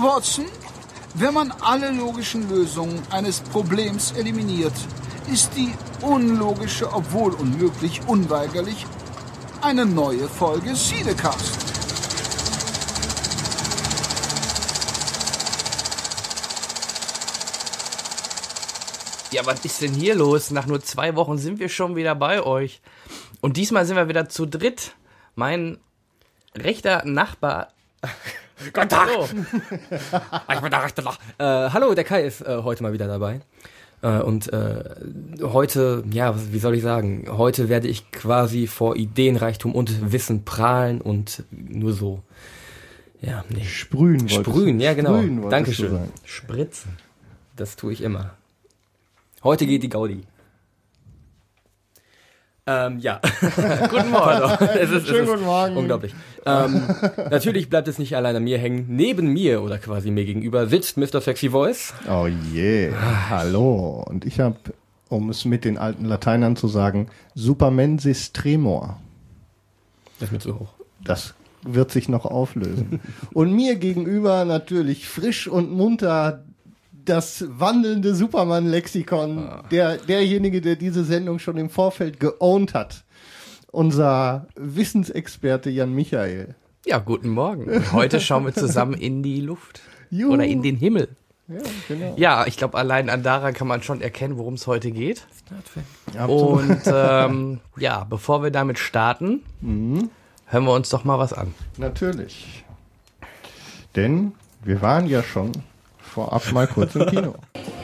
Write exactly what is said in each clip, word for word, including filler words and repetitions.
Watson, wenn man alle logischen Lösungen eines Problems eliminiert, ist die unlogische, obwohl unmöglich, unweigerlich eine neue Folge Siedecast. Ja, was ist denn hier los? Nach nur zwei Wochen sind wir schon wieder bei euch. Und diesmal sind wir wieder zu dritt. Mein rechter Nachbar... Guten Tag! Ich bin der rechte Nachbar. Äh, hallo, der Kai ist äh, heute mal wieder dabei. Äh, und äh, heute, ja, wie soll ich sagen, heute werde ich quasi vor Ideenreichtum und Wissen prahlen und nur so, ja, nee. Sprühen. Sprühen, ja genau. Sprühen Dankeschön. Spritzen. Das tue ich immer. Heute geht die Gaudi. Ähm, ja. Guten Morgen. es ist, Schönen es ist guten Morgen. Unglaublich. Ähm, natürlich bleibt es nicht allein an mir hängen. Neben mir oder quasi mir gegenüber sitzt Mister Sexy Voice. Oh je, yeah. Hallo. Und ich habe, um es mit den alten Lateinern zu sagen, Supermensis tremor. Das ist mir zu hoch. Das wird sich noch auflösen. Und mir gegenüber natürlich frisch und munter das wandelnde Superman-Lexikon, ah. der, derjenige, der diese Sendung schon im Vorfeld geowned hat. Unser Wissensexperte Jan Michael. Ja, guten Morgen. Heute schauen wir zusammen in die Luft. Juhu. Oder in den Himmel. Ja, genau. Ja, ich glaube, allein an daran kann man schon erkennen, worum es heute geht. Ja, Und ähm, ja, bevor wir damit starten, mhm. hören wir uns doch mal was an. Natürlich. Denn wir waren ja schon vorab mal kurz im Kino.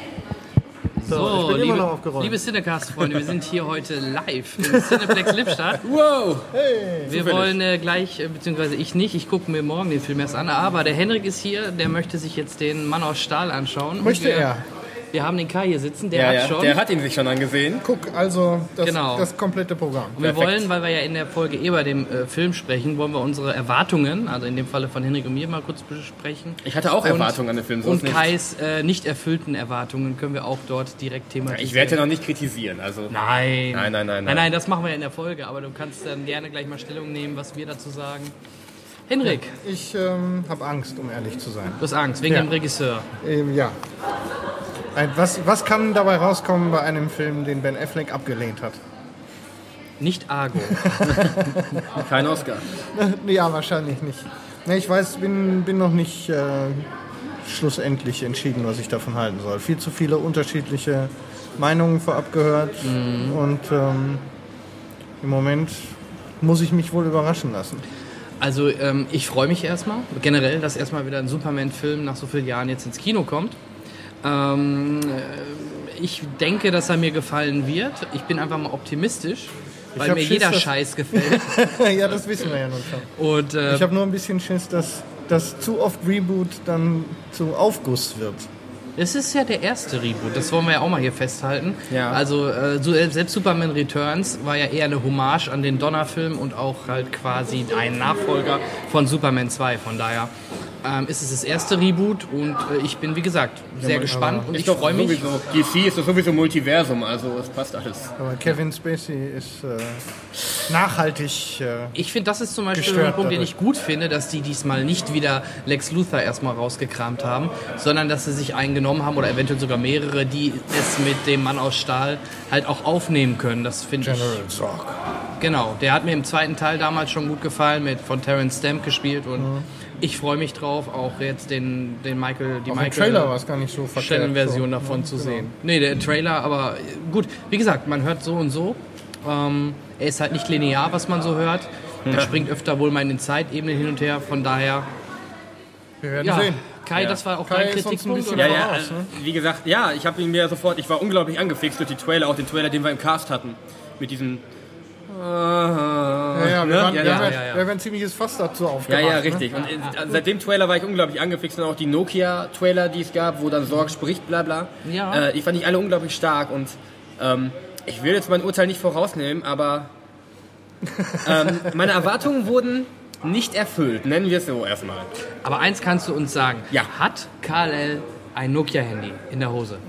So, ich bin liebe, immer noch aufgeräumt. liebe Cinecast-Freunde, wir sind hier heute live im Cineplex Lippstadt. Wow! Hey! Wir wollen äh, gleich, äh, beziehungsweise ich nicht, ich gucke mir morgen den Film erst an, aber der Henrik ist hier, der möchte sich jetzt den Mann aus Stahl anschauen. Möchte wir, er. Wir haben den Kai hier sitzen, der Ja, hat ja, schon. der hat ihn sich schon angesehen. Guck, also das, Genau. das komplette Programm. Und wir Perfekt. wollen, weil wir ja in der Folge eh bei dem äh, Film sprechen, wollen wir unsere Erwartungen, also in dem Falle von Henrik und mir, mal kurz besprechen. Ich hatte auch Und- Erwartungen an den Film. so Und ist nicht. Kais äh, nicht erfüllten Erwartungen können wir auch dort direkt thematisieren. Ich werde ja noch nicht kritisieren, also... Nein. Nein, nein, nein, nein. Nein, nein, das machen wir ja in der Folge, aber du kannst dann gerne gleich mal Stellung nehmen, was wir dazu sagen. Henrik, Ich ähm, habe Angst, um ehrlich zu sein. du hast Angst, wegen Ja. dem Regisseur. Ähm, ja. Ein, was, was kann dabei rauskommen bei einem Film, den Ben Affleck abgelehnt hat? Nicht Argo. Kein Oscar. Ja, wahrscheinlich nicht. Ne, ich weiß, bin, bin noch nicht äh, schlussendlich entschieden, was ich davon halten soll. Viel zu viele unterschiedliche Meinungen vorab gehört Mhm. und ähm, im Moment muss ich mich wohl überraschen lassen. Also ähm, ich freue mich erstmal, generell, dass erstmal wieder ein Superman-Film nach so vielen Jahren jetzt ins Kino kommt. Ähm, äh, ich denke, dass er mir gefallen wird. Ich bin einfach mal optimistisch, weil hab mir Schiss, jeder dass- Scheiß gefällt. Ja, das wissen wir ja nun schon. Und äh, Ich habe nur ein bisschen Schiss, dass das zu oft Reboot dann zu Aufguss wird. es ist ja der erste Reboot, das wollen wir ja auch mal hier festhalten. Ja. Also äh, so, selbst Superman Returns war ja eher eine Hommage an den Donner-Film und auch halt quasi ein Nachfolger von Superman zwei. Von daher ähm, ist es das erste Reboot und äh, ich bin, wie gesagt, sehr gespannt und Ist ich doch freue mich. sowieso, D C ist doch sowieso Multiversum, also es passt alles. Aber Kevin Spacey ist äh, nachhaltig. Äh, Ich finde, das ist zum Beispiel Gestört ein Punkt, den dadurch. ich gut finde, dass die diesmal nicht wieder Lex Luthor erstmal rausgekramt haben, sondern dass sie sich einen genommen haben oder eventuell sogar mehrere, die es mit dem Mann aus Stahl halt auch aufnehmen können. Das finde ich. General Zod. Genau, der hat mir im zweiten Teil damals schon gut gefallen, mit von Terrence Stamp gespielt und ich freue mich drauf, auch jetzt den, den Michael, die Auf dem Michael Trailer war es gar nicht so verkehrt. Shannon-Version so. davon Ja, zu genau. sehen. Nee, der Trailer, aber gut, wie gesagt, man hört so und so. Ähm, er ist halt nicht linear, was man so hört. Er springt öfter wohl mal in den Zeitebenen hin und her, von daher, Wir werden ja, sehen. Kai, Ja. das war auch Kai dein ist uns ein Kritikpunkt, bisschen oder? Ja, ja, voraus, also, ne? wie gesagt, ja, ich habe ihn mir sofort, ich war unglaublich angefixt durch die Trailer, auch den Trailer, den wir im Cast hatten, mit diesen... Ja, ja, wir, Ne? waren, Ja, wir, ja, haben, ja, ja. wir haben ein ziemliches Fass dazu Ja, aufgemacht. ja, Ne? richtig. Und äh, seit dem Trailer war ich unglaublich angefixt und auch die Nokia-Trailer, die es gab, wo dann Sorg spricht, bla bla. Ja. Äh, die fand ich alle unglaublich stark und ähm, ich will jetzt mein Urteil nicht vorausnehmen, aber ähm, meine Erwartungen wurden nicht erfüllt, nennen wir es so erstmal. Aber eins kannst du uns sagen. Ja. Hat K L L ein Nokia-Handy in der Hose?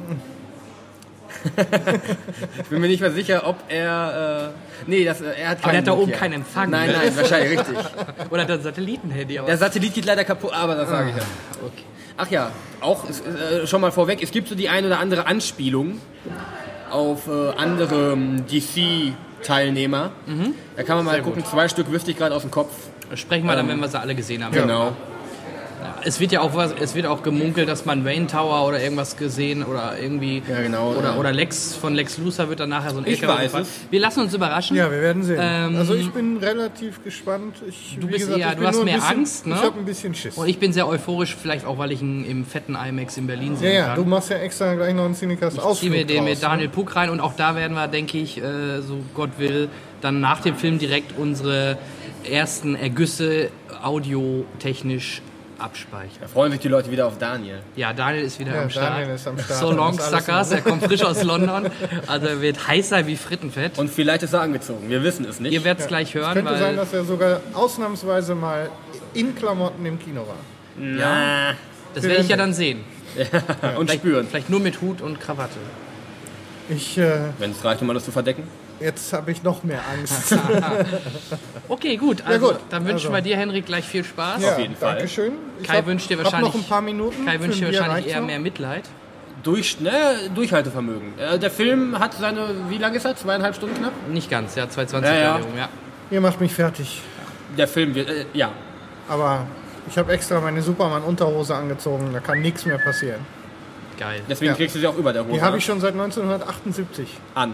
Ich bin mir nicht mehr sicher, ob er... Äh, nee, das, äh, er hat Aber keinen der hat da oben Nokia. keinen Empfang. Nein, ne? nein, wahrscheinlich richtig. Oder hat er ein Satellitenhandy? Aber Der Satellit geht leider kaputt, aber das sage ich ja. okay. Ach ja, auch äh, schon mal vorweg, es gibt so die ein oder andere Anspielung auf äh, andere ähm, D C-Teilnehmer. Mhm. Da kann man mal Sehr gucken, gut. zwei Stück wüsste ich gerade aus dem Kopf. Sprechen wir dann, Ähm, wenn wir sie alle gesehen haben. Genau. Es wird ja auch was, es wird auch gemunkelt, dass man Wayne Tower oder irgendwas gesehen oder irgendwie Ja, genau, oder ja. oder Lex von Lex Luthor wird dann nachher so ein Ich L K W weiß gefahren. es. Wir lassen uns überraschen. Ja, wir werden sehen. Ähm, also ich bin relativ gespannt. Ich, Du wie bist gesagt, eher- ich du bin hast nur ein mehr bisschen, Angst, ne? Ich habe ein bisschen Schiss. Und ich bin sehr euphorisch, vielleicht auch, weil ich ihn im fetten IMAX in Berlin ja, sehen ja, kann. du machst ja extra gleich noch einen Cinecast Ich ziehe mir Ausflug den raus, mit Daniel Puck rein und auch da werden wir, denke ich, äh, so Gott will, dann nach dem Film direkt unsere ersten Ergüsse audiotechnisch abspeichern. Da freuen sich die Leute wieder auf Daniel. Ja, Daniel ist wieder Ja, am Start. Daniel ist am Start. So long, Das ist alles Suckers, er kommt frisch aus London. Also er wird heißer wie Frittenfett. Und vielleicht ist er angezogen, wir wissen es nicht. Ihr werdet es gleich hören, Könnte sein, weil dass er sogar ausnahmsweise mal in Klamotten im Kino war. Na, das werde ich ja dann sehen. und Vielleicht, spüren. vielleicht nur mit Hut und Krawatte. Ich, äh, Wenn es reicht, um alles zu verdecken. jetzt habe ich noch mehr Angst. Okay, gut. Also gut. dann wünschen Also. wir dir, Henrik, gleich viel Spaß. ja, jeden Fall. Dankeschön. Ich Kai hab- wünscht dir hab wahrscheinlich- noch ein paar Minuten. Kai Für wünscht dir ein Bier wahrscheinlich reicht's eher noch. mehr Mitleid. Durch, ne, Durchhaltevermögen. Äh, der Film hat seine, wie lange ist er? Zweieinhalb Stunden knapp? Nicht ganz, ja, zweihundertzwanzig Ja, ja. Jahre rum, ja. Ihr macht mich fertig. Der Film wird, äh, ja. Aber ich habe extra meine Superman-Unterhose angezogen. Da kann nichts mehr passieren. Geil. Deswegen Ja. kriegst du sie auch über der Hose Die habe ich schon seit neunzehnhundertachtundsiebzig. an.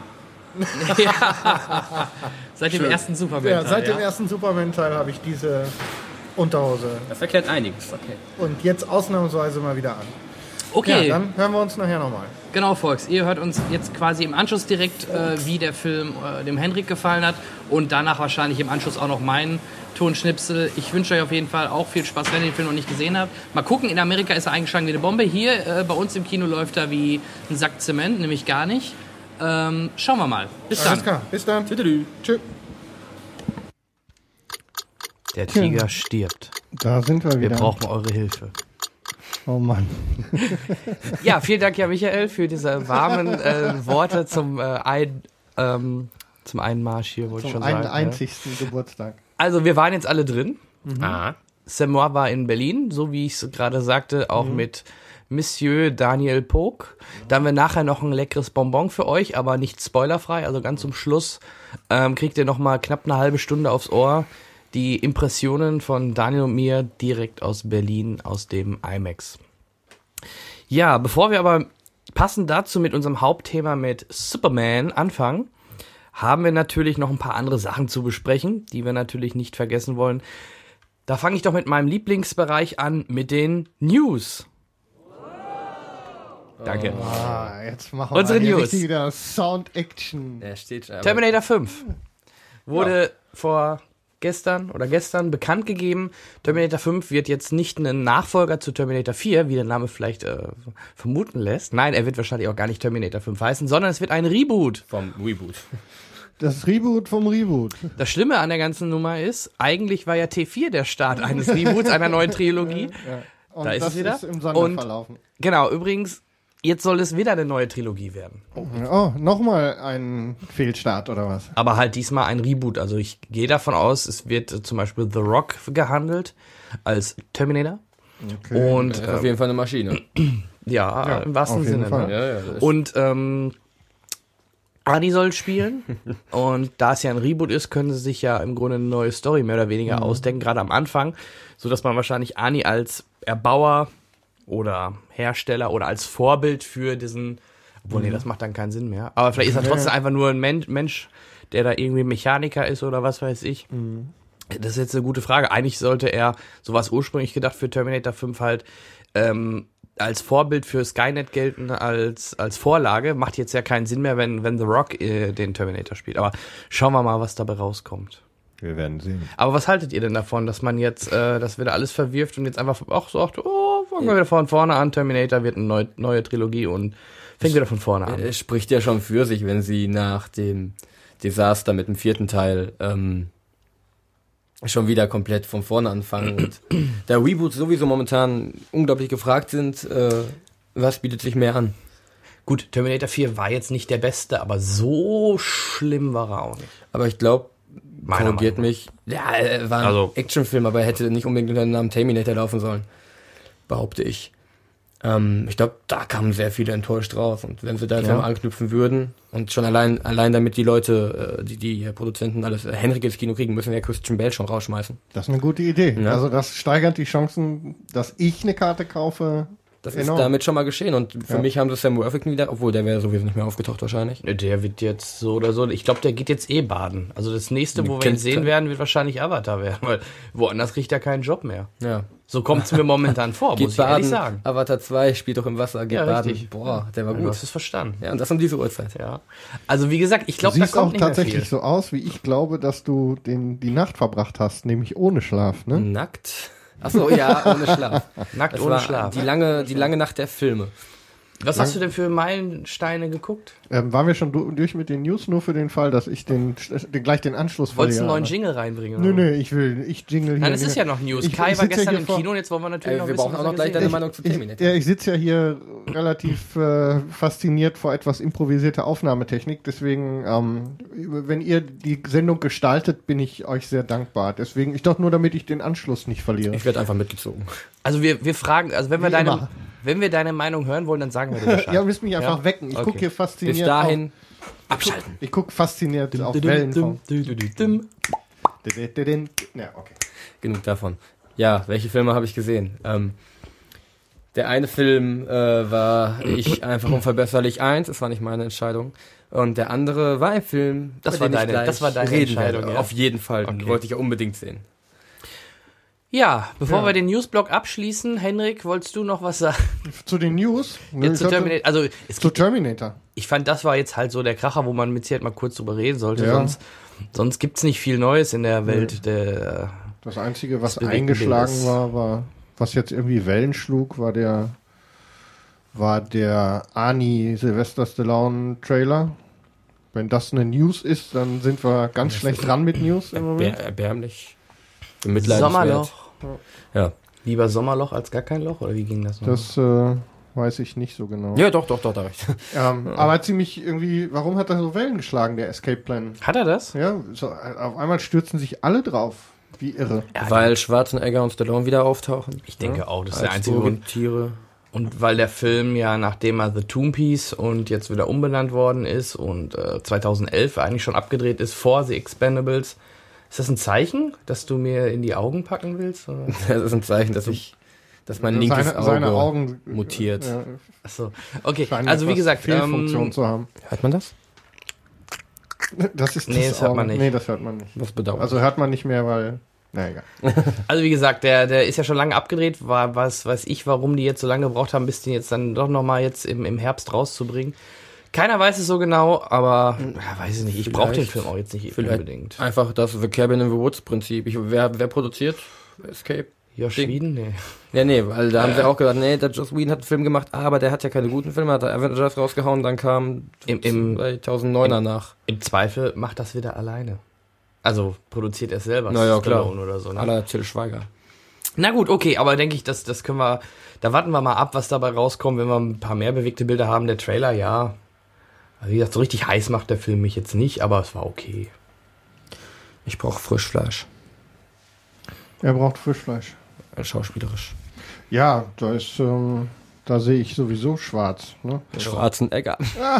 Seit dem Schön. ersten Superman. Ja, seit dem ersten Superman-Teil habe ich diese Unterhose. Das erklärt einiges. Okay. Und jetzt ausnahmsweise mal wieder an. Okay, Ja, dann hören wir uns nachher nochmal. genau, Volks. Ihr hört uns jetzt quasi im Anschluss direkt, äh, wie der Film äh, dem Henrik gefallen hat. Und danach wahrscheinlich im Anschluss auch noch meinen Tonschnipsel. Ich wünsche euch auf jeden Fall auch viel Spaß, wenn ihr den Film noch nicht gesehen habt. Mal gucken, in Amerika ist er eingeschlagen wie eine Bombe. Hier äh, bei uns im Kino läuft er wie ein Sack Zement, nämlich gar nicht. Ähm, schauen wir mal. Bis dann. Alles klar, bis dann. Tüdelü. Tschüss. Der Tiger stirbt. Da sind wir Wir wieder. brauchen eure Hilfe. Oh Mann. Ja, vielen Dank, ja, Michael, für diese warmen äh, Worte zum, äh, ein, ähm, zum Einmarsch hier, wollte ich Zum schon sagen. einen ne? einzigsten Geburtstag. Also, wir waren jetzt alle drin. Ah. Samoa war in Berlin, so wie ich es gerade sagte, auch mit Monsieur Daniel Pog. Da haben wir nachher noch ein leckeres Bonbon für euch, aber nicht spoilerfrei. Also ganz zum Schluss ähm, kriegt ihr noch mal knapp eine halbe Stunde aufs Ohr die Impressionen von Daniel und mir direkt aus Berlin, aus dem IMAX. Ja, bevor wir aber passend dazu mit unserem Hauptthema mit Superman anfangen, haben wir natürlich noch ein paar andere Sachen zu besprechen, die wir natürlich nicht vergessen wollen. Da fange ich doch mit meinem Lieblingsbereich an, mit den News. Danke. Ah, jetzt machen Unsere wir hier News. richtig wieder Sound-Action. Der steht aber Terminator fünf wurde vor gestern oder gestern bekannt gegeben. Terminator fünf wird jetzt nicht ein Nachfolger zu Terminator vier, wie der Name vielleicht äh, vermuten lässt. Nein, er wird wahrscheinlich auch gar nicht Terminator fünf heißen, sondern es wird ein Reboot. vom Reboot. Das Reboot vom Reboot. Das Schlimme an der ganzen Nummer ist, eigentlich war ja T vier der Start eines Reboots, einer neuen Trilogie. Und Da ist das es wieder. ist im Sande Und- verlaufen. Genau, übrigens, jetzt soll es wieder eine neue Trilogie werden. Oh, nochmal ein Fehlstart oder was? Aber halt diesmal ein Reboot. Also ich gehe davon aus, es wird äh, zum Beispiel The Rock gehandelt als Terminator. Und Das ist auf äh, jeden Fall eine Maschine. ja, im wahrsten auf jeden Sinne. Fall. Ne? Ja, ja, das ist- Und ähm, Adi soll spielen. Und da es ja ein Reboot ist, können sie sich ja im Grunde eine neue Story mehr oder weniger ausdenken, gerade am Anfang, so dass man wahrscheinlich Ani als Erbauer oder Hersteller oder als Vorbild für diesen, obwohl nee, das macht dann keinen Sinn mehr. Aber vielleicht ist er trotzdem einfach nur ein Men- Mensch, der da irgendwie Mechaniker ist oder was weiß ich. Das ist jetzt eine gute Frage. Eigentlich sollte er, so war es ursprünglich gedacht für Terminator fünf halt, ähm, als Vorbild für Skynet gelten, als, als Vorlage. Macht jetzt ja keinen Sinn mehr, wenn, wenn The Rock äh, den Terminator spielt. Aber schauen wir mal, was dabei rauskommt. Wir werden sehen. Aber was haltet ihr denn davon, dass man jetzt äh, das wieder alles verwirft und jetzt einfach auch sagt, oh, fangen wir wieder von vorne an, Terminator wird eine neue, neue Trilogie und fängt wieder von vorne an. Es spricht ja schon für sich, wenn sie nach dem Desaster mit dem vierten Teil ähm, schon wieder komplett von vorne anfangen. Und da Reboots sowieso momentan unglaublich gefragt sind, äh, was bietet sich mehr an? Gut, Terminator vier war jetzt nicht der beste, aber so schlimm war er auch nicht. Aber ich glaube, Meiner korrigiert Meinung mich, ja, er war ein Also- Actionfilm, aber er hätte nicht unbedingt unter dem Namen Terminator laufen sollen. Behaupte ich. Ähm, ich glaube, da kamen sehr viele enttäuscht raus. Und wenn sie da jetzt Ja. noch anknüpfen würden und schon allein allein damit die Leute, äh, die die äh, Produzenten alles äh, Henrik ins Kino kriegen, müssen wir ja Christian Bale schon rausschmeißen. Das ist eine gute Idee. Ja. Also das steigert die Chancen, dass ich eine Karte kaufe. Das enorm. ist damit schon mal geschehen. Und für Ja. mich haben sie Sam Worthington wieder, obwohl der wäre sowieso nicht mehr aufgetaucht wahrscheinlich. Der wird jetzt so oder so, ich glaube, der geht jetzt eh baden. Also das nächste, wo wir ihn Kennt- sehen werden, wird wahrscheinlich Avatar werden, weil woanders kriegt er keinen Job mehr. Ja. So kommt es mir momentan vor, muss Geht ich ehrlich baden. sagen. Avatar zwei spielt doch im Wasser, geht Ja, baden. richtig. Boah, der war Du gut. hast es verstanden. Ja, und das um diese Uhrzeit. Ja. Also wie gesagt, ich Du glaube, da siehst kommt auch nicht mehr tatsächlich viel. so aus, wie ich glaube, dass du den, die Nacht verbracht hast, nämlich ohne Schlaf. Ne? Nackt. Achso, ja, ohne Schlaf. Nackt Das ohne war Schlaf. Die lange, die lange Nacht der Filme. Was hast du denn für Meilensteine geguckt? Ähm, waren wir schon du- durch mit den News, nur für den Fall, dass ich den, den gleich den Anschluss Wolltest du einen verliere. neuen Jingle reinbringen? Nö, oder? nö, ich will, ich jingle hier. Nein, es nicht ist mehr. ja noch News. Ich- Kai ich war sitz ja gestern hier im vor- Kino und jetzt wollen wir natürlich Äh, noch wir wissen, brauchen was auch er noch gleich gesehen deine hat. Meinung zu Ich, Terminator. ja, ich sitze ja hier relativ äh, fasziniert vor etwas improvisierter Aufnahmetechnik. Deswegen, ähm, wenn ihr die Sendung gestaltet, bin ich euch sehr dankbar. Deswegen, ich doch nur, damit ich den Anschluss nicht verliere. Ich werde einfach mitgezogen. Also wir, wir fragen, also wenn wir Wie deine, immer. wenn wir deine Meinung hören wollen, dann sagen wir dir Bescheid. Ja, ihr müsst mich einfach Ja? wecken. Ich Okay. gucke hier fasziniert Bis dahin auf, abschalten. ich gucke fasziniert auf Dum, Wellenform. dum, dum, dum, dum. Ja, okay. Genug davon. Ja, welche Filme habe ich gesehen? Ähm, der eine Film äh, war Ich einfach unverbesserlich eins, das war nicht meine Entscheidung. Und der andere war ein Film, Das über war den ich deine- gleich das war deine reden Entscheidung, werde. ja? Auf jeden Fall, den Okay. wollte ich ja unbedingt sehen. Ja, bevor Ja. wir den Newsblock abschließen, Henrik, wolltest du noch was sagen? Zu den News? Nö, Jetzt ich zu hatte- Terminator. Also es Zu gibt, Terminator. ich fand, das war jetzt halt so der Kracher, wo man mit Sicherheit mal kurz drüber reden sollte. Ja. Sonst, sonst gibt's nicht viel Neues in der Welt der. Das Einzige, was Das bewegte eingeschlagen Bild ist- war, war, was jetzt irgendwie Wellen schlug, war der, war der Ani Sylvester Stallone Trailer. Wenn das eine News ist, dann sind wir ganz schlecht dran mit News im Moment. Erbär, erbärmlich. Bemitleidenswert. Sommerloch. Ja. Lieber Sommerloch als gar kein Loch, oder wie ging das noch? Das äh, weiß ich nicht so genau. Ja, doch, doch, doch, da recht. Ähm, aber ziemlich irgendwie, warum hat er so Wellen geschlagen, der Escape Plan? Hat er das? Ja, so, auf einmal stürzen sich alle drauf. Wie irre. Weil Schwarzenegger und Stallone wieder auftauchen. Ich denke auch, das ist Als der einzige Grund. Tiere. Und weil der Film ja, nachdem er The Tomb Piece und jetzt wieder umbenannt worden ist und äh, zweitausendelf eigentlich schon abgedreht ist vor The Expendables, ist das ein Zeichen, dass du mir in die Augen packen willst? Oder? Das ist ein Zeichen, dass ich, dass mein linkes seine, Auge seine Augen mutiert. Ja, Achso, okay. scheinen Also wie etwas gesagt, Fehlfunktion ähm, zu haben. Hört man das? Das ist Nee, das hört man nicht. Nee, das hört man nicht. Was bedauert. Also hört man nicht mehr, weil. Na egal. also wie gesagt, der, der ist ja schon lange abgedreht. War, was weiß ich, warum die jetzt so lange gebraucht haben, bis den jetzt dann doch nochmal jetzt im, im Herbst rauszubringen. Keiner weiß es so genau, aber ja, weiß ich nicht. Ich brauche den Vielleicht- Film auch jetzt nicht Vielleicht unbedingt. einfach das The Cabin in the Woods Prinzip. Ich, wer, wer produziert Escape? Ja, Ding. Schweden? Nee. Ja, nee, weil da haben sie auch gesagt, nee, der Joss Whedon hat einen Film gemacht, aber der hat ja keine guten Filme, hat er Avengers rausgehauen, dann kam Im- im- zweitausenddeuner nach. Im Zweifel macht das wieder alleine. Also produziert er es selber. Naja, klar. Stallone oder so. Ne? Aller Till Schweiger. Na gut, okay, aber denke ich, das, das können wir, da warten wir mal ab, was dabei rauskommt, wenn wir ein paar mehr bewegte Bilder haben. Der Trailer, ja, also wie gesagt, so richtig heiß macht der Film mich jetzt nicht, aber es war okay. Ich brauche Frischfleisch. Er braucht Frischfleisch. Äh, Schauspielerisch. Ja, da ist, ähm, da sehe ich sowieso schwarz. Ne? Schwarzenegger.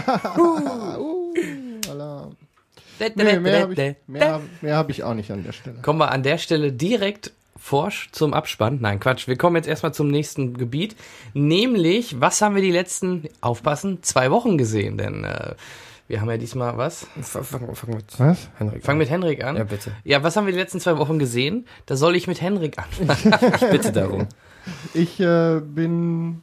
Alarm. Nee, mehr habe ich, mehr hab, mehr hab ich auch nicht an der Stelle. Kommen wir an der Stelle direkt forsch zum Abspann. Nein, Quatsch. Wir kommen jetzt erstmal zum nächsten Gebiet. Nämlich, was haben wir die letzten, aufpassen, zwei Wochen gesehen? Denn äh, wir haben ja diesmal, was? Fang, fang, fang mit Was? Henrik Fang an. mit Henrik an. Ja, bitte. Ja, was haben wir die letzten zwei Wochen gesehen? Da soll ich mit Henrik anfangen. Ich bitte darum. Ich äh, bin.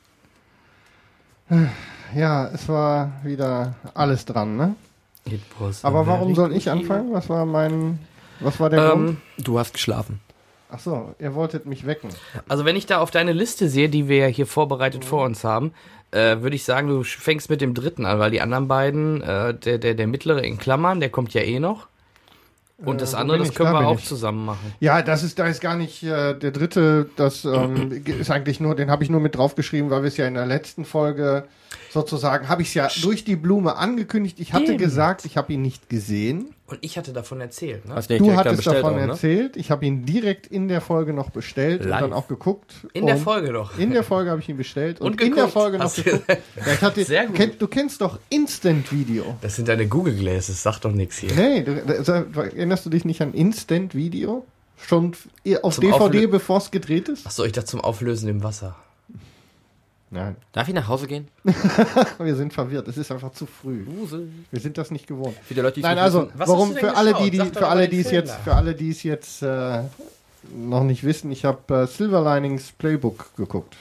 Ja, es war wieder alles dran, ne? Aber warum soll ich anfangen? Was war mein. Was war der Grund? Ähm, Du hast geschlafen. Ach so, ihr wolltet mich wecken. also wenn ich da auf deine Liste sehe, die wir hier vorbereitet vor uns haben, äh, würde ich sagen, du fängst mit dem dritten an, weil die anderen beiden, äh, der, der, der mittlere in Klammern, der kommt ja eh noch. Und Äh, das wo andere, bin das ich? können Da wir bin auch ich. zusammen machen. Ja, das ist, da ist gar nicht äh, der dritte, das ähm, ist eigentlich nur, den habe ich nur mit draufgeschrieben, weil wir es ja in der letzten Folge sozusagen, habe ich es ja durch die Blume angekündigt. Ich hatte Stimmt. gesagt, ich habe ihn nicht gesehen. Und ich hatte davon erzählt, ne? Hast du Du direkt dann hattest bestellt davon auch, ne? erzählt. Ich habe ihn direkt in der Folge noch bestellt Live. und dann auch geguckt. In der und Folge doch. In der Folge habe ich ihn bestellt und, Und in der geguckt. Folge noch Hast du- geguckt. Ja, ich hatte, Sehr gut. Kenn, du kennst doch Instant Video. Das sind deine Google Glasses, sag doch nichts hier. Nee, du, also, erinnerst du dich nicht an Instant Video? Schon auf Zum D V D, Auflö- bevor es gedreht ist? Achso, ich dachte zum Auflösen im Wasser. Nein. Darf ich nach Hause gehen? Wir sind verwirrt. Es ist einfach zu früh. Wusel. Wir sind das nicht gewohnt. Für die Leute, die es Nein, nicht also wissen. Was warum hast du denn für alle, geschaut? die, die Sag doch für mal alle, den die es Film jetzt, da. für alle, die es jetzt äh, noch nicht wissen, ich habe äh, Silver Linings Playbook geguckt.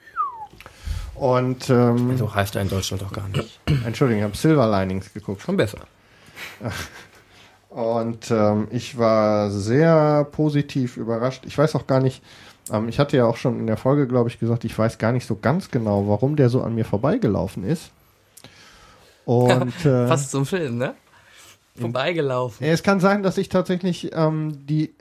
Und ähm, So heißt er in Deutschland auch gar nicht. Entschuldigung, ich habe Silver Linings geguckt. Schon besser. Und ähm, ich war sehr positiv überrascht. Ich weiß auch gar nicht, ähm, ich hatte ja auch schon in der Folge, glaube ich, gesagt, ich weiß gar nicht so ganz genau, warum der so an mir vorbeigelaufen ist. Und äh, Fast zum Film, ne? Vorbeigelaufen. es kann sein, dass ich tatsächlich ähm, die...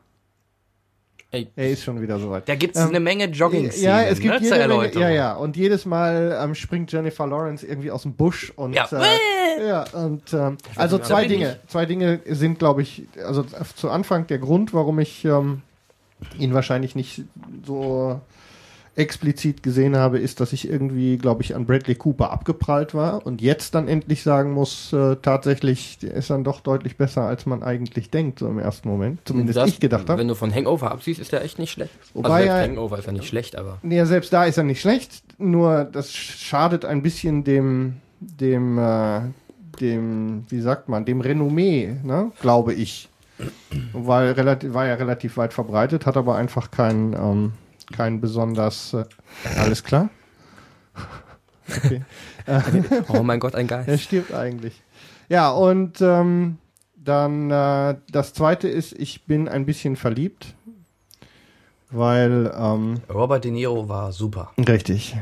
Ey, Er ist schon wieder soweit. Da gibt's Ähm, eine Menge Jogging-Szenen, Ja, es gibt ne, zur jede Menge, Erläuterung. ja, ja. Und jedes Mal ähm, springt Jennifer Lawrence irgendwie aus dem Busch und Ja. äh, ja und ähm, also nicht, zwei da bin Dinge, zwei Dinge sind, glaube ich, also zu Anfang der Grund, warum ich ähm, ihn wahrscheinlich nicht so explizit gesehen habe, ist, dass ich irgendwie, glaube ich, an Bradley Cooper abgeprallt war und jetzt dann endlich sagen muss, äh, tatsächlich, der ist dann doch deutlich besser, als man eigentlich denkt, so im ersten Moment. Zumindest das, ich gedacht habe. Wenn du von Hangover absiehst, ist der echt nicht schlecht. Wobei also selbst er- Hangover ist ja nicht schlecht, aber Ja, selbst da ist er nicht schlecht, nur das schadet ein bisschen dem, dem, äh, dem, wie sagt man, dem Renommee, ne, glaube ich. Weil relativ, war ja relativ weit verbreitet, hat aber einfach kein, ähm, kein besonders, äh, alles klar? Okay. oh mein Gott, ein Geist. Er stirbt eigentlich. Ja, und ähm, dann äh, das zweite ist, ich bin ein bisschen verliebt, weil ähm, Robert De Niro war super. richtig.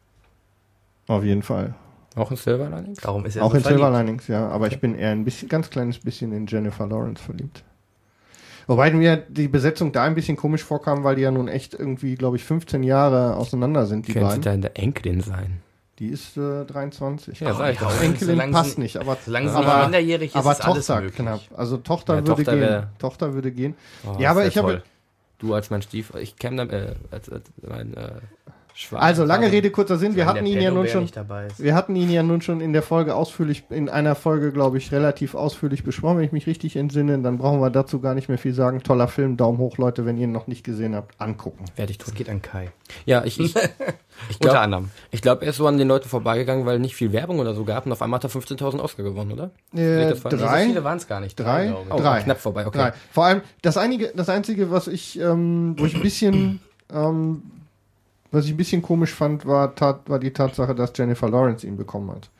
Auf jeden Fall. Auch in Silver Linings? Darum ist er Auch so in Silver verliebt. Linings, ja. Aber ich bin eher ein bisschen, ganz kleines bisschen in Jennifer Lawrence verliebt. Wobei mir die Besetzung da ein bisschen komisch vorkam, weil die ja nun echt irgendwie, glaube ich, fünfzehn Jahre auseinander sind, die Könnte beiden. deine Enkelin sein. Die ist äh, dreiundzwanzig. Ja, sag ich doch. ja. Enkelin Solange passt sie- nicht, aber, solange sie aber, nicht minderjährig ist, aber ist alles Tochter möglich. knapp. Also Tochter Ja, würde Tochter gehen. wär- Tochter würde gehen. Oh, Ja, aber das ich wär habe- toll. Du als mein Stief... Ich käme dann... Äh, als, als mein... Äh, Schwarz. Also lange Rede, kurzer Sinn. Wir Wenn hatten der ihn ja nun Pedobär schon. nicht dabei ist. Wir hatten ihn ja nun schon in der Folge ausführlich, in einer Folge, glaube ich, relativ ausführlich besprochen, wenn ich mich richtig entsinne. Dann brauchen wir dazu gar nicht mehr viel sagen. Toller Film, Daumen hoch, Leute, wenn ihr ihn noch nicht gesehen habt, angucken. Werde ich tun. Das geht an Kai. Ja, ich... ich, ich Unter glaube, anderem. ich glaub, er ist so an den Leuten vorbeigegangen, weil nicht viel Werbung oder so gab. Und auf einmal hat er fünfzehntausend Oscar gewonnen, oder? Äh, das falsch? Nee, so drei, viele waren es gar nicht. drei, glaube ich. Oh, drei. knapp vorbei, okay. drei. Vor allem, das, einige, das Einzige, was ich, ähm, wo ich ein bisschen, ähm, was ich ein bisschen komisch fand, war, tat, war die Tatsache, dass Jennifer Lawrence ihn bekommen hat.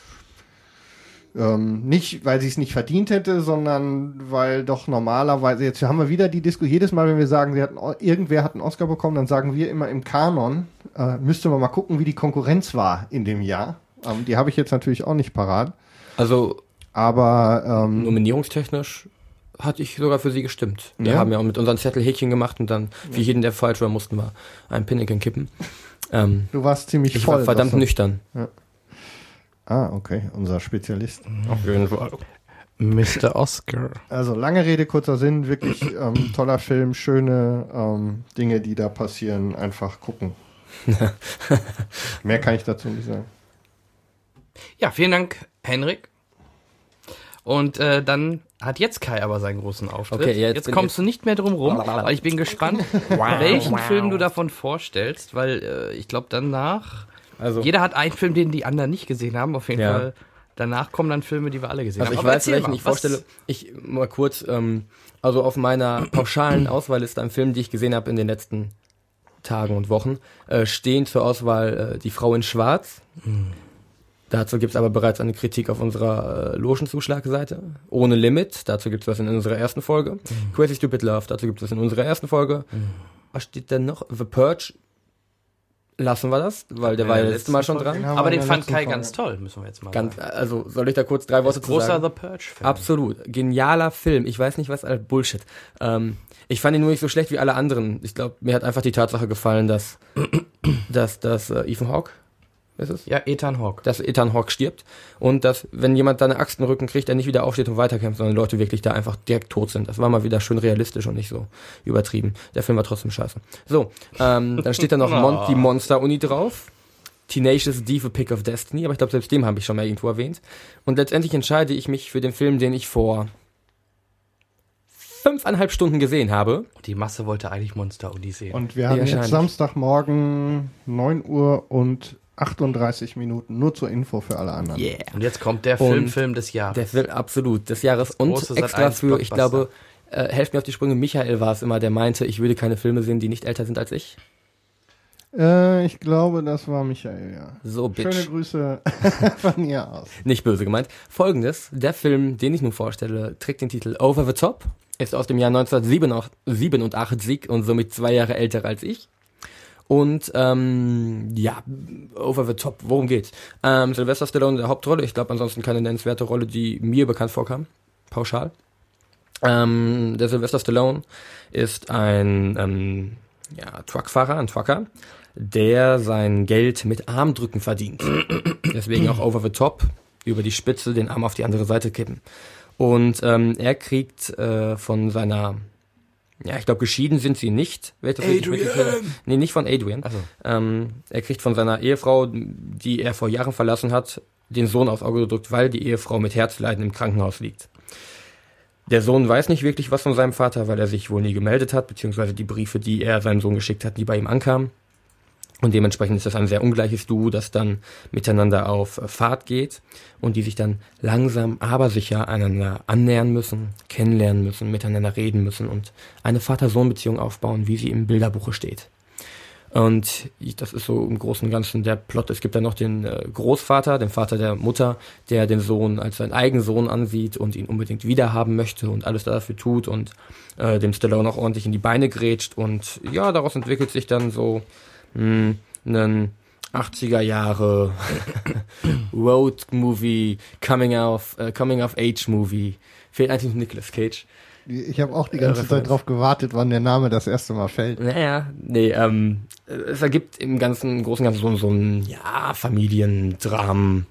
Ähm, nicht, weil sie es nicht verdient hätte, sondern weil doch normalerweise, jetzt haben wir wieder die Diskussion, jedes Mal, wenn wir sagen, sie hatten, irgendwer hat einen Oscar bekommen, dann sagen wir immer im Kanon, äh, müsste man mal gucken, wie die Konkurrenz war in dem Jahr. Ähm, die habe ich jetzt natürlich auch nicht parat. Also Aber ähm, nominierungstechnisch hatte ich sogar für sie gestimmt. Wir Ja? haben ja auch mit unseren Zettel Häkchen gemacht und dann, wie jeden, der falsch war, mussten wir einen Pinneken kippen. Ähm, du warst ziemlich ich voll. war verdammt was du- nüchtern. Ah, okay, unser Spezialist. Auf jeden Fall. Mister Oscar. Also lange Rede, kurzer Sinn, wirklich ähm, toller Film, schöne ähm, Dinge, die da passieren, einfach gucken. Mehr kann ich dazu nicht sagen. Ja, vielen Dank, Henrik. Und äh, dann hat jetzt Kai aber seinen großen Auftritt. Okay, jetzt jetzt bin kommst ich- du nicht mehr drum rum, weil ich bin gespannt, welchen Film du davon vorstellst, weil äh, ich glaube danach, Also, jeder hat einen Film, den die anderen nicht gesehen haben, auf jeden Ja. Fall. Danach kommen dann Filme, die wir alle gesehen also haben. ich Aber weiß, erzähl welchen mal, ich was- vorstelle. Ich mal kurz, ähm, also auf meiner pauschalen Auswahlliste an Filmen, die ich gesehen habe in den letzten Tagen und Wochen, äh, stehen zur Auswahl äh, Die Frau in Schwarz. Dazu gibt's aber bereits eine Kritik auf unserer äh, Logenzuschlagseite. Ohne Limit, dazu gibt's was in unserer ersten Folge. Crazy Stupid Love, dazu gibt's was in unserer ersten Folge. Was steht denn noch? The Purge. Lassen wir das, weil der Ja, war ja letzte letztes Mal schon Folge. dran. haben Aber wir in den der fand letzten Kai Folge. ganz toll, müssen wir jetzt mal Ganz, sagen. also soll ich da kurz drei Worte zu Großer sagen? The Purge-Fan. Absolut. Genialer Film. Ich weiß nicht, was all Bullshit. Ähm, ich fand ihn nur nicht so schlecht wie alle anderen. Ich glaube, mir hat einfach die Tatsache gefallen, dass, dass, dass äh, Ethan Hawke ist es? Ja, Ethan Hawke. Dass Ethan Hawke stirbt und dass, wenn jemand da eine Axt in den Rücken kriegt, er nicht wieder aufsteht und weiterkämpft, sondern Leute wirklich da einfach direkt tot sind. Das war mal wieder schön realistisch und nicht so übertrieben. Der Film war trotzdem scheiße. So, ähm, dann steht da noch Mon- die Monster-Uni drauf. Tenacious D, The Pick of Destiny, aber ich glaube, selbst dem habe ich schon mal irgendwo erwähnt. Und letztendlich entscheide ich mich für den Film, den ich vor fünfeinhalb Stunden gesehen habe. Die Masse wollte eigentlich Monster-Uni sehen. Und wir haben Ja, jetzt wahrscheinlich. Samstagmorgen neun Uhr und achtunddreißig Minuten. Nur zur Info für alle anderen. Yeah. Und jetzt kommt der Und Film, Film des Jahres. Der Film absolut des Jahres und Große extra Sat eins für, ich Blockbuster. glaube, äh, helft mir auf die Sprünge, Michael war es immer, der meinte, ich würde keine Filme sehen, die nicht älter sind als ich. Äh, ich glaube, das war Michael, ja. So, Bitch. Schöne Grüße von ihr aus. Nicht böse gemeint. Folgendes, der Film, den ich nun vorstelle, trägt den Titel Over the Top, ist aus dem Jahr neunzehnhundertsiebenundachtzig und somit zwei Jahre älter als ich. Und ähm, ja, Over the Top, worum geht's? Ähm, Sylvester Stallone in der Hauptrolle, ich glaube ansonsten keine nennenswerte Rolle, die mir bekannt vorkam, pauschal. Ähm, der Sylvester Stallone ist ein ähm, ja, Truckfahrer, ein Trucker, der sein Geld mit Armdrücken verdient. Deswegen auch Over the Top, über die Spitze, den Arm auf die andere Seite kippen. Und ähm, er kriegt äh, von seiner, ja, ich glaube, geschieden sind sie nicht. Wer das richtig mitgekriegt hat? Nee, nicht von Adrian. Also. Ähm, er kriegt von seiner Ehefrau, die er vor Jahren verlassen hat, den Sohn aufs Auge gedrückt, weil die Ehefrau mit Herzleiden im Krankenhaus liegt. Der Sohn weiß nicht wirklich was von seinem Vater, weil er sich wohl nie gemeldet hat, beziehungsweise die Briefe, die er seinem Sohn geschickt hat, die bei ihm ankamen. Und dementsprechend ist das ein sehr ungleiches Duo, das dann miteinander auf Fahrt geht und die sich dann langsam, aber sicher einander annähern müssen, kennenlernen müssen, miteinander reden müssen und eine Vater-Sohn-Beziehung aufbauen, wie sie im Bilderbuche steht. Und das ist so im Großen und Ganzen der Plot. Es gibt dann noch den äh, Großvater, den Vater der Mutter, der den Sohn als seinen eigenen Sohn ansieht und ihn unbedingt wiederhaben möchte und alles dafür tut und äh, dem Stallone auch ordentlich in die Beine grätscht. Und ja, daraus entwickelt sich dann so mh, einen achtziger Jahre Road-Movie, Coming-of, äh, Coming-of-Age-Movie. Fehlt eigentlich noch Nicolas Cage. Ich habe auch die ganze Äh, Zeit drauf gewartet, wann der Name das erste Mal fällt. Naja, nee, ähm, es ergibt im ganzen, im Großen und Ganzen so, so ein, ja, Familiendram,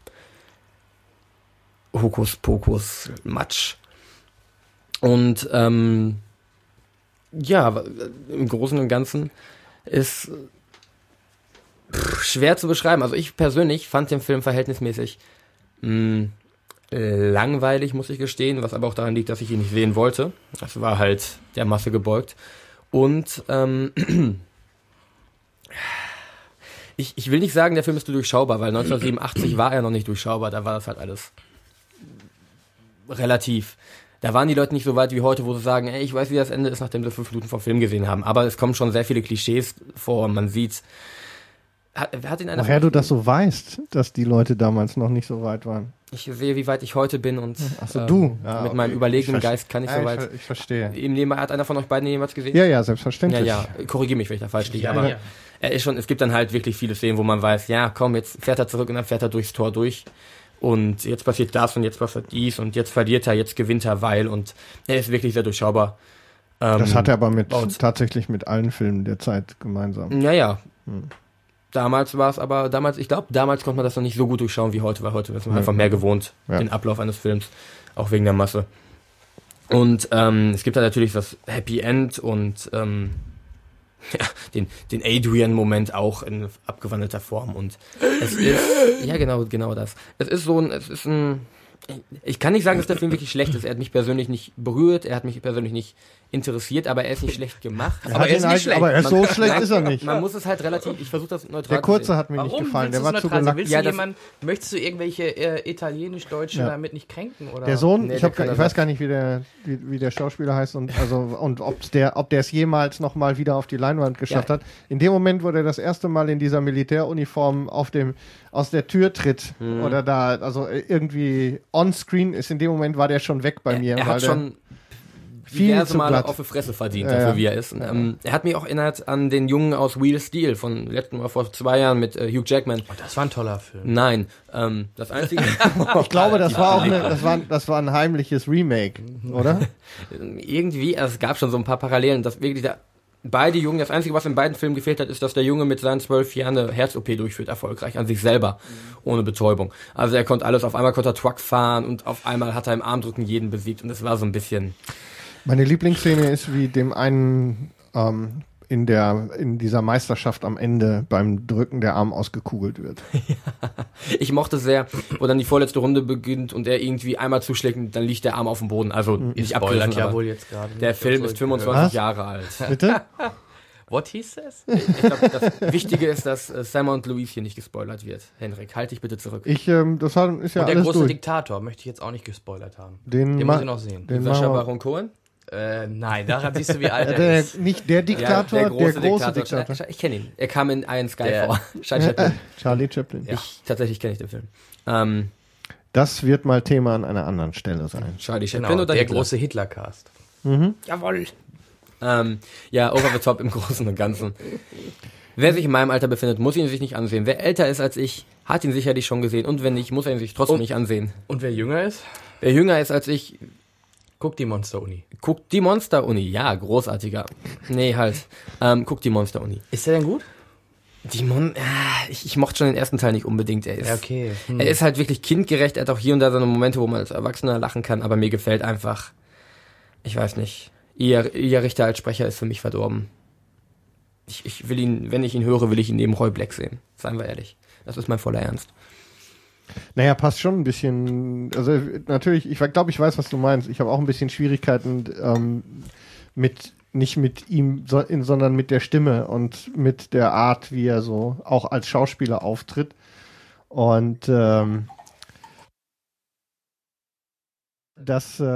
Hokuspokus, Matsch. Und, ähm, ja, im Großen und Ganzen ist pff, schwer zu beschreiben. Also ich persönlich fand den Film verhältnismäßig mh, langweilig, muss ich gestehen, was aber auch daran liegt, dass ich ihn nicht sehen wollte. Das war halt der Masse gebeugt. Und ähm, ich, ich will nicht sagen, der Film ist durchschaubar, weil neunzehnhundertsiebenundachtzig war er noch nicht durchschaubar, da war das halt alles relativ. Da waren die Leute nicht so weit wie heute, wo sie sagen, ey, ich weiß, wie das Ende ist, nachdem sie fünf Minuten vom Film gesehen haben. Aber es kommen schon sehr viele Klischees vor und man sieht. Hat, hat in einer Woher du das so weißt, dass die Leute damals noch nicht so weit waren. Ich sehe, wie weit ich heute bin und Achso, ähm, du. Ja, mit okay. meinem überlegenen Ich ver- Geist kann ich ja, so weit. Ich, ver- ich verstehe. Im Leben hat einer von euch beiden jemals gesehen? Ja, ja, Ja, selbstverständlich. ja, korrigiere mich, wenn ich da falsch liege, Ja, aber ja. er ist schon, es gibt dann halt wirklich viele Szenen, wo man weiß, ja, komm, jetzt fährt er zurück und dann fährt er durchs Tor durch und jetzt passiert das und jetzt passiert dies und jetzt verliert er, jetzt gewinnt er, weil und er ist wirklich sehr durchschaubar. Ähm, Das hat er aber mit, baut- tatsächlich mit allen Filmen der Zeit gemeinsam. Ja, ja. Hm. Damals war es aber, damals, ich glaube, damals konnte man das noch nicht so gut durchschauen wie heute, weil heute ist man einfach mehr gewohnt, Ja. den Ablauf eines Films, auch wegen der Masse. Und ähm, es gibt da natürlich das Happy End und ähm, ja, den, den Adrian-Moment auch in abgewandelter Form. Und es ist, ja genau, genau das. Es ist so ein, es ist ein, ich kann nicht sagen, dass der Film wirklich schlecht ist. Er hat mich persönlich nicht berührt, er hat mich persönlich nicht interessiert, aber er ist nicht schlecht gemacht. Er Aber hat er ist ihn nicht halt- schlecht. Aber er ist so Man- schlecht Nein, ist er nicht. Man muss es halt relativ, ich versuche das neutral Der zu kurze sehen. hat mir nicht Warum gefallen. willst Der du war so zu neutral sein? gelackt. Willst Ja, du das- jemand, möchtest du irgendwelche äh, italienisch-Deutsche Ja. damit nicht kränken? Oder? Der Sohn, Nee, ich, der hab, kann ich einfach- weiß gar nicht, wie der, wie, wie der Schauspieler heißt und also und ob's der, ob der es jemals noch mal wieder auf die Leinwand geschafft Ja. hat. In dem Moment, wo der das erste Mal in dieser Militäruniform auf dem aus der Tür tritt Mhm. oder da also irgendwie on-screen ist, in dem Moment war der schon weg bei mir. Er, er weil hat der schon viel diverse zu Male glatt. auf die Fresse verdient, Ja, dafür ja. wie er ist. Und, ähm, er hat mich auch erinnert an den Jungen aus Wheel of Steel von letzten Mal vor zwei Jahren mit äh, Hugh Jackman. Oh, das war ein toller Film. Nein, ähm, das einzige. Ich glaube, das war auch eine, das war, das war ein heimliches Remake, oder? Irgendwie, also es gab schon so ein paar Parallelen, das wirklich da beide Jungen, das Einzige, was in beiden Filmen gefehlt hat, ist, dass der Junge mit seinen zwölf Jahren eine Herz-O P durchführt, erfolgreich, an sich selber, ohne Betäubung. Also er konnte alles, auf einmal konnte er Truck fahren und auf einmal hat er im Armdrücken jeden besiegt und das war so ein bisschen... Meine Lieblingsszene ist, wie dem einen ähm, in der in dieser Meisterschaft am Ende beim Drücken der Arm ausgekugelt wird. Ich mochte sehr, wo dann die vorletzte Runde beginnt und er irgendwie einmal zuschlägt und dann liegt der Arm auf dem Boden. Also nicht abgerissen, ja aber wohl jetzt gerade. der Film ist fünfundzwanzig Was? Jahre alt. Bitte? What hieß das? Ich glaube, das Wichtige ist, dass äh, Sam und Louise hier nicht gespoilert wird. Henrik, halt dich bitte zurück. Ich, ähm, das war, ist ja Und der alles große durch. Diktator möchte ich jetzt auch nicht gespoilert haben. Den, Den ma- muss ich noch sehen. Den Sascha machen wir- Baron Cohen? Äh, nein, daran siehst du, wie alt Äh, er der, ist. nicht der Diktator, Ja, der große, Diktator. Sch- Ich kenne ihn. Er kam in Iron Sky Der- vor. Charlie Chaplin. Charlie Chaplin. Ich, tatsächlich kenne ich den Film. Ähm, Das wird mal Thema an einer anderen Stelle sein. Charlie Chaplin Genau, oder der Hitler? große Hitler-Cast. Jawohl. Ähm, ja, over the top im Großen und Ganzen. Wer sich in meinem Alter befindet, muss ihn sich nicht ansehen. Wer älter ist als ich, hat ihn sicherlich schon gesehen. Und wenn nicht, muss er ihn sich trotzdem Und- nicht ansehen. Und wer jünger ist, Wer jünger ist als ich, guckt die Monster-Uni. guckt die Monster-Uni. Ja, großartiger. Nee, halt. Ähm, guckt die Monster-Uni. Ist der denn gut? Die Mon ah, ich, ich mochte schon den ersten Teil nicht unbedingt. Er ist, Ja, okay. Hm. er ist halt wirklich kindgerecht. Er hat auch hier und da seine Momente, wo man als Erwachsener lachen kann. Aber mir gefällt einfach, ich weiß nicht, Ia, Ia Richter als Sprecher ist für mich verdorben. Ich, ich will ihn, wenn ich ihn höre, will ich ihn neben Roy Black sehen. Seien wir ehrlich. Das ist mein voller Ernst. Naja, passt schon ein bisschen. Also natürlich, ich glaube, ich weiß, was du meinst. Ich habe auch ein bisschen Schwierigkeiten ähm, mit, nicht mit ihm, so, in, sondern mit der Stimme und mit der Art, wie er so auch als Schauspieler auftritt. Und ähm, das, äh,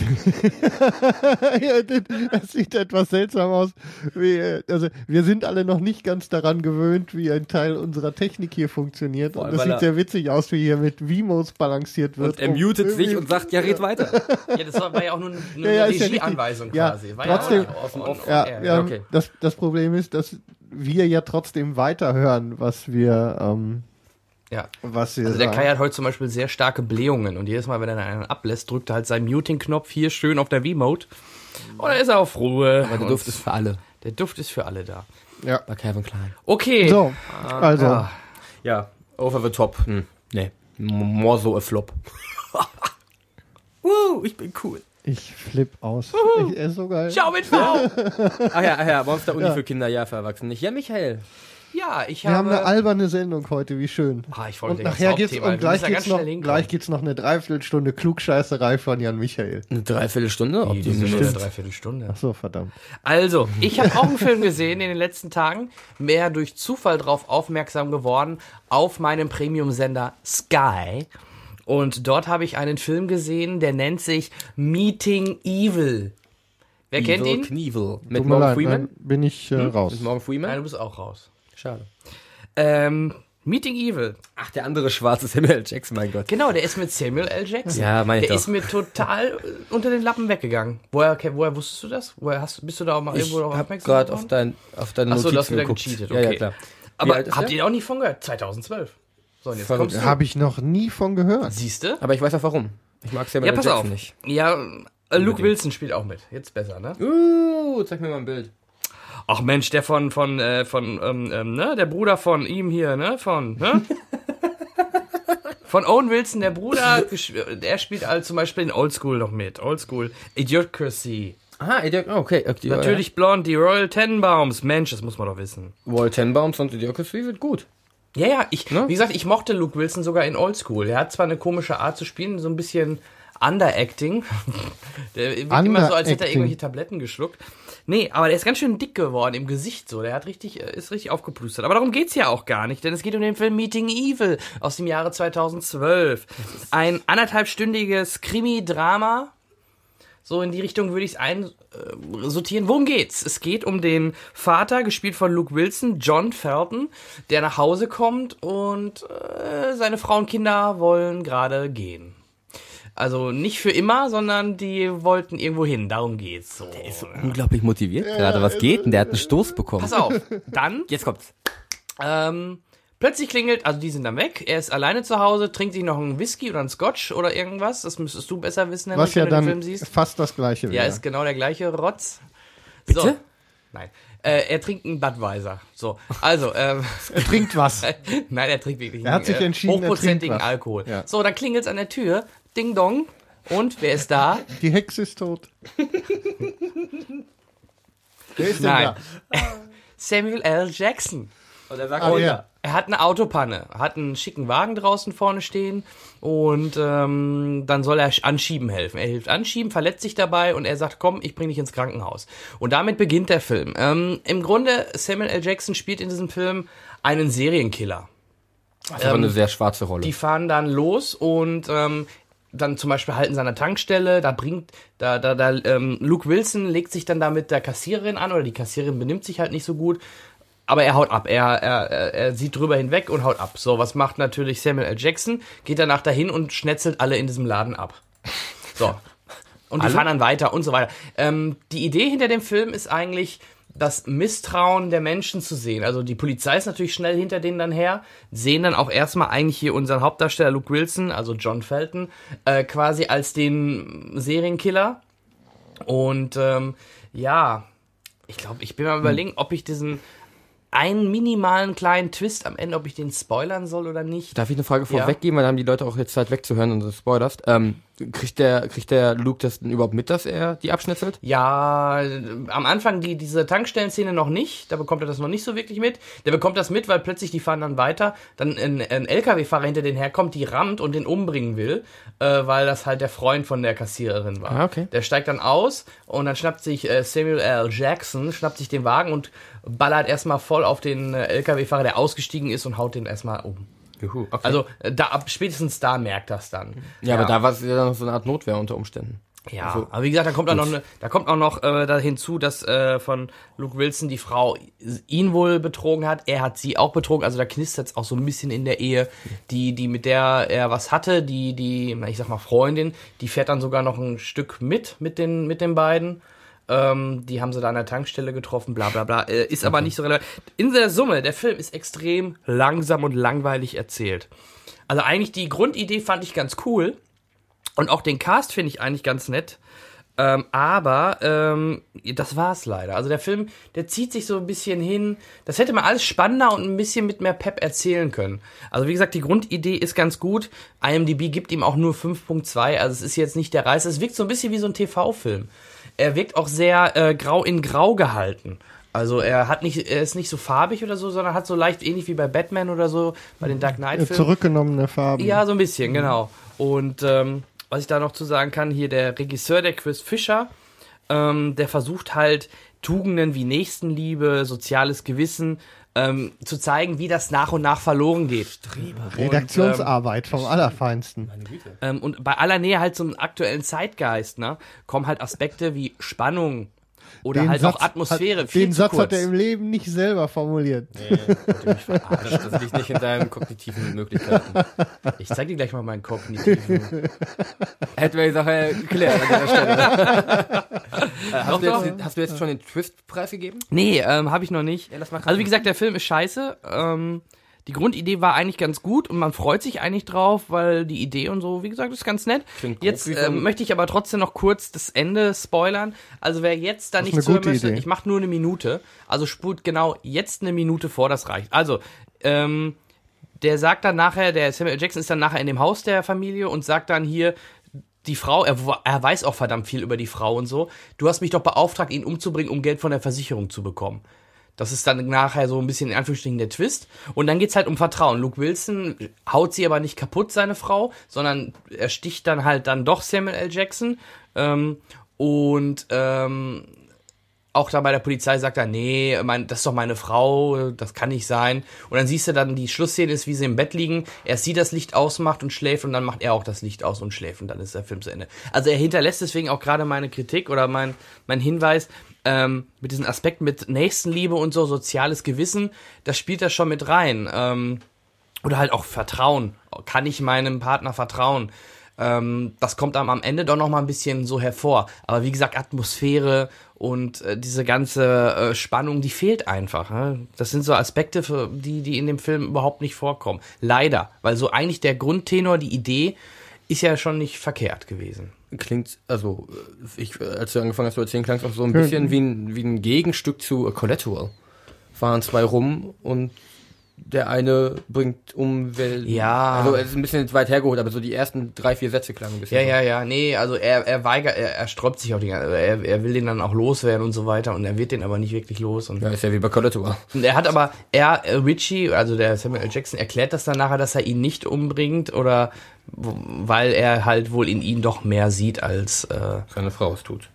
ja, das sieht etwas seltsam aus. Wie, also wir sind alle noch nicht ganz daran gewöhnt, wie ein Teil unserer Technik hier funktioniert. Vor allem, Und das weil sieht er- sehr witzig aus, wie hier mit Vimos balanciert wird. Und er um mutet sich irgendwie- und sagt, ja, red weiter. Ja, das war, war ja auch nur, nur Ja, ja, eine ist ja Regieanweisung richtig. Ja, quasi. War trotzdem- ja auch on, on, Ja, on air. ja okay. das, das Problem ist, dass wir ja trotzdem weiterhören, was wir, ähm, Ja. was wir Also der sagen. Kai hat heute zum Beispiel sehr starke Blähungen und jedes Mal, wenn er einen ablässt, drückt er halt seinen Muting-Knopf hier schön auf der Wii-Mode und dann ist er auf Ruhe. Aber der Und Duft ist für alle. der Duft ist für alle da. Ja. Bei Calvin Klein. Okay. So, also, Ah, Ja, over the top. Hm, nee, M- more so a flop. Woo, ich bin cool. ich flipp aus. Ich, er ist so geil. Ciao mit V! Ach ja, ach ja, Monster Uni für Kinder, ja, für Erwachsene nicht. Ja, Michael. Ja, ich Wir haben eine habe... alberne Sendung heute, wie schön. Ah, ich wollte Und das nachher geht's, Hauptthema. und Wir gleich müssen da geht's ganz noch, schnell hinkommen. gleich geht's noch eine Dreiviertelstunde Klugscheißerei von Jan Michael. Eine Dreiviertelstunde? Ob Die die sind nur stimmt. eine Dreiviertelstunde. Ach so, verdammt. Also, ich habe auch einen Film gesehen in den letzten Tagen, mehr durch Zufall drauf aufmerksam geworden, auf meinem Premium-Sender Sky. Und dort habe ich einen Film gesehen, der nennt sich Meeting Evil. Wer kennt ihn? Knievel. Mit Tut mir Morgan leid, Freeman? nein, bin ich äh, raus. Mit Morgan Nein, Freeman? du bist auch raus. Schade. Ähm, Meeting Evil. Ach, der andere schwarze Samuel L. Jackson, mein Gott. Genau, der ist mit Samuel L. Jackson. Ja, mein ich Der doch. ist mir total äh, unter den Lappen weggegangen. Woher, woher wusstest du das? Woher hast, bist du da auch mal Ich irgendwo darauf hab aufmerksam gerade geworden? auf, dein, auf deine Achso, du hast Notizen wieder geguckt. gecheatet, Ja, okay. ja, klar. Wie Aber alt ist habt der? ihr auch nicht von gehört? zweitausendzwölf. So, und jetzt Verrückt. kommst du. Habe ich noch nie von gehört. Siehst du? Aber ich weiß auch warum. Ich mag Samuel Ja, L. pass Jackson auf. nicht. Ja, äh, Luke Unbedingt. Wilson spielt auch mit. Jetzt besser, ne? Uh, zeig mir mal ein Bild. Ach Mensch, der von, von, äh, von, ähm, ähm, ne? Der Bruder von ihm hier, ne? Von, ne? Von Owen Wilson, der Bruder, gesch- der spielt halt zum Beispiel in Oldschool noch mit. Oldschool, Idiocracy. Aha, Idiot, oh, okay. okay. Natürlich Blond, die Royal Tenenbaums. Mensch, das muss man doch wissen. Royal Tenenbaums und Idiocracy sind gut. Ja, ja, ich, Ne? wie gesagt, ich mochte Luke Wilson sogar in Oldschool. Er hat zwar eine komische Art zu spielen, so ein bisschen Underacting. Der wirkt immer so, als hätte er Underacting. irgendwelche Tabletten geschluckt. Nee, aber der ist ganz schön dick geworden im Gesicht so. Der hat richtig, äh, ist richtig aufgeplustert. Aber darum geht's ja auch gar nicht, denn es geht um den Film Meeting Evil aus dem Jahre zweitausendzwölf. Ein anderthalbstündiges Krimi-Drama. So in die Richtung würde ich es einsortieren. Worum geht's? Es geht um den Vater, gespielt von Luke Wilson, John Felton, der nach Hause kommt und äh, seine Frau und Kinder wollen gerade gehen. Also nicht für immer, sondern die wollten irgendwo hin. Darum geht's. So. Der ist so unglaublich motiviert gerade. Was geht denn? Der hat einen Stoß bekommen. Pass auf. Dann Jetzt kommt's. ähm, plötzlich klingelt, also die sind dann weg. Er ist alleine zu Hause, trinkt sich noch einen Whisky oder einen Scotch oder irgendwas. Das müsstest du besser wissen, Henrik, Was ja wenn du den dann Film siehst. fast das gleiche Ja, wäre. ist genau der gleiche Rotz. Bitte? So. Nein. Äh, er trinkt einen Budweiser. So, also, ähm, Er trinkt was. nein, er trinkt wirklich Er hat sich äh, entschieden, er trinkt hochprozentigen was. Alkohol. Ja. So, dann klingelt's an der Tür. Ding dong. Und wer ist da? Die Hexe ist tot. Wer ist denn Nein. da? Samuel L. Jackson. Und er sagt, Oh ja. Er hat eine Autopanne, hat einen schicken Wagen draußen vorne stehen und ähm, dann soll er anschieben helfen. Er hilft anschieben, verletzt sich dabei und er sagt, komm, ich bring dich ins Krankenhaus. Und damit beginnt der Film. Ähm, Im Grunde, Samuel L. Jackson spielt in diesem Film einen Serienkiller. das ist aber eine sehr schwarze Rolle. Die fahren dann los und ähm, dann zum Beispiel halten sie an der Tankstelle, da bringt, da, da, da, ähm, Luke Wilson legt sich dann da mit der Kassiererin an oder die Kassiererin benimmt sich halt nicht so gut. Aber er haut ab, er, er, er, er sieht drüber hinweg und haut ab. So, was macht natürlich Samuel L. Jackson? Geht danach dahin und schnetzelt alle in diesem Laden ab. So. Und die Alle? fahren dann weiter und so weiter. Ähm, die Idee hinter dem Film ist eigentlich, das Misstrauen der Menschen zu sehen. Also die Polizei ist natürlich schnell hinter denen dann her, sehen dann auch erstmal eigentlich hier unseren Hauptdarsteller Luke Wilson, also John Felton, äh, quasi als den Serienkiller. Und ähm, ja, ich glaube, ich bin mal überlegen, ob ich diesen einen minimalen kleinen Twist am Ende, ob ich den spoilern soll oder nicht. Darf ich eine Frage Ja. vorweggeben, weil dann haben die Leute auch jetzt Zeit wegzuhören und du spoilerst. Ähm, kriegt der, kriegt der Luke das denn überhaupt mit, dass er die abschnitzelt? Ja, äh, am Anfang die, diese Tankstellenszene noch nicht, da bekommt er das noch nicht so wirklich mit. Der bekommt das mit, weil plötzlich die fahren dann weiter, dann ein, ein L K W-Fahrer hinter denen herkommt, die rammt und den umbringen will, äh, weil das halt der Freund von der Kassiererin war. Ah, okay. Der steigt dann aus und dann schnappt sich äh, Samuel L. Jackson, schnappt sich den Wagen und ballert erstmal voll auf den äh, L K W-Fahrer, der ausgestiegen ist und haut den erstmal um. Juhu, okay. Also äh, da, ab spätestens da merkt das dann. ja, aber da war es ja noch so eine Art Notwehr unter Umständen. Ja, Also, aber wie gesagt, da kommt auch noch, ne, da kommt auch noch äh, da hinzu, dass äh, von Luke Wilson die Frau ihn wohl betrogen hat. Er hat sie auch betrogen. Also da knistert es auch so ein bisschen in der Ehe. Die, die mit der er was hatte, die, die, ich sag mal Freundin, die fährt dann sogar noch ein Stück mit mit den mit den beiden. Ähm, die haben sie da an der Tankstelle getroffen, bla bla bla. Äh, ist aber nicht so relevant. In der Summe, der Film ist extrem langsam und langweilig erzählt. Also eigentlich die Grundidee fand ich ganz cool. Und auch den Cast finde ich eigentlich ganz nett. Ähm, aber ähm, das war's leider. Also der Film, der zieht sich so ein bisschen hin. Das hätte man alles spannender und ein bisschen mit mehr Pep erzählen können. Also wie gesagt, die Grundidee ist ganz gut. I M D B gibt ihm auch nur fünf Komma zwei. Also es ist jetzt nicht der Reiß. Es wirkt so ein bisschen wie so ein T V-Film. Er wirkt auch sehr äh, grau in grau gehalten. Also er hat nicht, er ist nicht so farbig oder so, sondern hat so leicht ähnlich wie bei Batman oder so, bei den Dark Knight-Filmen. Zurückgenommene Farben. Ja, so ein bisschen, genau. Und ähm, was ich da noch zu sagen kann, hier der Regisseur, der Chris Fisher, ähm, der versucht halt Tugenden wie Nächstenliebe, soziales Gewissen ähm, zu zeigen, wie das nach und nach verloren geht. Redaktionsarbeit vom Allerfeinsten. Ähm, und bei aller Nähe halt zum aktuellen Zeitgeist, ne, kommen halt Aspekte wie Spannung oder Den halt Satz auch Atmosphäre. Hat, viel den zu Satz kurz. hat er im Leben nicht selber formuliert. Das, das liegt nicht in deinen kognitiven Möglichkeiten. Ich zeig dir gleich mal meinen kognitiven. Hätten wir die Sache geklärt an dieser Stelle. äh, hast, du doch. jetzt, hast du jetzt schon den Twist preisgegeben? Nee, ähm, habe ich noch nicht. Ja, lass mal Also wie gesagt, der Film ist scheiße. Ähm, die Grundidee war eigentlich ganz gut und man freut sich eigentlich drauf, weil die Idee und so, wie gesagt, ist ganz nett. Klingt grob Jetzt wie ähm, von- möchte ich aber trotzdem noch kurz das Ende spoilern. Also wer jetzt da Das ist nicht eine zuhören gute möchte, Idee. ich mache nur eine Minute. Also spult genau jetzt eine Minute vor, das reicht. Also, ähm, der sagt dann nachher, der Samuel L. Jackson ist dann nachher in dem Haus der Familie und sagt dann hier, die Frau, er, er weiß auch verdammt viel über die Frau und so, du hast mich doch beauftragt, ihn umzubringen, um Geld von der Versicherung zu bekommen. Das ist dann nachher so ein bisschen in Anführungsstrichen der Twist. Und dann geht's halt um Vertrauen. Luke Wilson haut sie aber nicht kaputt, seine Frau, sondern er sticht dann halt dann doch Samuel L. Jackson. Ähm, und ähm, auch da bei der Polizei sagt er, nee, mein, das ist doch meine Frau, das kann nicht sein. Und dann siehst du dann, die Schlussszene ist, wie sie im Bett liegen. Er sie das Licht ausmacht und schläft und dann macht er auch das Licht aus und schläft und dann ist der Film zu Ende. Also er hinterlässt deswegen auch gerade meine Kritik oder mein, mein Hinweis, ähm, mit diesen Aspekten mit Nächstenliebe und so, soziales Gewissen, das spielt da schon mit rein. Ähm, oder halt auch Vertrauen. Kann ich meinem Partner vertrauen? Ähm, das kommt am, am Ende doch noch mal ein bisschen so hervor. Aber wie gesagt, Atmosphäre und äh, diese ganze äh, Spannung, die fehlt einfach. Ne? Das sind so Aspekte, für die, die in dem Film überhaupt nicht vorkommen. Leider, weil so eigentlich der Grundtenor, die Idee, ist ja schon nicht verkehrt gewesen. klingt, also ich, als du angefangen hast zu erzählen, klang es auch so ein bisschen wie ein, wie ein Gegenstück zu Collateral. Fahren zwei rum und der eine bringt Umwelt. Ja. Also es ist ein bisschen weit hergeholt, aber so die ersten drei, vier Sätze klangen ein bisschen. Ja, so. ja, ja, nee, also er, er weigert, er, er sträubt sich auf die ganze, er, er will den dann auch loswerden und so weiter und er wird den aber nicht wirklich los und, Ja, ist ja wie bei Collateral. und er hat aber, er, äh, Richie, also der Samuel L. Jackson, erklärt das dann nachher, dass er ihn nicht umbringt oder, weil er halt wohl in ihm doch mehr sieht als, äh, Seine Frau es tut.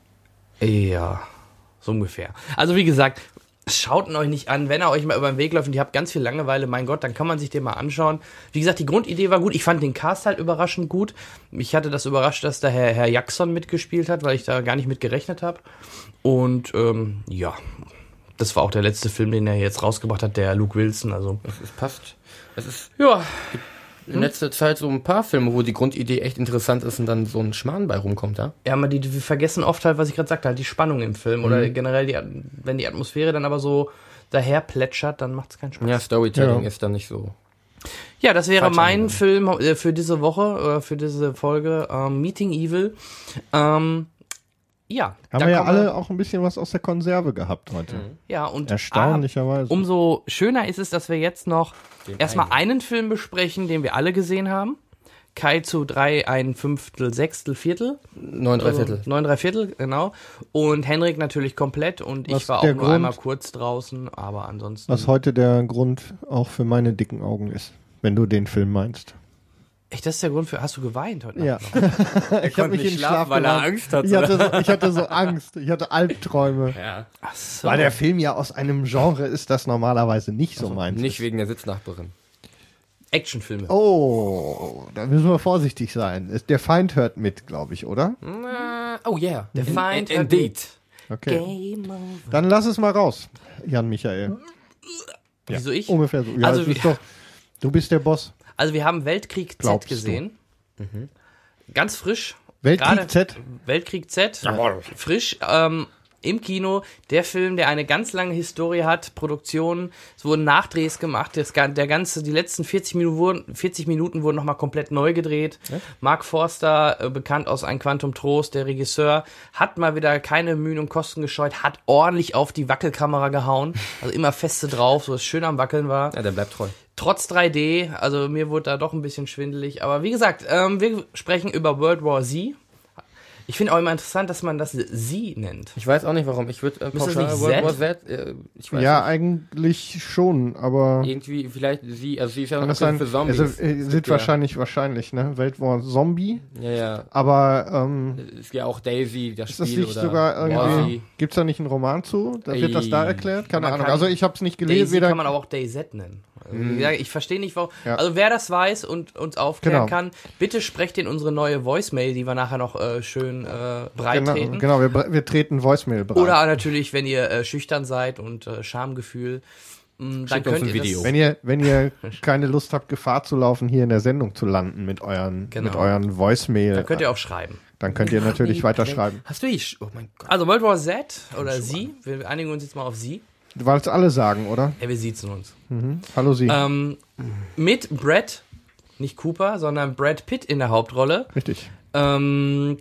ja, so ungefähr. Also wie gesagt, schaut ihn euch nicht an, wenn er euch mal über den Weg läuft und ihr habt ganz viel Langeweile, mein Gott, dann kann man sich den mal anschauen. Wie gesagt, die Grundidee war gut. Ich fand den Cast halt überraschend gut. Mich hatte das überrascht, dass da Herr, Herr Jackson mitgespielt hat, weil ich da gar nicht mit gerechnet habe. Und ähm, ja, das war auch der letzte Film, den er jetzt rausgebracht hat, der Luke Wilson. Also Es passt. Es ist ja, in letzter Zeit so ein paar Filme, wo die Grundidee echt interessant ist und dann so ein Schmarrn bei rumkommt, ja? ja, aber die, die wir vergessen oft halt, was ich gerade sagte, halt die Spannung im Film oder Mhm. generell, die, wenn die Atmosphäre dann aber so daher plätschert, dann macht es keinen Spaß. Ja, Storytelling Ja. ist dann nicht so. Ja, das wäre Falsch mein angewendet. Film äh, für diese Woche, äh, für diese Folge, ähm, Meeting Evil. Ähm, ja. Haben da wir ja kommen alle auch ein bisschen was aus der Konserve gehabt heute. Ja, und Erstaunlicherweise. ah, umso schöner ist es, dass wir jetzt noch Den erstmal einen. einen Film besprechen, den wir alle gesehen haben. Kai zu drei, ein Fünftel, Sechstel, Viertel. Neun, drei Viertel. Also neun, drei Viertel, genau. Und Henrik natürlich komplett und Was ich war auch der nur Grund- einmal kurz draußen, aber ansonsten. Was heute der Grund auch für meine dicken Augen ist, wenn du den Film meinst. Echt, das ist der Grund für. Hast du geweint heute Ja. Nacht noch? Ich habe mich in den Schlaf weil er geweint. Angst hat. Ich hatte, so, ich hatte so Angst. Ich hatte Albträume. Ja. Ach so. Weil der Film ja aus einem Genre ist, das normalerweise nicht so meins. Nicht wegen der Sitznachbarin. Actionfilme. Oh, da müssen wir vorsichtig sein. Ist- Der Feind hört mit, glaube ich, oder? Oh yeah. Der Feind In, hört indeed. Okay. Game over. Dann lass es mal raus, Jan Michael. Wieso ich? Ungefähr so. Ja, Also also, wie- ist doch, du bist der Boss. Also wir haben Weltkrieg Z Glaubst gesehen. Ganz frisch. Weltkrieg Gerade- Z? Weltkrieg Z. Frisch. Ähm, im Kino. Der Film, der eine ganz lange Historie hat, Produktionen, es wurden Nachdrehs gemacht, das, ga- der ganze, die letzten vierzig Minuten wurden, vierzig Minuten wurden nochmal komplett neu gedreht. Mark Forster, äh, bekannt aus Ein Quantum Trost, der Regisseur, hat mal wieder keine Mühen und Kosten gescheut, hat ordentlich auf die Wackelkamera gehauen, also immer feste drauf, so dass es schön am Wackeln war. Ja, der bleibt treu. Trotz drei D, also mir wurde da doch ein bisschen schwindelig. Aber wie gesagt, ähm, wir sprechen über World War Z. Ich finde auch immer interessant, dass man das Sie nennt. Ich weiß auch nicht warum. Ich würde äh, Müsste es pauschal nicht World War Z? Z, äh, ich weiß Ja, nicht. eigentlich schon, aber Irgendwie, vielleicht sie, also sie ist ja kann noch das sein? für Zombies. Also, äh, Es sind gibt ja, wahrscheinlich, wahrscheinlich, ne? Weltwar Zombie, Ja, ja. aber ähm, Es ist ja auch Daisy, das ist das Spiel nicht oder sogar irgendwie, Warzy. gibt's da nicht einen Roman zu? Da wird das da Ey. erklärt? Keine Man Ahnung. kann- Also ich habe es nicht gelesen. Daisy Weder, kann man aber auch DayZ nennen. Also, wie gesagt, ich verstehe nicht, warum. Ja. Also wer das weiß und uns aufklären Genau. kann, bitte sprecht in unsere neue Voicemail, die wir nachher noch äh, schön äh, breit genau, treten. genau wir, bre- wir treten Voicemail bereit. Oder natürlich, wenn ihr äh, schüchtern seid und äh, Schamgefühl, mh, dann Schickt uns könnt ein ihr Video. das. Wenn ihr, wenn ihr keine Lust habt, Gefahr zu laufen, hier in der Sendung zu landen mit euren, Genau. mit euren Voicemail, Dann könnt ihr auch schreiben. dann könnt ihr natürlich weiterschreiben. Hast du ich? Oh mein Gott. Also World War Z oder Sie, wir einigen uns jetzt mal auf Sie. Weil es alle sagen, oder? Ja, wir siezen uns. Hallo Sie. Ähm, mit Brad, nicht Cooper, sondern Brad Pitt in der Hauptrolle. Richtig. Ähm,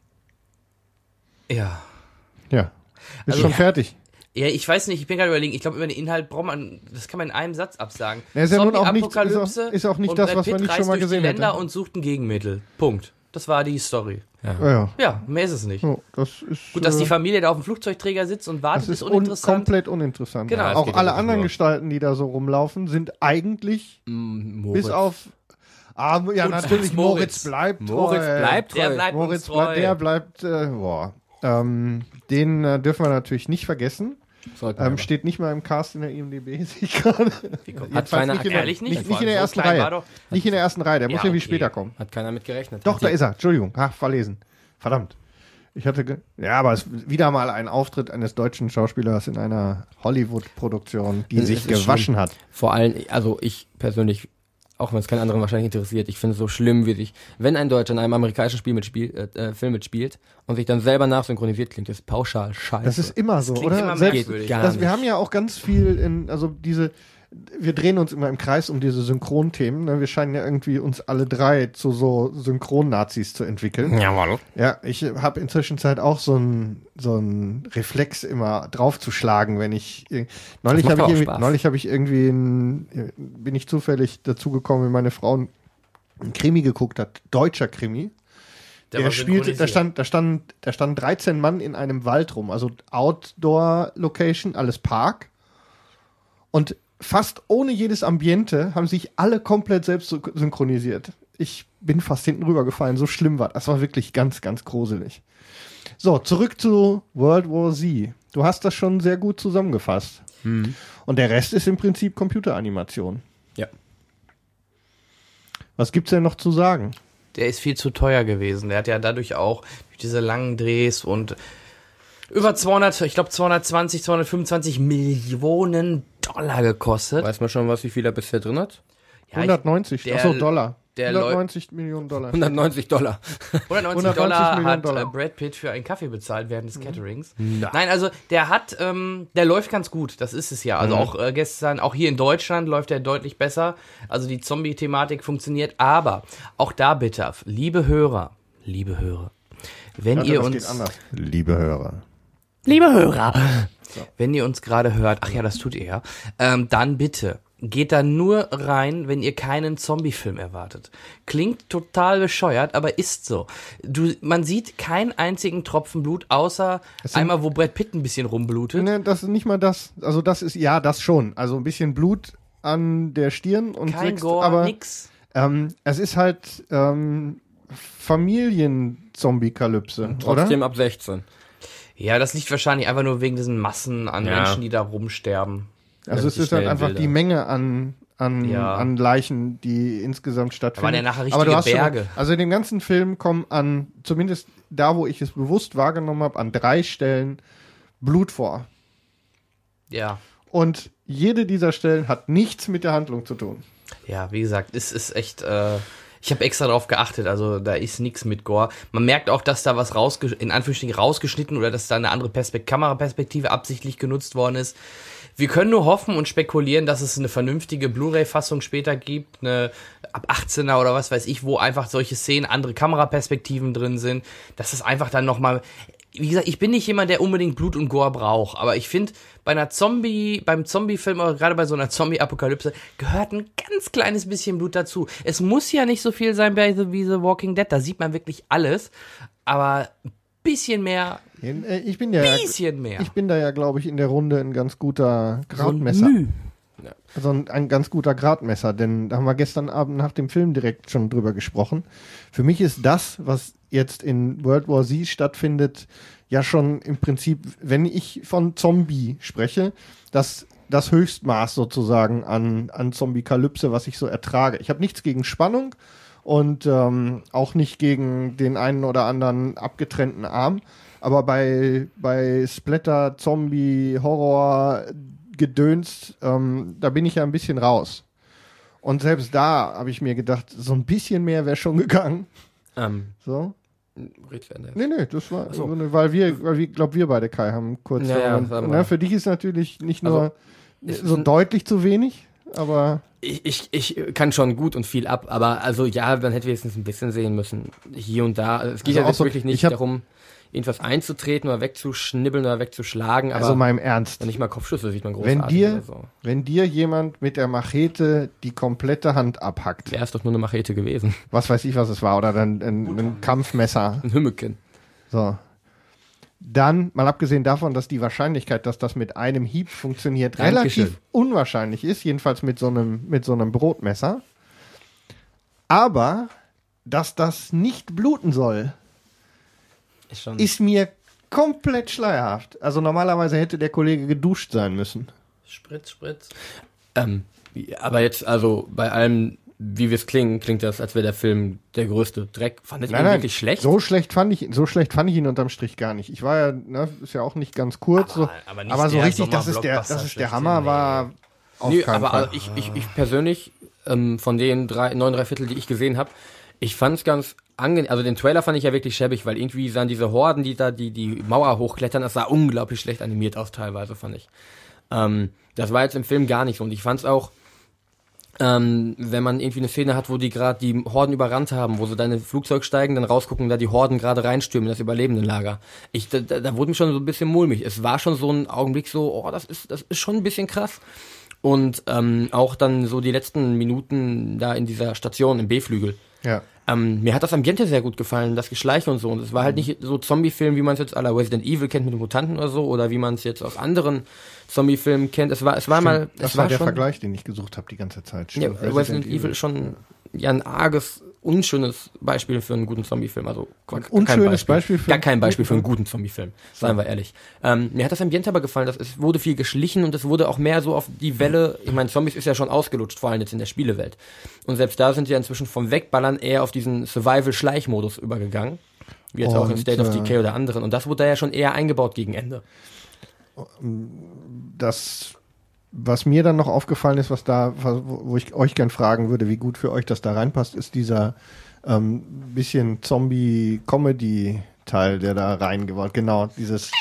ja. Ja. Ist Also- schon fertig. Ja, ich weiß nicht, ich bin gerade überlegen, ich glaube, über den Inhalt braucht man, das kann man in einem Satz absagen. Ja, ist ja nun auch nicht- ist Zombie-Apokalypse auch- ist auch nicht und das, Brad was man Pitt nicht reist schon mal durch gesehen die Länder hätte. und sucht ein Gegenmittel. Punkt. Das war die Story. Ja, ja. Ja, mehr ist es nicht. Oh, das ist, Gut, dass äh, die Familie da auf dem Flugzeugträger sitzt und wartet, das ist ist un uninteressant. komplett uninteressant. Genau. Ja, es Auch geht alle wirklich anderen nur- Gestalten, die da so rumlaufen, sind eigentlich Mm, Moritz. bis auf ah, ja Und natürlich Moritz. Moritz bleibt Moritz treu. bleibt treu. Der bleibt Moritz uns treu. bleibt der bleibt äh, boah. Ähm, den äh, dürfen wir natürlich nicht vergessen. Sollten wir Ähm, aber. steht nicht mal im Cast in der I M D B, sehe ich gerade. Jedenfalls keiner nicht in der, Ehrlich nicht? nicht, Vor nicht in allem der so ersten klein war Reihe. doch- Nicht in der ersten Reihe, der Ja, muss irgendwie okay. später kommen. Hat keiner mit gerechnet. Doch, Hat da die- ist er. Entschuldigung, ach, verlesen. Verdammt. Ich hatte, ge ja, aber es ist wieder mal ein Auftritt eines deutschen Schauspielers in einer Hollywood-Produktion, die Es sich ist gewaschen schlimm. hat. Vor allem, also ich persönlich, auch wenn es keinen anderen wahrscheinlich interessiert, ich finde es so schlimm, wie sich, wenn ein Deutscher in einem amerikanischen Spiel mitspielt, äh, Film mitspielt und sich dann selber nachsynchronisiert, klingt das pauschal scheiße. Das ist immer so, klingt oder? immer Selbst, merkwürdig. Gar das, nicht. wir haben ja auch ganz viel in, also diese, wir drehen uns immer im Kreis um diese Synchronthemen. Ne? Wir scheinen ja irgendwie uns alle drei zu so Synchron-Nazis zu entwickeln. Jawohl. Ja, ich habe inzwischen Zeit auch so einen so einen Reflex immer draufzuschlagen, wenn ich neulich macht habe ich auch irgendwie, Spaß. neulich habe ich irgendwie ein, bin ich zufällig dazu gekommen, wenn meine Frau einen Krimi geguckt hat, deutscher Krimi. Der, der spielte, da stand, da stand, da standen dreizehn Mann in einem Wald rum, also Outdoor-Location, alles Park. Und fast ohne jedes Ambiente haben sich alle komplett selbst synchronisiert. Ich bin fast hinten rübergefallen, so schlimm war das. Das war wirklich ganz, ganz gruselig. So, zurück zu World War Z. Du hast das schon sehr gut zusammengefasst. Mhm. Und der Rest ist im Prinzip Computeranimation. Ja. Was gibt's denn noch zu sagen? Der ist viel zu teuer gewesen. Der hat ja dadurch auch durch diese langen Drehs und über zweihundert, ich glaube zweihundertzwanzig, zweihundertfünfundzwanzig Millionen Dollar gekostet. Weiß man schon, was wie viel er bisher drin hat? Ja, hundertneunzig, der- achso, Dollar. der hundertneunzig Millionen Dollar. hundertneunzig Dollar. hundertneunzig Dollar Millionen hat Dollar. Äh, Brad Pitt für einen Kaffee bezahlt während des Caterings. Nein, also der hat, ähm, der läuft ganz gut, das ist es ja. Also auch äh, gestern, auch hier in Deutschland läuft er deutlich besser. Also die Zombie-Thematik funktioniert, aber auch da bitte, liebe Hörer, liebe Hörer, wenn Warte, ihr das uns... geht anders. Liebe Hörer. Liebe Hörer, wenn ihr uns gerade hört, ach ja, das tut ihr ja, ähm, dann bitte geht da nur rein, wenn ihr keinen Zombie-Film erwartet. Klingt total bescheuert, aber ist so. Du, man sieht keinen einzigen Tropfen Blut, außer einmal, wo Brad Pitt ein bisschen rumblutet. Ne, das ist nicht mal das. Also das ist, ja, das schon. Also ein bisschen Blut an der Stirn und Kein sechs, Gore, aber nix. ähm, es ist halt ähm, Familien-Zombie-Kalypse, oder? Trotzdem ab sechzehn. Ja, das liegt wahrscheinlich einfach nur wegen diesen Massen an Ja. Menschen, die da rumsterben. Also Ja, es die ist halt schnellen einfach Bilder. die Menge an an, Ja. an Leichen, die insgesamt stattfinden. waren ja nachher Aber du richtige hast schon- Berge. Also in dem ganzen Film kommen an, zumindest da, wo ich es bewusst wahrgenommen habe, an drei Stellen Blut vor. Ja. Und jede dieser Stellen hat nichts mit der Handlung zu tun. Ja, wie gesagt, es ist echt, äh, ich habe extra drauf geachtet, also da ist nichts mit Gore. Man merkt auch, dass da was rausge in Anführungsstrichen rausgeschnitten oder dass da eine andere Perspekt Kameraperspektive absichtlich genutzt worden ist. Wir können nur hoffen und spekulieren, dass es eine vernünftige Blu-ray-Fassung später gibt, eine ab achtzehner oder was weiß ich, wo einfach solche Szenen, andere Kameraperspektiven drin sind, dass es einfach dann nochmal, wie gesagt, ich bin nicht jemand, der unbedingt Blut und Gore braucht, aber ich finde, bei einer Zombie, beim Zombie-Film oder gerade bei so einer Zombie-Apokalypse gehört ein ganz kleines bisschen Blut dazu. Es muss ja nicht so viel sein bei The, wie The Walking Dead, da sieht man wirklich alles, aber ein bisschen mehr, Äh, Ich bin ja, bisschen mehr. ich bin da ja, glaube ich, in der Runde ein ganz guter So ein Gradmesser. Müh. Also ein, ein ganz guter Gradmesser, denn da haben wir gestern Abend nach dem Film direkt schon drüber gesprochen. Für mich ist das, was jetzt in World War Z stattfindet, ja schon im Prinzip, wenn ich von Zombie spreche, das, das Höchstmaß sozusagen an, an Zombie-Kalypse, was ich so ertrage. Ich habe nichts gegen Spannung und ähm, auch nicht gegen den einen oder anderen abgetrennten Arm, aber bei, bei Splatter, Zombie, Horror, Gedöns, ähm, da bin ich ja ein bisschen raus. Und selbst da habe ich mir gedacht, so ein bisschen mehr wäre schon gegangen. Ähm, So. red zu Ende. Nee, nee, das war so. so eine, weil wir, weil wir, glaub wir beide, Kai, haben kurz Ja, ja, darüber- sagen ne, wir. für dich ist natürlich nicht nur Also, so deutlich zu wenig, aber Ich, ich, ich kann schon gut und viel ab, aber also ja, man hätte wenigstens ein bisschen sehen müssen. Hier und da. Also, es geht Also ja auch jetzt so- wirklich nicht ich hab- darum, irgendwas einzutreten oder wegzuschnibbeln oder wegzuschlagen, aber also mal im Ernst. noch nicht mal Kopfschüsse sieht man großartig Wenn dir, oder so. wenn dir jemand mit der Machete die komplette Hand abhackt, Wäre es doch nur eine Machete gewesen. was weiß ich, was es war, oder dann ein, ein Kampfmesser, Ein Hümmeken. so. Dann, mal abgesehen davon, dass die Wahrscheinlichkeit, dass das mit einem Hieb funktioniert, Dankeschön. relativ unwahrscheinlich ist, jedenfalls mit so einem, mit so einem Brotmesser. Aber, dass das nicht bluten soll, Ist schon. ist mir komplett schleierhaft. Also normalerweise hätte der Kollege geduscht sein müssen. Spritz, Spritz. Ähm, aber jetzt, also bei allem, wie wir es klingen, klingt das, als wäre der Film der größte Dreck. Fand ich ihn wirklich schlecht? So schlecht fand ich, so schlecht fand ich ihn unterm Strich gar nicht. Ich war ja, ne, ist ja auch nicht ganz kurz, Aber- so, aber nicht aber so der richtig, dass es der, Sommerblockbuster dass es der schlechthin, Hammer nee. war. Auf Nö, keinen aber Fall. also ich, ich, ich persönlich, ähm, von den drei, neun, drei Viertel, die ich gesehen habe, ich fand es ganz angenehm. Also den Trailer fand ich ja wirklich schäbig, weil irgendwie sahen diese Horden, die da die, die Mauer hochklettern, das sah unglaublich schlecht animiert aus teilweise, fand ich. Ähm, das war jetzt im Film gar nicht so. Und ich fand's auch, ähm, wenn man irgendwie eine Szene hat, wo die gerade die Horden überrannt haben, wo sie dann in ein Flugzeug steigen, dann rausgucken, da die Horden gerade reinstürmen in das Überlebendenlager. Ich, da, da, da wurde mir schon so ein bisschen mulmig. Es war schon so ein Augenblick so, oh, das ist, das ist schon ein bisschen krass. Und ähm, auch dann so die letzten Minuten da in dieser Station im B-Flügel. Ja. Ähm, mir hat das Ambiente sehr gut gefallen, das Geschleiche und so. Und es war halt nicht so Zombie-Film, wie man es jetzt à la Resident Evil kennt mit den Mutanten oder so, oder wie man es jetzt aus anderen Zombie-Filmen kennt. Es war, es war mal, Das es war war der schon, Vergleich, den ich gesucht habe die ganze Zeit. ja, Stimmt, Resident, Evil ist schon ja ein arges, unschönes Beispiel für einen guten Zombie-Film. Also gar kein unschönes Beispiel für gar einen kein Beispiel für einen guten- guten Zombie-Film. Seien wir ehrlich. Ähm, mir hat das Ambiente aber gefallen. Dass es wurde viel geschlichen und es wurde auch mehr so auf die Welle. Ich meine, Zombies ist ja schon ausgelutscht, vor allem jetzt in der Spielewelt. Und selbst da sind sie ja inzwischen vom Wegballern eher auf diesen Survival-Schleichmodus übergegangen. Wie jetzt auch in Und, State of äh, Decay oder anderen. Und das wurde da ja schon eher eingebaut gegen Ende. Das, was mir dann noch aufgefallen ist, was da, wo wo ich euch gern fragen würde, wie gut für euch das da reinpasst, ist dieser ähm, bisschen Zombie-Comedy-Teil, der da reingebaut. Genau, dieses.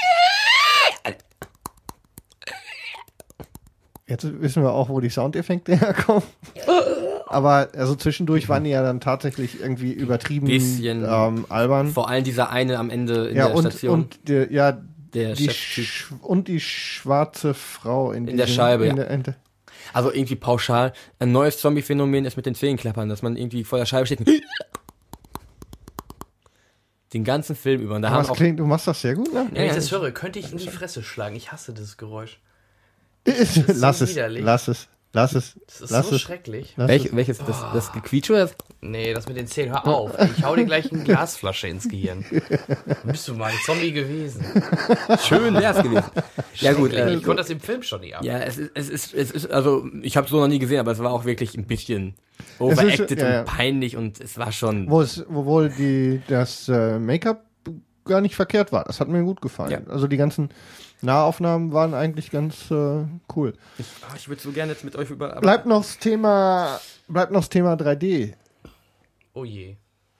Jetzt wissen wir auch, wo die Soundeffekte herkommen. Aber also zwischendurch waren die ja dann tatsächlich irgendwie übertrieben Bisschen. ähm, albern. Vor allem dieser eine am Ende in Ja, der und, Station. und der, ja, Der die Cheftyp. Sch und die schwarze Frau in, In der diesem- Scheibe, in ja. der, in der, Also irgendwie pauschal. Ein neues Zombie-Phänomen ist mit den Zehenklappern, dass man irgendwie vor der Scheibe steht. Den ganzen Film über. Und da haben Was auch, klingt, du machst das sehr gut, ne? Wenn Ja, ich das ja. höre, könnte ich in die Fresse schlagen. Ich hasse dieses Geräusch. Lass so es, widerlich. lass es, lass es, Das ist lass so es. schrecklich. Lass welch, es. welches, das, das Gequietsche oder das? Nee, das mit den Zähnen, hör auf. Ich hau dir gleich eine Glasflasche ins Gehirn. Bist du mal ein Zombie gewesen? Schön wär's gewesen. Ja gut, Schrecklich. äh, Ich konnte das im Film schon nie ab. ja, es ist, es ist, es ist, also ich habe so noch nie gesehen, aber es war auch wirklich ein bisschen ist, overacted ja, ja. und peinlich und es war schon. Wo es, wo wohl die, das äh, Make-up gar nicht verkehrt war. Das hat mir gut gefallen. Ja. Also die ganzen Nahaufnahmen waren eigentlich ganz äh, cool. Ich, ah, ich würde so gerne jetzt mit euch über. aber- Bleibt noch das Thema, bleibt noch das Thema drei D. Oh je.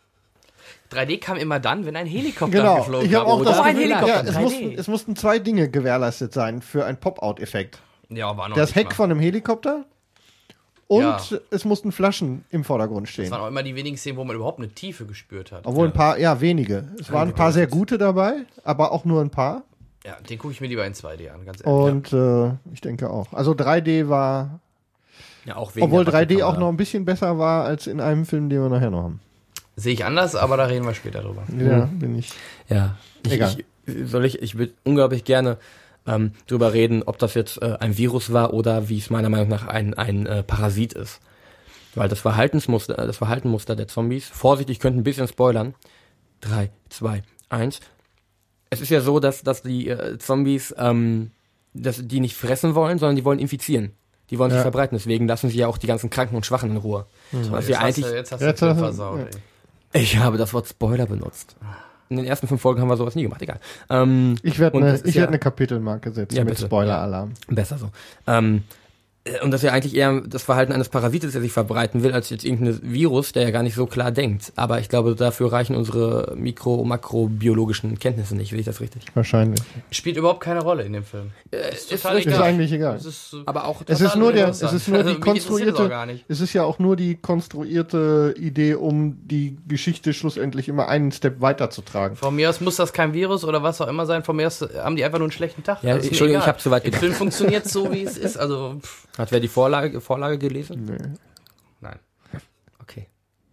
drei D kam immer dann, wenn ein Helikopter Genau. geflogen Ich habe kam. auch Oder das ein Gefühl, Helikopter. ja, es, drei D. mussten, es mussten zwei Dinge gewährleistet sein für einen Pop-Out-Effekt. Ja, war noch Das nicht Heck mal. von einem Helikopter und Ja. es mussten Flaschen im Vordergrund Das stehen. waren auch immer die wenigen Szenen, wo man überhaupt eine Tiefe gespürt hat. Obwohl ein paar, ja, wenige. Es waren ein paar sehr gute dabei, aber auch nur ein paar. Ja, den gucke ich mir lieber in zwei D an, ganz ehrlich. Und äh, ich denke auch. Also drei D war, Ja, auch weniger obwohl drei D Wackelkamera. auch noch ein bisschen besser war als in einem Film, den wir nachher noch haben. Sehe ich anders, aber da reden wir später drüber. Ja, bin ich. Ja, ich, Egal. ich, soll ich, ich würde unglaublich gerne ähm, drüber reden, ob das jetzt äh, ein Virus war oder wie es meiner Meinung nach ein, ein äh, Parasit ist. Weil das Verhaltensmuster, das Verhaltenmuster der Zombies, Vorsicht, ich könnte ein bisschen spoilern. Drei, zwei, eins. Es ist ja so, dass, dass die äh, Zombies, ähm, dass die nicht fressen wollen, sondern die wollen infizieren. Die wollen sich Ja. verbreiten. Deswegen lassen sie ja auch die ganzen Kranken und Schwachen in Ruhe. Was Jetzt ja hast, eigentlich, du, jetzt hast Jetzt du den hast du- Film versaut, ja. ey. ich habe das Wort Spoiler benutzt. In den ersten fünf Folgen haben wir sowas nie gemacht, egal. Ähm, Ich werde Und eine das ist ich ja- werd ne Kapitelmarke setzen Ja, mit bitte. Spoiler-Alarm. Besser so. Ähm, äh, und das ist ja eigentlich eher das Verhalten eines Parasites, der sich verbreiten will, als jetzt irgendein Virus, der ja gar nicht so klar denkt. Aber ich glaube, dafür reichen unsere mikro-, makrobiologischen Kenntnisse nicht. Sehe ich das richtig? Wahrscheinlich. Spielt überhaupt keine Rolle in dem Film. ist total richtig. Ist eigentlich egal. Es ist, äh, Aber auch Es ist nur der, es interessant. ist nur Also, die mich interessiert es auch konstruierte, gar nicht. es ist ja auch nur die konstruierte Idee, um die Geschichte schlussendlich immer einen Step weiterzutragen. Von mir aus muss das kein Virus oder was auch immer sein. Von mir aus haben die einfach nur einen schlechten Tag. Ja, Das ist mir Entschuldigung, egal. ich hab zu weit Der gedacht. Film funktioniert so, wie es ist. Also, pff, Hat wer die Vorlage, Vorlage gelesen? Nee. nein. Okay.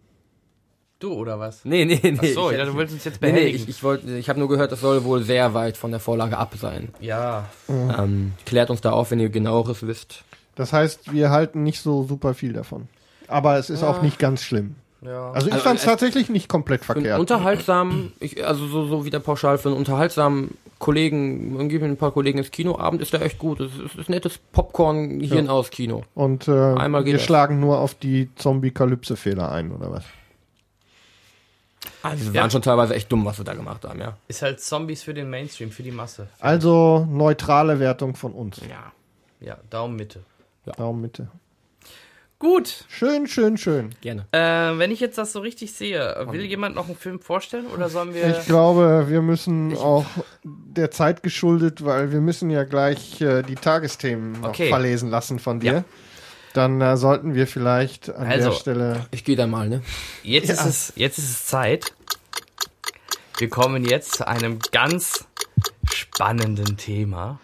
Du oder was? Nee, nee, nee. Ach so, ich, ja, du wolltest uns jetzt nee, nee, behelligen. ich, ich wollte, ich habe nur gehört, das soll wohl sehr weit von der Vorlage ab sein. ja, Ähm, klärt uns da auf, wenn ihr genaueres wisst. Das heißt, wir halten nicht so super viel davon. Aber es ist auch nicht ganz schlimm. ja. Also ich Also, fand es äh, tatsächlich nicht komplett Für einen verkehrt. unterhaltsamen, ich, also so, so wie der pauschal, für einen unterhaltsamen Kollegen, man gibt mit ein paar Kollegen ins Kinoabend, ist der echt gut. Es ist, ist nettes Popcorn, Hirn aus Kino. Und äh, Einmal geht wir das. schlagen nur auf die Zombie-Kalypse-Fehler ein, oder was? Also, sie Ja. waren schon teilweise echt dumm, was sie da gemacht haben, ja. Ist halt Zombies für den Mainstream, für die Masse. Also neutrale Wertung von uns. Ja. Ja, Daumen Mitte. Daumen Mitte. Gut. Schön, schön, schön. Gerne. Äh, wenn ich jetzt das so richtig sehe, will jemand noch einen Film vorstellen oder sollen wir... Ich glaube, wir müssen auch der Zeit geschuldet, weil wir müssen ja gleich äh, die Tagesthemen noch Okay. verlesen lassen von dir. Ja. Dann äh, sollten wir vielleicht an Also, der Stelle... Ich gehe da mal, ne? Jetzt, ist es, jetzt ist es Zeit. Wir kommen jetzt zu einem ganz spannenden Thema.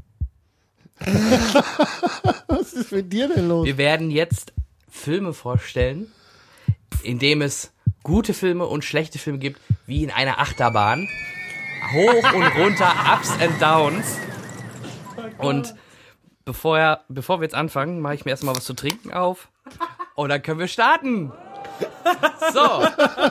Was ist mit dir denn los? Wir werden jetzt Filme vorstellen, in dem es gute Filme und schlechte Filme gibt, wie in einer Achterbahn. Hoch und runter, Ups and Downs. Und bevor, bevor wir jetzt anfangen, mache ich mir erstmal was zu trinken auf. Und dann können wir starten. So,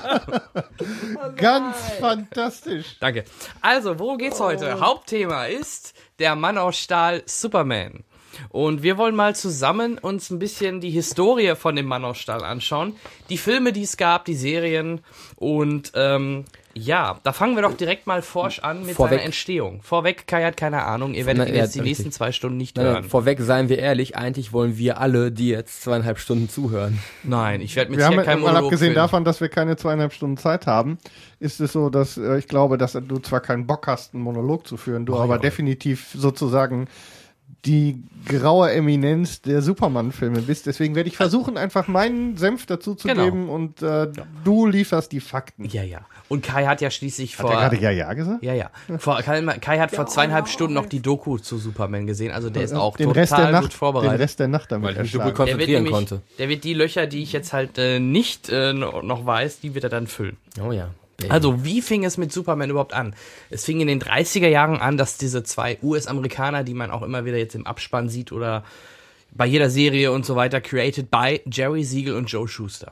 Ganz fantastisch. danke. Also, worum geht's heute? Hauptthema ist der Mann aus Stahl Superman. Und wir wollen mal zusammen uns ein bisschen die Historie von dem Mann aus Stahl anschauen. Die Filme, die es gab, die Serien. Und ähm, ja, da fangen wir doch direkt mal forsch an mit Vorweg. seiner Entstehung. Vorweg, Kai hat keine Ahnung. Ihr werdet Na, ihn ja, jetzt die richtig. nächsten zwei Stunden nicht Nein, hören. nein, vorweg, seien wir ehrlich, eigentlich wollen wir alle, die jetzt zweieinhalb Stunden zuhören. Nein, ich werde mit Wir haben Sicherheit kein mal Monolog abgesehen filmen. davon, dass wir keine zweieinhalb Stunden Zeit haben, ist es so, dass äh, ich glaube, dass du zwar keinen Bock hast, einen Monolog zu führen, du aber definitiv sozusagen die graue Eminenz der Superman-Filme bist. Deswegen werde ich versuchen, einfach meinen Senf dazu zu Genau. geben und äh, du lieferst die Fakten. Ja, ja. Und Kai hat ja schließlich Hat vor... er gerade ja, ja gesagt? Ja, ja. Vor, Kai, Kai hat vor zweieinhalb Stunden noch die Doku zu Superman gesehen, also der ist auch den total Rest der gut Nacht, den vorbereitet. Rest der Nacht damit Weil ich mich so erschlagen. gut Der wird, konzentrieren nämlich, konnte. der wird die Löcher, die ich jetzt halt äh, nicht äh, no- noch weiß, die wird er dann füllen. Oh ja. Also, wie fing es mit Superman überhaupt an? Es fing in den dreißiger Jahren an, dass diese zwei U S-Amerikaner, die man auch immer wieder jetzt im Abspann sieht oder bei jeder Serie und so weiter, created by Jerry Siegel und Joe Shuster.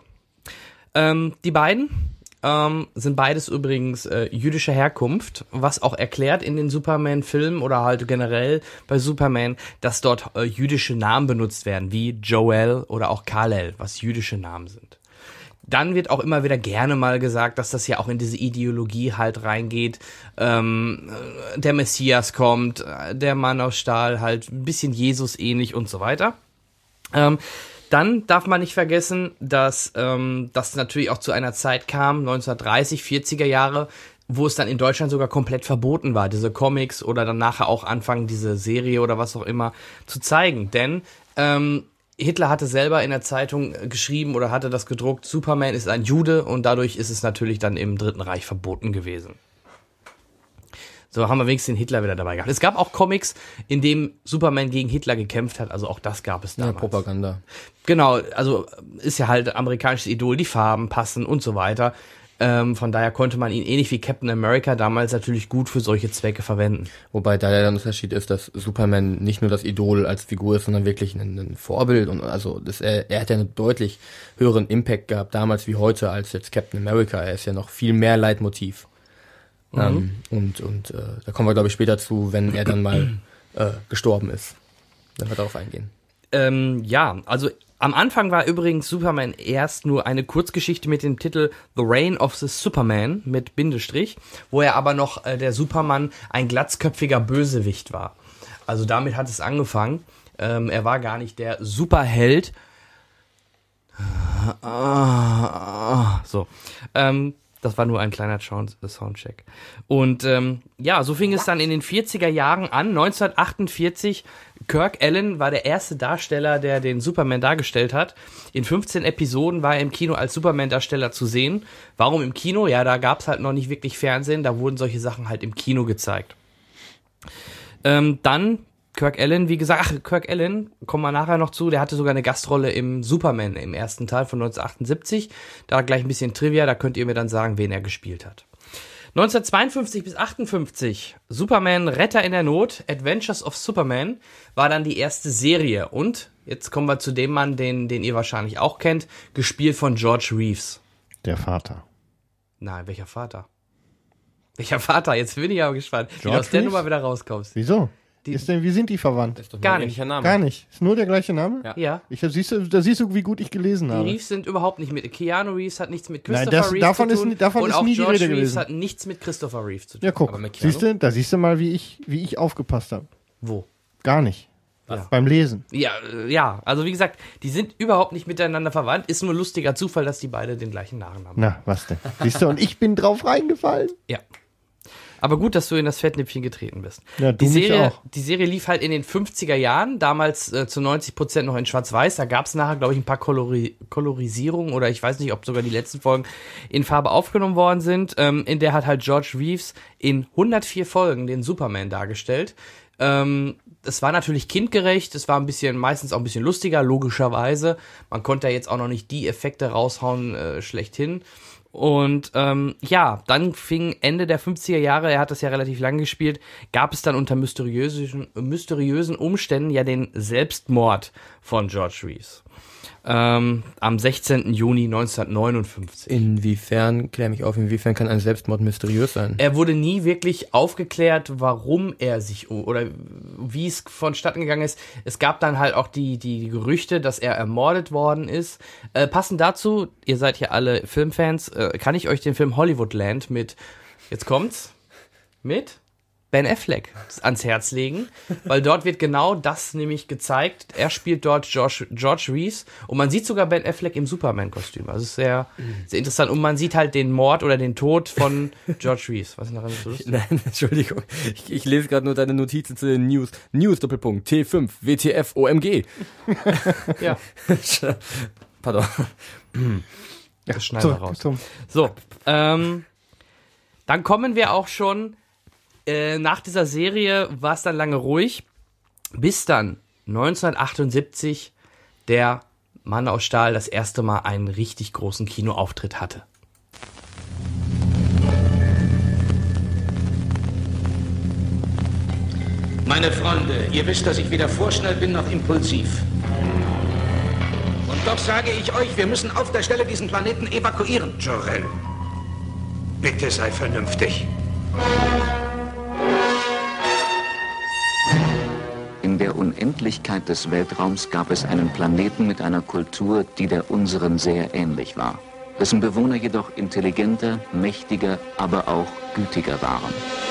Ähm, die beiden ähm, sind beides übrigens äh, jüdischer Herkunft, was auch erklärt in den Superman-Filmen oder halt generell bei Superman, dass dort äh, jüdische Namen benutzt werden, wie Joel oder auch Kal-El, was jüdische Namen sind. Dann wird auch immer wieder gerne mal gesagt, dass das ja auch in diese Ideologie halt reingeht. Ähm, der Messias kommt, äh, der Mann aus Stahl, halt ein bisschen Jesus ähnlich und so weiter. Ähm, dann darf man nicht vergessen, dass ähm, das natürlich auch zu einer Zeit kam, neunzehnhundertdreißig, vierziger Jahre, wo es dann in Deutschland sogar komplett verboten war, diese Comics oder dann nachher auch anfangen, diese Serie oder was auch immer zu zeigen. Denn ähm, Hitler hatte selber in der Zeitung geschrieben oder hatte das gedruckt, Superman ist ein Jude und dadurch ist es natürlich dann im Dritten Reich verboten gewesen. So haben wir wenigstens den Hitler wieder dabei gehabt. Es gab auch Comics, in dem Superman gegen Hitler gekämpft hat, also auch das gab es Ja, damals. Propaganda. Genau, also ist ja halt amerikanisches Idol, die Farben passen und so weiter. Ähm, von daher konnte man ihn ähnlich wie Captain America damals natürlich gut für solche Zwecke verwenden. Wobei da der Unterschied ist, dass Superman nicht nur das Idol als Figur ist, sondern wirklich ein, ein Vorbild und also das, er, er hat ja einen deutlich höheren Impact gehabt damals wie heute als jetzt Captain America. Er ist ja noch viel mehr Leitmotiv. Mhm. Ähm, und und äh, da kommen wir glaube ich später zu, wenn er dann mal äh, gestorben ist. Dann wird er darauf eingehen. Ähm, ja, also am Anfang war übrigens Superman erst nur eine Kurzgeschichte mit dem Titel The Reign of the Superman mit Bindestrich, wo er aber noch äh, der Superman ein glatzköpfiger Bösewicht war. Also damit hat es angefangen. Ähm, er war gar nicht der Superheld. So. Ähm, das war nur ein kleiner Sound- Soundcheck. Und ähm, ja, so fing es dann in den vierziger Jahren an. neunzehnhundertachtundvierzig, Kirk Allen war der erste Darsteller, der den Superman dargestellt hat. In fünfzehn Episoden war er im Kino als Superman-Darsteller zu sehen. Warum im Kino? Ja, da gab es halt noch nicht wirklich Fernsehen. Da wurden solche Sachen halt im Kino gezeigt. Ähm, dann Kirk Allen, wie gesagt, ach, Kirk Allen, kommen wir nachher noch zu, der hatte sogar eine Gastrolle im Superman im ersten Teil von neunzehnhundertachtundsiebzig. Da gleich ein bisschen Trivia, da könnt ihr mir dann sagen, wen er gespielt hat. neunzehnhundertzweiundfünfzig bis achtundfünfzig, Superman Retter in der Not, Adventures of Superman, war dann die erste Serie. Und jetzt kommen wir zu dem Mann, den, den ihr wahrscheinlich auch kennt, gespielt von George Reeves. Der Vater. Nein, welcher Vater? Welcher Vater? Jetzt bin ich aber gespannt, wie du George aus der Reeves? Nummer wieder rauskommst. Wieso? Die- ist denn, wie sind die verwandt? Das ist doch Gar ein nicht. ähnlicher Name. Gar nicht. Ist nur der gleiche Name? Ja. Ja. Ich, siehst du, da siehst du, wie gut ich gelesen Die habe. Reeves sind überhaupt nicht mit. Keanu Reeves hat nichts mit Nein, Christopher das- Reeves davon zu ist tun. nie- davon und ist auch nie die George Rede Reeves gewesen. hat nichts mit Christopher Reeves zu tun. Ja, guck. Aber mit Keanu? Siehst du, da siehst du mal, wie ich, wie ich aufgepasst habe. Wo? Gar nicht. Ja. Beim Lesen. Ja, äh, ja, also wie gesagt, die sind überhaupt nicht miteinander verwandt. Ist nur ein lustiger Zufall, dass die beide den gleichen Nachnamen haben. Na, was denn? Siehst du, und ich bin drauf reingefallen. Ja. Aber gut, dass du in das Fettnäpfchen getreten bist. Ja, du die, mich Serie, auch. die Serie lief halt in den fünfziger Jahren, damals äh, zu neunzig Prozent noch in Schwarz-Weiß. Da gab es nachher, glaube ich, ein paar Kolori- Kolorisierungen oder ich weiß nicht, ob sogar die letzten Folgen in Farbe aufgenommen worden sind. Ähm, in der hat halt George Reeves in hundertvier Folgen den Superman dargestellt. Ähm, es war natürlich kindgerecht, es war ein bisschen, meistens auch ein bisschen lustiger, logischerweise. Man konnte ja jetzt auch noch nicht die Effekte raushauen, äh, schlechthin. Und ähm, ja, dann fing Ende der fünfziger Jahre, er hat das ja relativ lang gespielt, gab es dann unter mysteriösen, mysteriösen Umständen ja den Selbstmord von George Reeves. Ähm, am sechzehnten Juni neunzehnhundertneunundfünfzig. Inwiefern, klär mich auf, inwiefern kann ein Selbstmord mysteriös sein? Er wurde nie wirklich aufgeklärt, warum er sich oder wie es vonstatten gegangen ist. Es gab dann halt auch die, die Gerüchte, dass er ermordet worden ist. Äh, passend dazu, ihr seid ja alle Filmfans, äh, kann ich euch den Film Hollywoodland mit, jetzt kommt's, mit Ben Affleck ans Herz legen, weil dort wird genau das nämlich gezeigt. Er spielt dort George, George Reeves und man sieht sogar Ben Affleck im Superman-Kostüm. Also es ist sehr, sehr interessant und man sieht halt den Mord oder den Tod von George Reeves. Was ist daran so lustig? Nein, Entschuldigung. Ich, ich lese gerade nur deine Notizen zu den News. News, Doppelpunkt, T fünf, W T F, O M G. Ja. Pardon. Das schneiden wir raus. So, ähm, dann kommen wir auch schon Äh, nach dieser Serie war es dann lange ruhig, bis dann neunzehnhundertachtundsiebzig der Mann aus Stahl das erste Mal einen richtig großen Kinoauftritt hatte. Meine Freunde, ihr wisst, dass ich weder vorschnell bin noch impulsiv. Und doch sage ich euch, wir müssen auf der Stelle diesen Planeten evakuieren. Jor-El, bitte sei vernünftig. In der Unendlichkeit des Weltraums gab es einen Planeten mit einer Kultur, die der unseren sehr ähnlich war, dessen Bewohner jedoch intelligenter, mächtiger, aber auch gütiger waren.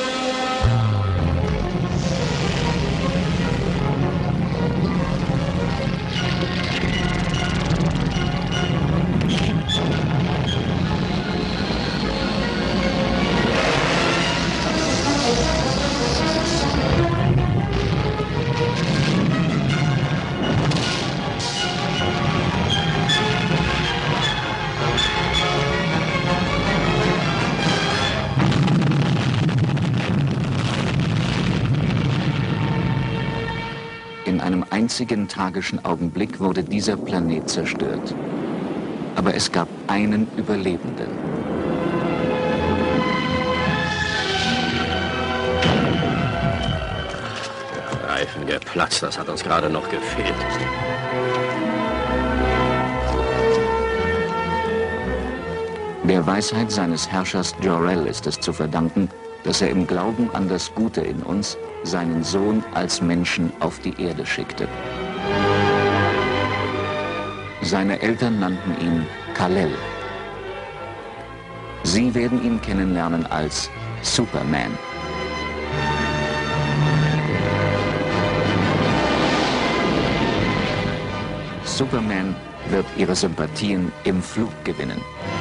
In einem einzigen tragischen Augenblick wurde dieser Planet zerstört. Aber es gab einen Überlebenden. Der Reifen geplatzt, das hat uns gerade noch gefehlt. Der Weisheit seines Herrschers Jor-El ist es zu verdanken, dass er im Glauben an das Gute in uns seinen Sohn als Menschen auf die Erde schickte. Seine Eltern nannten ihn Kal-El. Sie werden ihn kennenlernen als Superman. Superman wird ihre Sympathien im Flug gewinnen.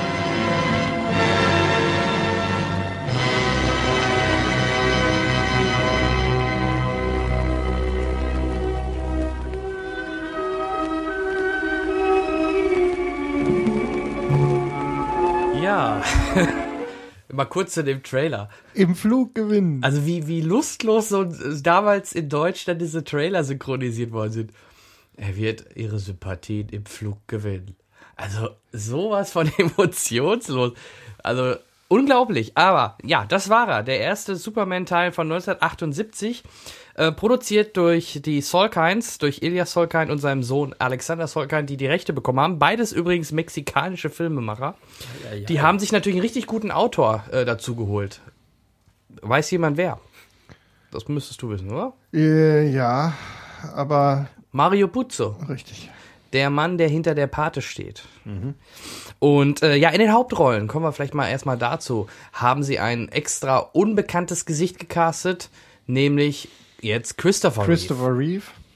Ja, mal kurz zu dem Trailer. Im Flug gewinnen. Also wie, wie lustlos so damals in Deutschland diese Trailer synchronisiert worden sind. Er wird ihre Sympathien im Flug gewinnen. Also sowas von emotionslos. Also unglaublich. Aber ja, das war er. Der erste Superman-Teil von neunzehnhundertachtundsiebzig. Äh, produziert durch die Salkinds, durch Elias Salkind und seinem Sohn Alexander Salkind, die die Rechte bekommen haben. Beides übrigens mexikanische Filmemacher. Ja, ja. Die haben sich natürlich einen richtig guten Autor äh, dazu geholt. Weiß jemand wer? Das müsstest du wissen, oder? Äh, ja, aber... Mario Puzo. Richtig. Der Mann, der hinter der Pate steht. Mhm. Und äh, ja, in den Hauptrollen, kommen wir vielleicht mal erstmal dazu, haben sie ein extra unbekanntes Gesicht gecastet, nämlich jetzt Christopher, Christopher Reeve. Reeve.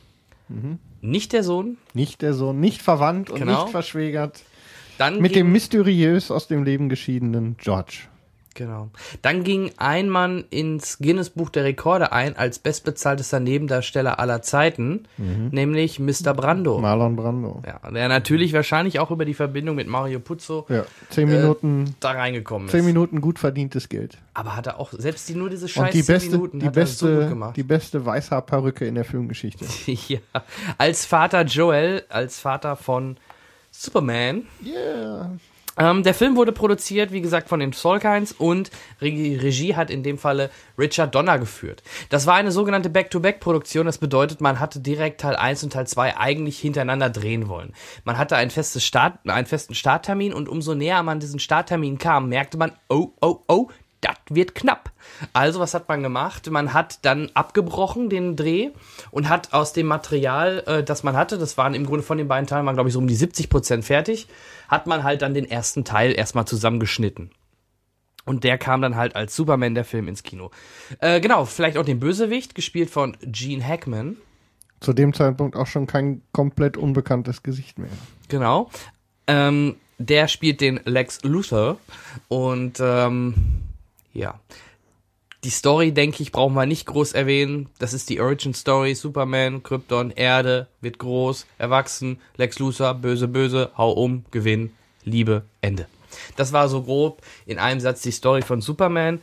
Mhm. Nicht der Sohn. Nicht der Sohn, nicht verwandt und Genau. nicht verschwägert. Dann Mit ging, dem mysteriös aus dem Leben geschiedenen George. Genau. Dann ging ein Mann ins Guinness-Buch der Rekorde ein als bestbezahltester Nebendarsteller aller Zeiten, Mhm. nämlich Mister Brando. Marlon Brando. Ja, der natürlich wahrscheinlich auch über die Verbindung mit Mario Puzo Ja, zehn Minuten, äh, da reingekommen ist. zehn Minuten gut verdientes Geld. Aber hat er auch, selbst die nur diese scheiß Und die zehn beste, Minuten die hat er so gut beste, gemacht. die beste Weißhaarperücke in der Filmgeschichte. Ja, als Vater Joel, als Vater von Superman. Yeah. Ähm, der Film wurde produziert, wie gesagt, von den Salkinds und Regie, Regie hat in dem Falle Richard Donner geführt. Das war eine sogenannte Back-to-Back-Produktion, das bedeutet, man hatte direkt Teil eins und Teil zwei eigentlich hintereinander drehen wollen. Man hatte ein festes Start, einen festen Starttermin und umso näher man diesen Starttermin kam, merkte man, oh, oh, oh, das wird knapp. Also, was hat man gemacht? Man hat dann abgebrochen, den Dreh, und hat aus dem Material, äh, das man hatte, das waren im Grunde von den beiden Teilen, waren glaube ich so um die siebzig Prozent fertig, hat man halt dann den ersten Teil erstmal zusammengeschnitten. Und der kam dann halt als Superman, der Film, ins Kino. Äh, genau, vielleicht auch den Bösewicht, gespielt von Gene Hackman. Zu dem Zeitpunkt auch schon kein komplett unbekanntes Gesicht mehr. Genau. Ähm, der spielt den Lex Luthor. Und ähm, ja, die Story, denke ich, brauchen wir nicht groß erwähnen. Das ist die Origin-Story. Superman, Krypton, Erde, wird groß, erwachsen, Lex Luthor, böse, böse, hau um, Gewinn, Liebe, Ende. Das war so grob in einem Satz die Story von Superman.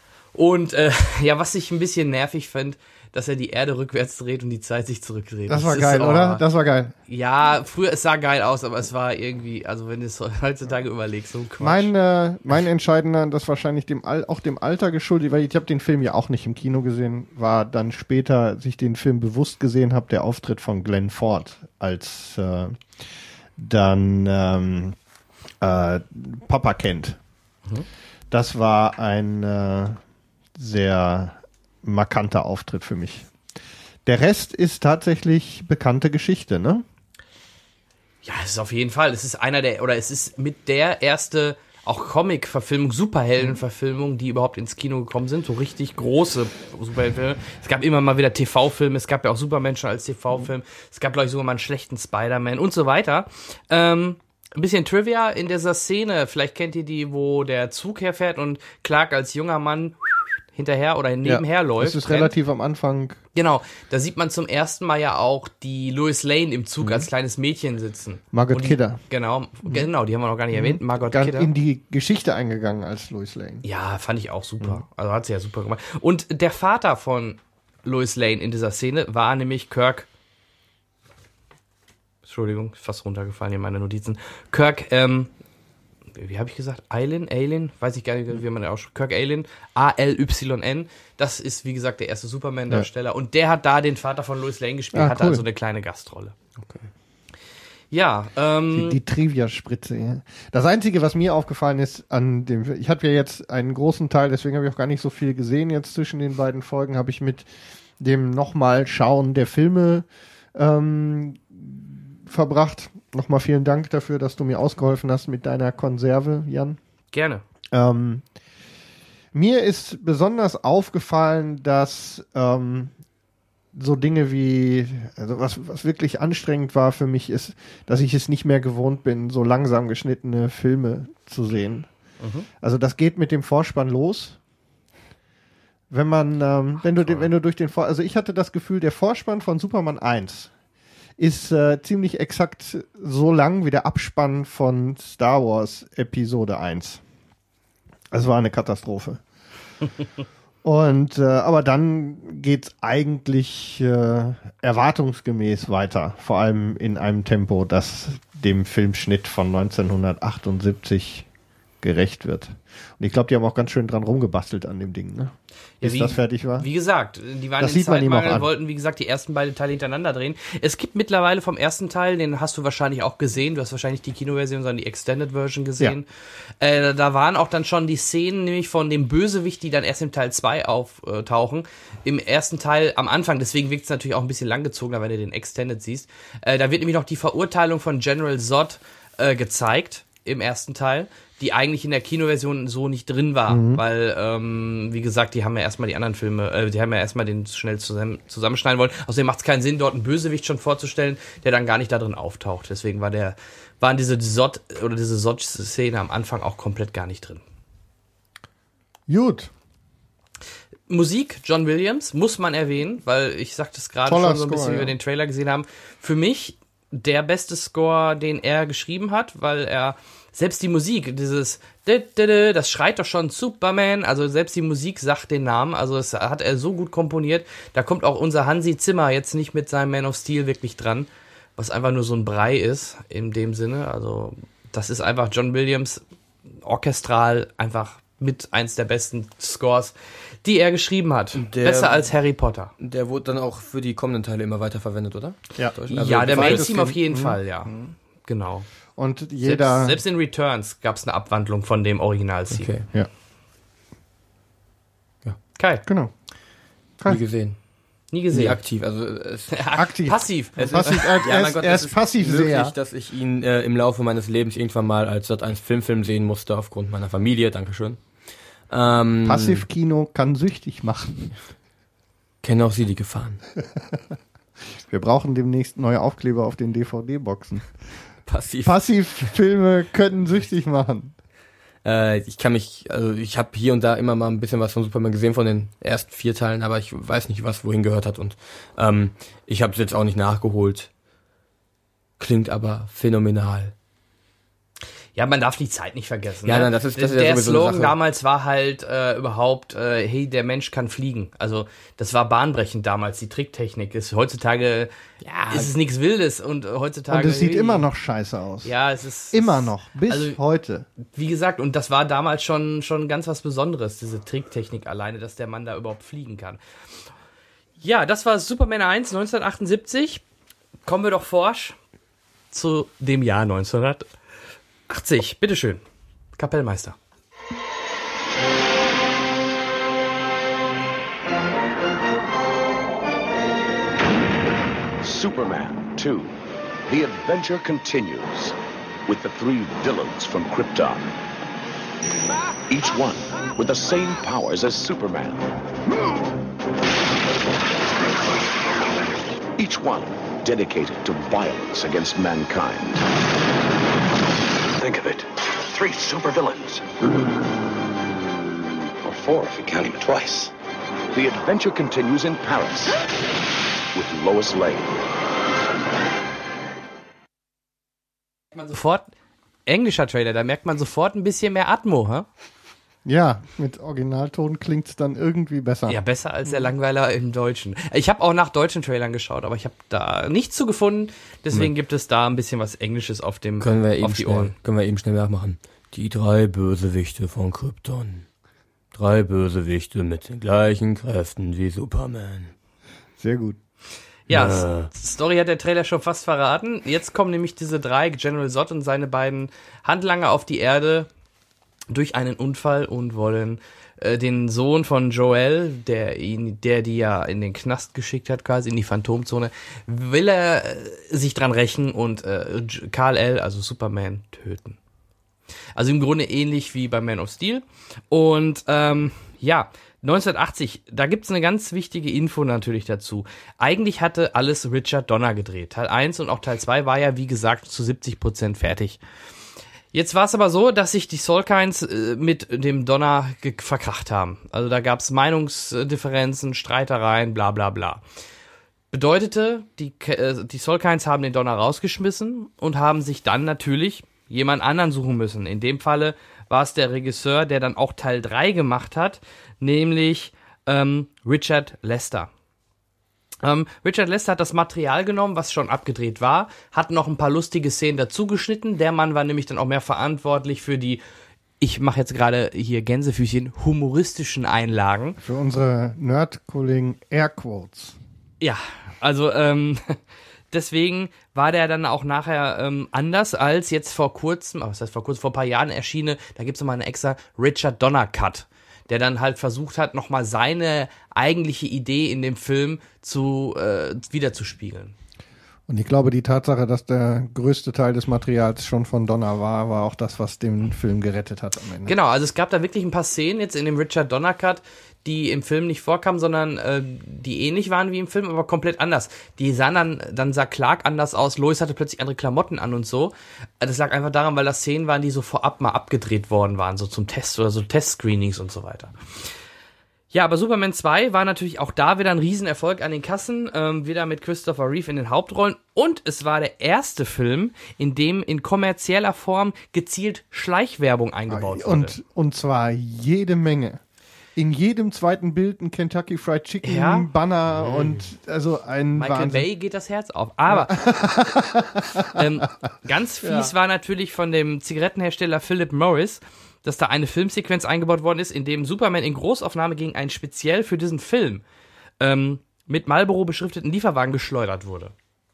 Und äh, ja, was ich ein bisschen nervig finde, dass er die Erde rückwärts dreht und die Zeit sich zurückdreht. Das war ist, geil, oh, oder? Das war geil. Ja, früher, es sah geil aus, aber es war irgendwie, also wenn du es heutzutage überlegst, so ein Quatsch. Mein, äh, mein entscheidender, das wahrscheinlich dem Al auch dem Alter geschuldet, weil ich habe den Film ja auch nicht im Kino gesehen, war dann später, als ich den Film bewusst gesehen habe, der Auftritt von Glenn Ford als äh, dann ähm, äh, Papa Kent. Mhm. Das war ein äh, sehr markanter Auftritt für mich. Der Rest ist tatsächlich bekannte Geschichte, ne? Ja, es ist auf jeden Fall. Es ist einer der, oder es ist mit der erste auch Comic-Verfilmung, Superhelden-Verfilmung, die überhaupt ins Kino gekommen sind. So richtig große Superheldenfilme. Es gab immer mal wieder T V-Filme. Es gab ja auch Superman schon als T V-Film. Es gab, glaube ich, sogar mal einen schlechten Spider-Man und so weiter. Ähm, ein bisschen Trivia in dieser Szene. Vielleicht kennt ihr die, wo der Zug herfährt und Clark als junger Mann hinterher oder nebenher ja, läuft. Das ist rennt. relativ am Anfang. Genau, da sieht man zum ersten Mal ja auch die Lois Lane im Zug mhm. als kleines Mädchen sitzen. Margot die, Kidder. Genau, mhm. genau, die haben wir noch gar nicht erwähnt. Margot Ganz Kidder. in die Geschichte eingegangen als Lois Lane. Ja, fand ich auch super. Mhm. Also hat sie ja super gemacht. Und der Vater von Lois Lane in dieser Szene war nämlich Kirk. Entschuldigung, fast runtergefallen hier meine Notizen. Kirk, ähm, wie habe ich gesagt? Aylin? Aylin? Weiß ich gar nicht, wie man den ausspricht. Kirk Aylin. A L Y N. Das ist, wie gesagt, der erste Superman-Darsteller. Ja. Und der hat da den Vater von Lois Lane gespielt, ah, hatte cool. also eine kleine Gastrolle. Okay. Ja, ähm. Die, die Trivia-Spritze, ja. Das Einzige, was mir aufgefallen ist an dem, ich habe ja jetzt einen großen Teil, deswegen habe ich auch gar nicht so viel gesehen jetzt zwischen den beiden Folgen, habe ich mit dem nochmal Schauen der Filme ähm, verbracht. Nochmal vielen Dank dafür, dass du mir ausgeholfen hast mit deiner Konserve, Jan. Gerne. Ähm, mir ist besonders aufgefallen, dass ähm, so Dinge wie, also was, was wirklich anstrengend war für mich, ist, dass ich es nicht mehr gewohnt bin, so langsam geschnittene Filme zu sehen. Mhm. Also das geht mit dem Vorspann los. Wenn man, ähm, Ach, wenn du, wenn du durch den Vor, also ich hatte das Gefühl, der Vorspann von Superman eins ist äh, ziemlich exakt so lang wie der Abspann von Star Wars Episode eins. Es war eine Katastrophe. Und äh, aber dann geht's eigentlich äh, erwartungsgemäß weiter, vor allem in einem Tempo, das dem Filmschnitt von neunzehnhundertachtundsiebzig gerecht wird. Und ich glaube, die haben auch ganz schön dran rumgebastelt an dem Ding, ne? Ja, Bis wie, das fertig war. Wie gesagt, die waren das in sieht man ihm auch Zeitmangel, an. wollten, wie gesagt, die ersten beiden Teile hintereinander drehen. Es gibt mittlerweile vom ersten Teil, den hast du wahrscheinlich auch gesehen, du hast wahrscheinlich die Kinoversion, sondern die Extended Version gesehen. Ja. Äh, da waren auch dann schon die Szenen, nämlich von dem Bösewicht, die dann erst im Teil zwei auftauchen. Im ersten Teil am Anfang, deswegen wirkt es natürlich auch ein bisschen langgezogener, wenn du den Extended siehst. Äh, da wird nämlich noch die Verurteilung von General Zod äh, gezeigt. im ersten Teil, die eigentlich in der Kinoversion so nicht drin war, mhm. weil, ähm, wie gesagt, die haben ja erstmal die anderen Filme, äh, die haben ja erstmal den schnell zusammen, zusammenschneiden wollen. Außerdem macht es keinen Sinn, dort einen Bösewicht schon vorzustellen, der dann gar nicht da drin auftaucht. Deswegen war der, waren diese Sod oder diese Sod-Szene am Anfang auch komplett gar nicht drin. Gut. Musik, John Williams, muss man erwähnen, weil ich sagte es gerade schon so ein bisschen, wie wir den Trailer gesehen haben. Für mich der beste Score, den er geschrieben hat, weil er selbst die Musik, dieses das schreit doch schon Superman, also selbst die Musik sagt den Namen, also das hat er so gut komponiert. Da kommt auch unser Hansi Zimmer jetzt nicht mit seinem Man of Steel wirklich dran, was einfach nur so ein Brei ist in dem Sinne. Also das ist einfach John Williams orchestral einfach mit eins der besten Scores, die er geschrieben hat. Der, Besser als Harry Potter. Der wurde dann auch für die kommenden Teile immer weiter verwendet, oder? Ja, also ja der Main-Theme auf jeden mhm. Fall, ja. Mhm. Genau. Und jeder... Selbst, selbst in Returns gab es eine Abwandlung von dem Original-Theme. Okay, ja. Ja. Kai. Genau. Kai. Nie gesehen. Nie gesehen. Nie aktiv, also es aktiv. Passiv. Es passiv. Ist, er, ja, mein Gott, er ist, ist passiv möglich, sehr. dass ich ihn äh, im Laufe meines Lebens irgendwann mal als Sat eins Filmfilm sehen musste, aufgrund meiner Familie. Dankeschön. Ähm, Passivkino kann süchtig machen. Kennen auch Sie die Gefahren. Wir brauchen demnächst neue Aufkleber auf den D V D-Boxen. Passiv. Passivfilme können süchtig machen. Äh, ich kann mich, also ich habe hier und da immer mal ein bisschen was von Superman gesehen, von den ersten vier Teilen, aber ich weiß nicht, was wohin gehört hat. Und ähm, ich habe es jetzt auch nicht nachgeholt. Klingt aber phänomenal. Ja, man darf die Zeit nicht vergessen. Ja, ne? nein, das ist, das ist der ja sowieso Slogan eine Sache. damals war halt äh, überhaupt, äh, hey, der Mensch kann fliegen. Also das war bahnbrechend damals, die Tricktechnik. Ist heutzutage ja, ist es nichts Wildes und heutzutage. Und es sieht hey, immer noch scheiße aus. Ja, es ist immer es, noch bis also, heute. Wie gesagt, und das war damals schon schon ganz was Besonderes, diese Tricktechnik alleine, dass der Mann da überhaupt fliegen kann. Ja, das war Superman eins neunzehnhundertachtundsiebzig. Kommen wir doch forsch zu dem Jahr neunzehnhundertachtzig. Bitteschön, Kapellmeister. Superman two. The adventure continues with the three villains from Krypton. Each one with the same powers as Superman. Each one dedicated to violence against mankind. Think of it. Three supervillains. Or four if you count him twice. The adventure continues in Paris with Lois Lane. Man sofort englischer Trailer, da merkt man sofort ein bisschen mehr Atmo, hä? Ja, mit Originalton klingt es dann irgendwie besser. Ja, besser als der Langweiler im Deutschen. Ich habe auch nach deutschen Trailern geschaut, aber ich habe da nichts zu gefunden. Deswegen mhm. gibt es da ein bisschen was Englisches auf dem können wir eben auf die schnell, Ohren. Können wir eben schnell nachmachen. Die drei Bösewichte von Krypton. Drei Bösewichte mit den gleichen Kräften wie Superman. Sehr gut. Ja, äh. Story hat der Trailer schon fast verraten. Jetzt kommen nämlich diese drei, General Zod und seine beiden Handlanger auf die Erde durch einen Unfall und wollen äh, den Sohn von Jor-El, der ihn, der die ja in den Knast geschickt hat, quasi in die Phantomzone, will er äh, sich dran rächen und äh, Kal-El, also Superman, töten. Also im Grunde ähnlich wie bei Man of Steel. Und ähm, ja, neunzehnhundertachtzig, da gibt's eine ganz wichtige Info natürlich dazu. Eigentlich hatte alles Richard Donner gedreht. Teil eins und auch Teil zwei war ja, wie gesagt, zu siebzig Prozent fertig. Jetzt war es aber so, dass sich die Salkinds äh, mit dem Donner ge- verkracht haben. Also da gab's Meinungsdifferenzen, Streitereien, bla bla bla. Bedeutete, die, äh, die Salkinds haben den Donner rausgeschmissen und haben sich dann natürlich jemand anderen suchen müssen. In dem Falle war es der Regisseur, der dann auch Teil drei gemacht hat, nämlich ähm, Richard Lester. Ähm, Richard Lester hat das Material genommen, was schon abgedreht war, hat noch ein paar lustige Szenen dazu geschnitten. Der Mann war nämlich dann auch mehr verantwortlich für die, ich mache jetzt gerade hier Gänsefüßchen, humoristischen Einlagen. Für unsere Nerd-Kollegen Airquotes. Ja, also ähm, deswegen war der dann auch nachher ähm, anders als jetzt vor kurzem, was heißt vor kurzem, vor ein paar Jahren erschiene, da gibt's nochmal eine extra Richard Donner Cut, der dann halt versucht hat, nochmal seine eigentliche Idee in dem Film zu äh, wiederzuspiegeln. Und ich glaube, die Tatsache, dass der größte Teil des Materials schon von Donner war, war auch das, was den Film gerettet hat am Ende. Genau, also es gab da wirklich ein paar Szenen jetzt in dem Richard Donner Cut, die im Film nicht vorkamen, sondern äh, die ähnlich waren wie im Film, aber komplett anders. Die sahen dann, dann sah Clark anders aus, Lois hatte plötzlich andere Klamotten an und so. Das lag einfach daran, weil das Szenen waren, die so vorab mal abgedreht worden waren, so zum Test oder so Testscreenings und so weiter. Ja, aber Superman zwei war natürlich auch da wieder ein Riesenerfolg an den Kassen, ähm, wieder mit Christopher Reeve in den Hauptrollen und es war der erste Film, in dem in kommerzieller Form gezielt Schleichwerbung eingebaut wurde. Und, und zwar jede Menge. In jedem zweiten Bild ein Kentucky Fried Chicken Ja. Banner Mhm. und also ein Michael Wahnsinn. Bay geht das Herz auf. Aber ähm, ganz fies Ja. war natürlich von dem Zigarettenhersteller Philip Morris, dass da eine Filmsequenz eingebaut worden ist, in dem Superman in Großaufnahme gegen einen speziell für diesen Film ähm, mit Marlboro beschrifteten Lieferwagen geschleudert wurde.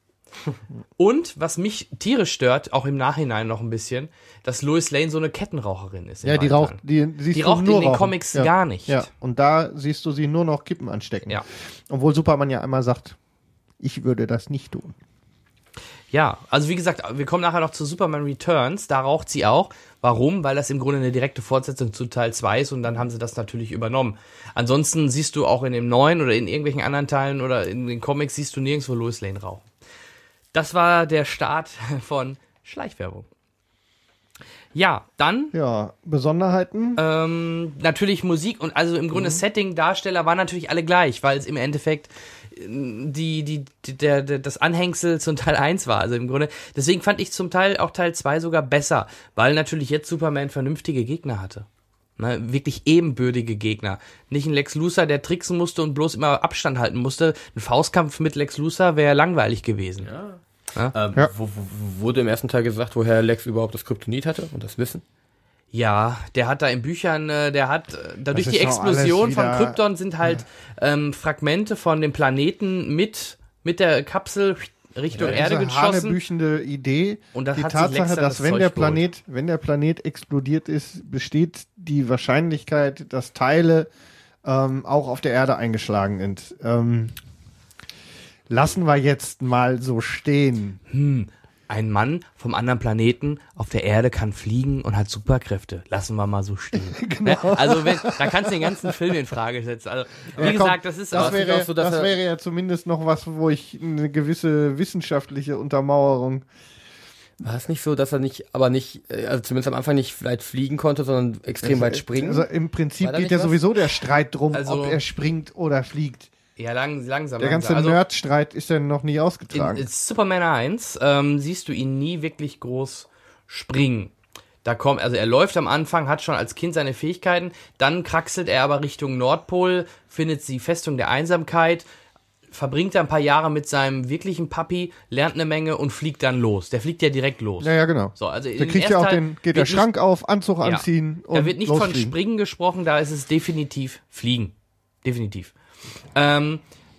Und, was mich tierisch stört, auch im Nachhinein noch ein bisschen, dass Lois Lane so eine Kettenraucherin ist. im Ja, die weiteren. raucht, die, siehst Die du raucht nur in den rauchen. Comics ja. gar nicht. Ja, und da siehst du sie nur noch Kippen anstecken. Ja. Obwohl Superman ja einmal sagt, ich würde das nicht tun. Ja, also wie gesagt, wir kommen nachher noch zu Superman Returns, da raucht sie auch. Warum? Weil das im Grunde eine direkte Fortsetzung zu Teil zwei ist und dann haben sie das natürlich übernommen. Ansonsten siehst du auch in dem neuen oder in irgendwelchen anderen Teilen oder in den Comics siehst du nirgendwo Lois Lane rauchen. Das war der Start von Schleichwerbung. Ja, dann Ja, Besonderheiten. ähm, natürlich Musik und also im Grunde Setting, Darsteller waren natürlich alle gleich, weil es im Endeffekt äh, die, die, die, der, der, das Anhängsel zum Teil eins war. Also im Grunde, deswegen fand ich zum Teil auch Teil zwei sogar besser, weil natürlich jetzt Superman vernünftige Gegner hatte. Ne, wirklich ebenbürtige Gegner. Nicht ein Lex Luthor, der tricksen musste und bloß immer Abstand halten musste. Ein Faustkampf mit Lex Luthor wäre langweilig gewesen. Ja. Ja? Ähm, wo, wo, wurde im ersten Teil gesagt, woher Lex überhaupt das Kryptonit hatte und das Wissen? Ja, der hat da in Büchern, äh, der hat, äh, dadurch Das die ist doch Explosion alles von wieder- Krypton sind halt ähm, Fragmente von dem Planeten mit, mit der Kapsel Richtung Erde Diese geschossen. hanebüchende Idee. Und das die hat sich Lex Tatsache, dann dass das wenn Zeug der geholt. Planet, wenn der Planet explodiert ist, besteht die Wahrscheinlichkeit, dass Teile ähm, auch auf der Erde eingeschlagen sind. Ähm, lassen wir jetzt mal so stehen. Hm, ein Mann vom anderen Planeten auf der Erde kann fliegen und hat Superkräfte. Lassen wir mal so stehen. Genau. Ne? Also wenn, da kannst du den ganzen Film in Frage setzen. Also wie Ja, komm, gesagt, das ist das auch- wäre, auch so, dass das er- wäre ja zumindest noch was, wo ich eine gewisse wissenschaftliche Untermauerung. War es nicht so, dass er nicht, aber nicht, äh, also zumindest am Anfang nicht weit fliegen konnte, sondern extrem weit springen? Also im Prinzip War da geht nicht ja was? sowieso der Streit drum, Also- ob er springt oder fliegt. ja lang, langsam. Der ganze langsam. Also, Nerdstreit ist ja noch nie in, ausgetragen. in Superman eins ähm, siehst du ihn nie wirklich groß springen. Da kommt, also er läuft am Anfang, hat schon als Kind seine Fähigkeiten, dann kraxelt er aber Richtung Nordpol, findet die Festung der Einsamkeit, verbringt er ein paar Jahre mit seinem wirklichen Papi, lernt eine Menge und fliegt dann los. Der fliegt ja direkt los. Ja, ja, genau. So, also Der im kriegt ja auch ersten den, Teil geht der wird Schrank auf, Anzug Ja. anziehen und Da wird nicht von losfliegen. Springen gesprochen, da ist es definitiv Fliegen. Definitiv. Ähm,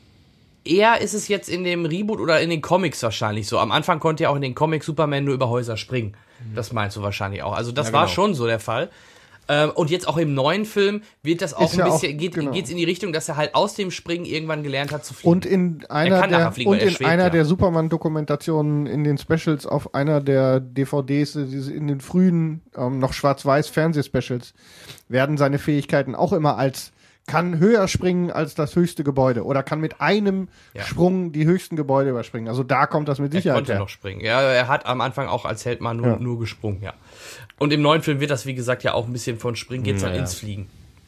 eher ist es jetzt in dem Reboot oder in den Comics wahrscheinlich so. Am Anfang konnte ja auch in den Comics Superman nur über Häuser springen. Das meinst du wahrscheinlich auch. Also das Ja, war genau. schon so der Fall. Ähm, und jetzt auch im neuen Film wird das auch Ist ein ja bisschen, auch- geht, genau. geht's in die Richtung, dass er halt aus dem Springen irgendwann gelernt hat zu fliegen. Und in einer kann nachher der, fliegen, und weil er in schwebt, einer ja. der Superman-Dokumentationen in den Specials auf einer der D V Ds, diese in den frühen, ähm, noch schwarz-weiß Fernsehspecials, werden seine Fähigkeiten auch immer als kann höher springen als das höchste Gebäude oder kann mit einem Ja. Sprung die höchsten Gebäude überspringen. Also da kommt das mit Er Sicherheit konnte her. noch springen. Ja, er hat am Anfang auch als Held mal nur, Ja. nur gesprungen, ja. Und im neuen Film wird das, wie gesagt, ja auch ein bisschen von Springen geht's dann Ja, ja. ins Fliegen.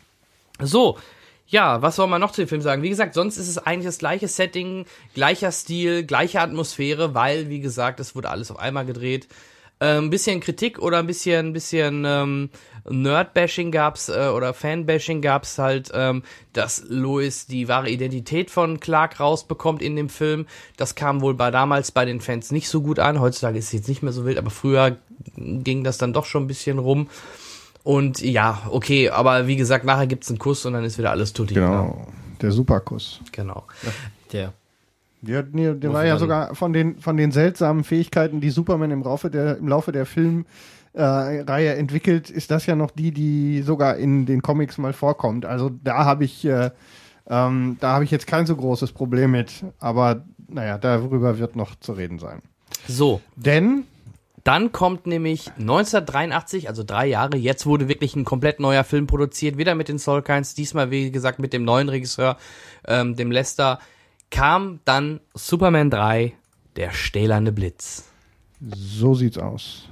So, ja, was soll man noch zu dem Film sagen? Wie gesagt, sonst ist es eigentlich das gleiche Setting, gleicher Stil, gleiche Atmosphäre, weil, wie gesagt, es wurde alles auf einmal gedreht. Äh, ein bisschen Kritik oder ein bisschen, bisschen ähm, Nerd-Bashing gab's äh, oder Fan-Bashing gab's halt, ähm, dass Lois die wahre Identität von Clark rausbekommt in dem Film. Das kam wohl bei damals bei den Fans nicht so gut an. Heutzutage ist es jetzt nicht mehr so wild, aber früher ging das dann doch schon ein bisschen rum. Und ja, okay, aber wie gesagt, nachher gibt's einen Kuss und dann ist wieder alles tutti. Genau, der Superkuss. Genau. Der. Ja, nee, der Wo war sie ja dann- sogar von den, von den seltsamen Fähigkeiten, die Superman im Laufe der, im Laufe der Filmreihe äh, Reihe entwickelt, ist das ja noch die, die sogar in den Comics mal vorkommt. Also da habe ich, äh, ähm, da habe ich jetzt kein so großes Problem mit. Aber naja, darüber wird noch zu reden sein. So. Denn dann kommt nämlich neunzehnhundertdreiundachtzig, also drei Jahre, jetzt wurde wirklich ein komplett neuer Film produziert, wieder mit den Salkinds, diesmal wie gesagt mit dem neuen Regisseur, ähm, dem Lester, kam dann Superman drei, der stählerne Blitz. So sieht's aus.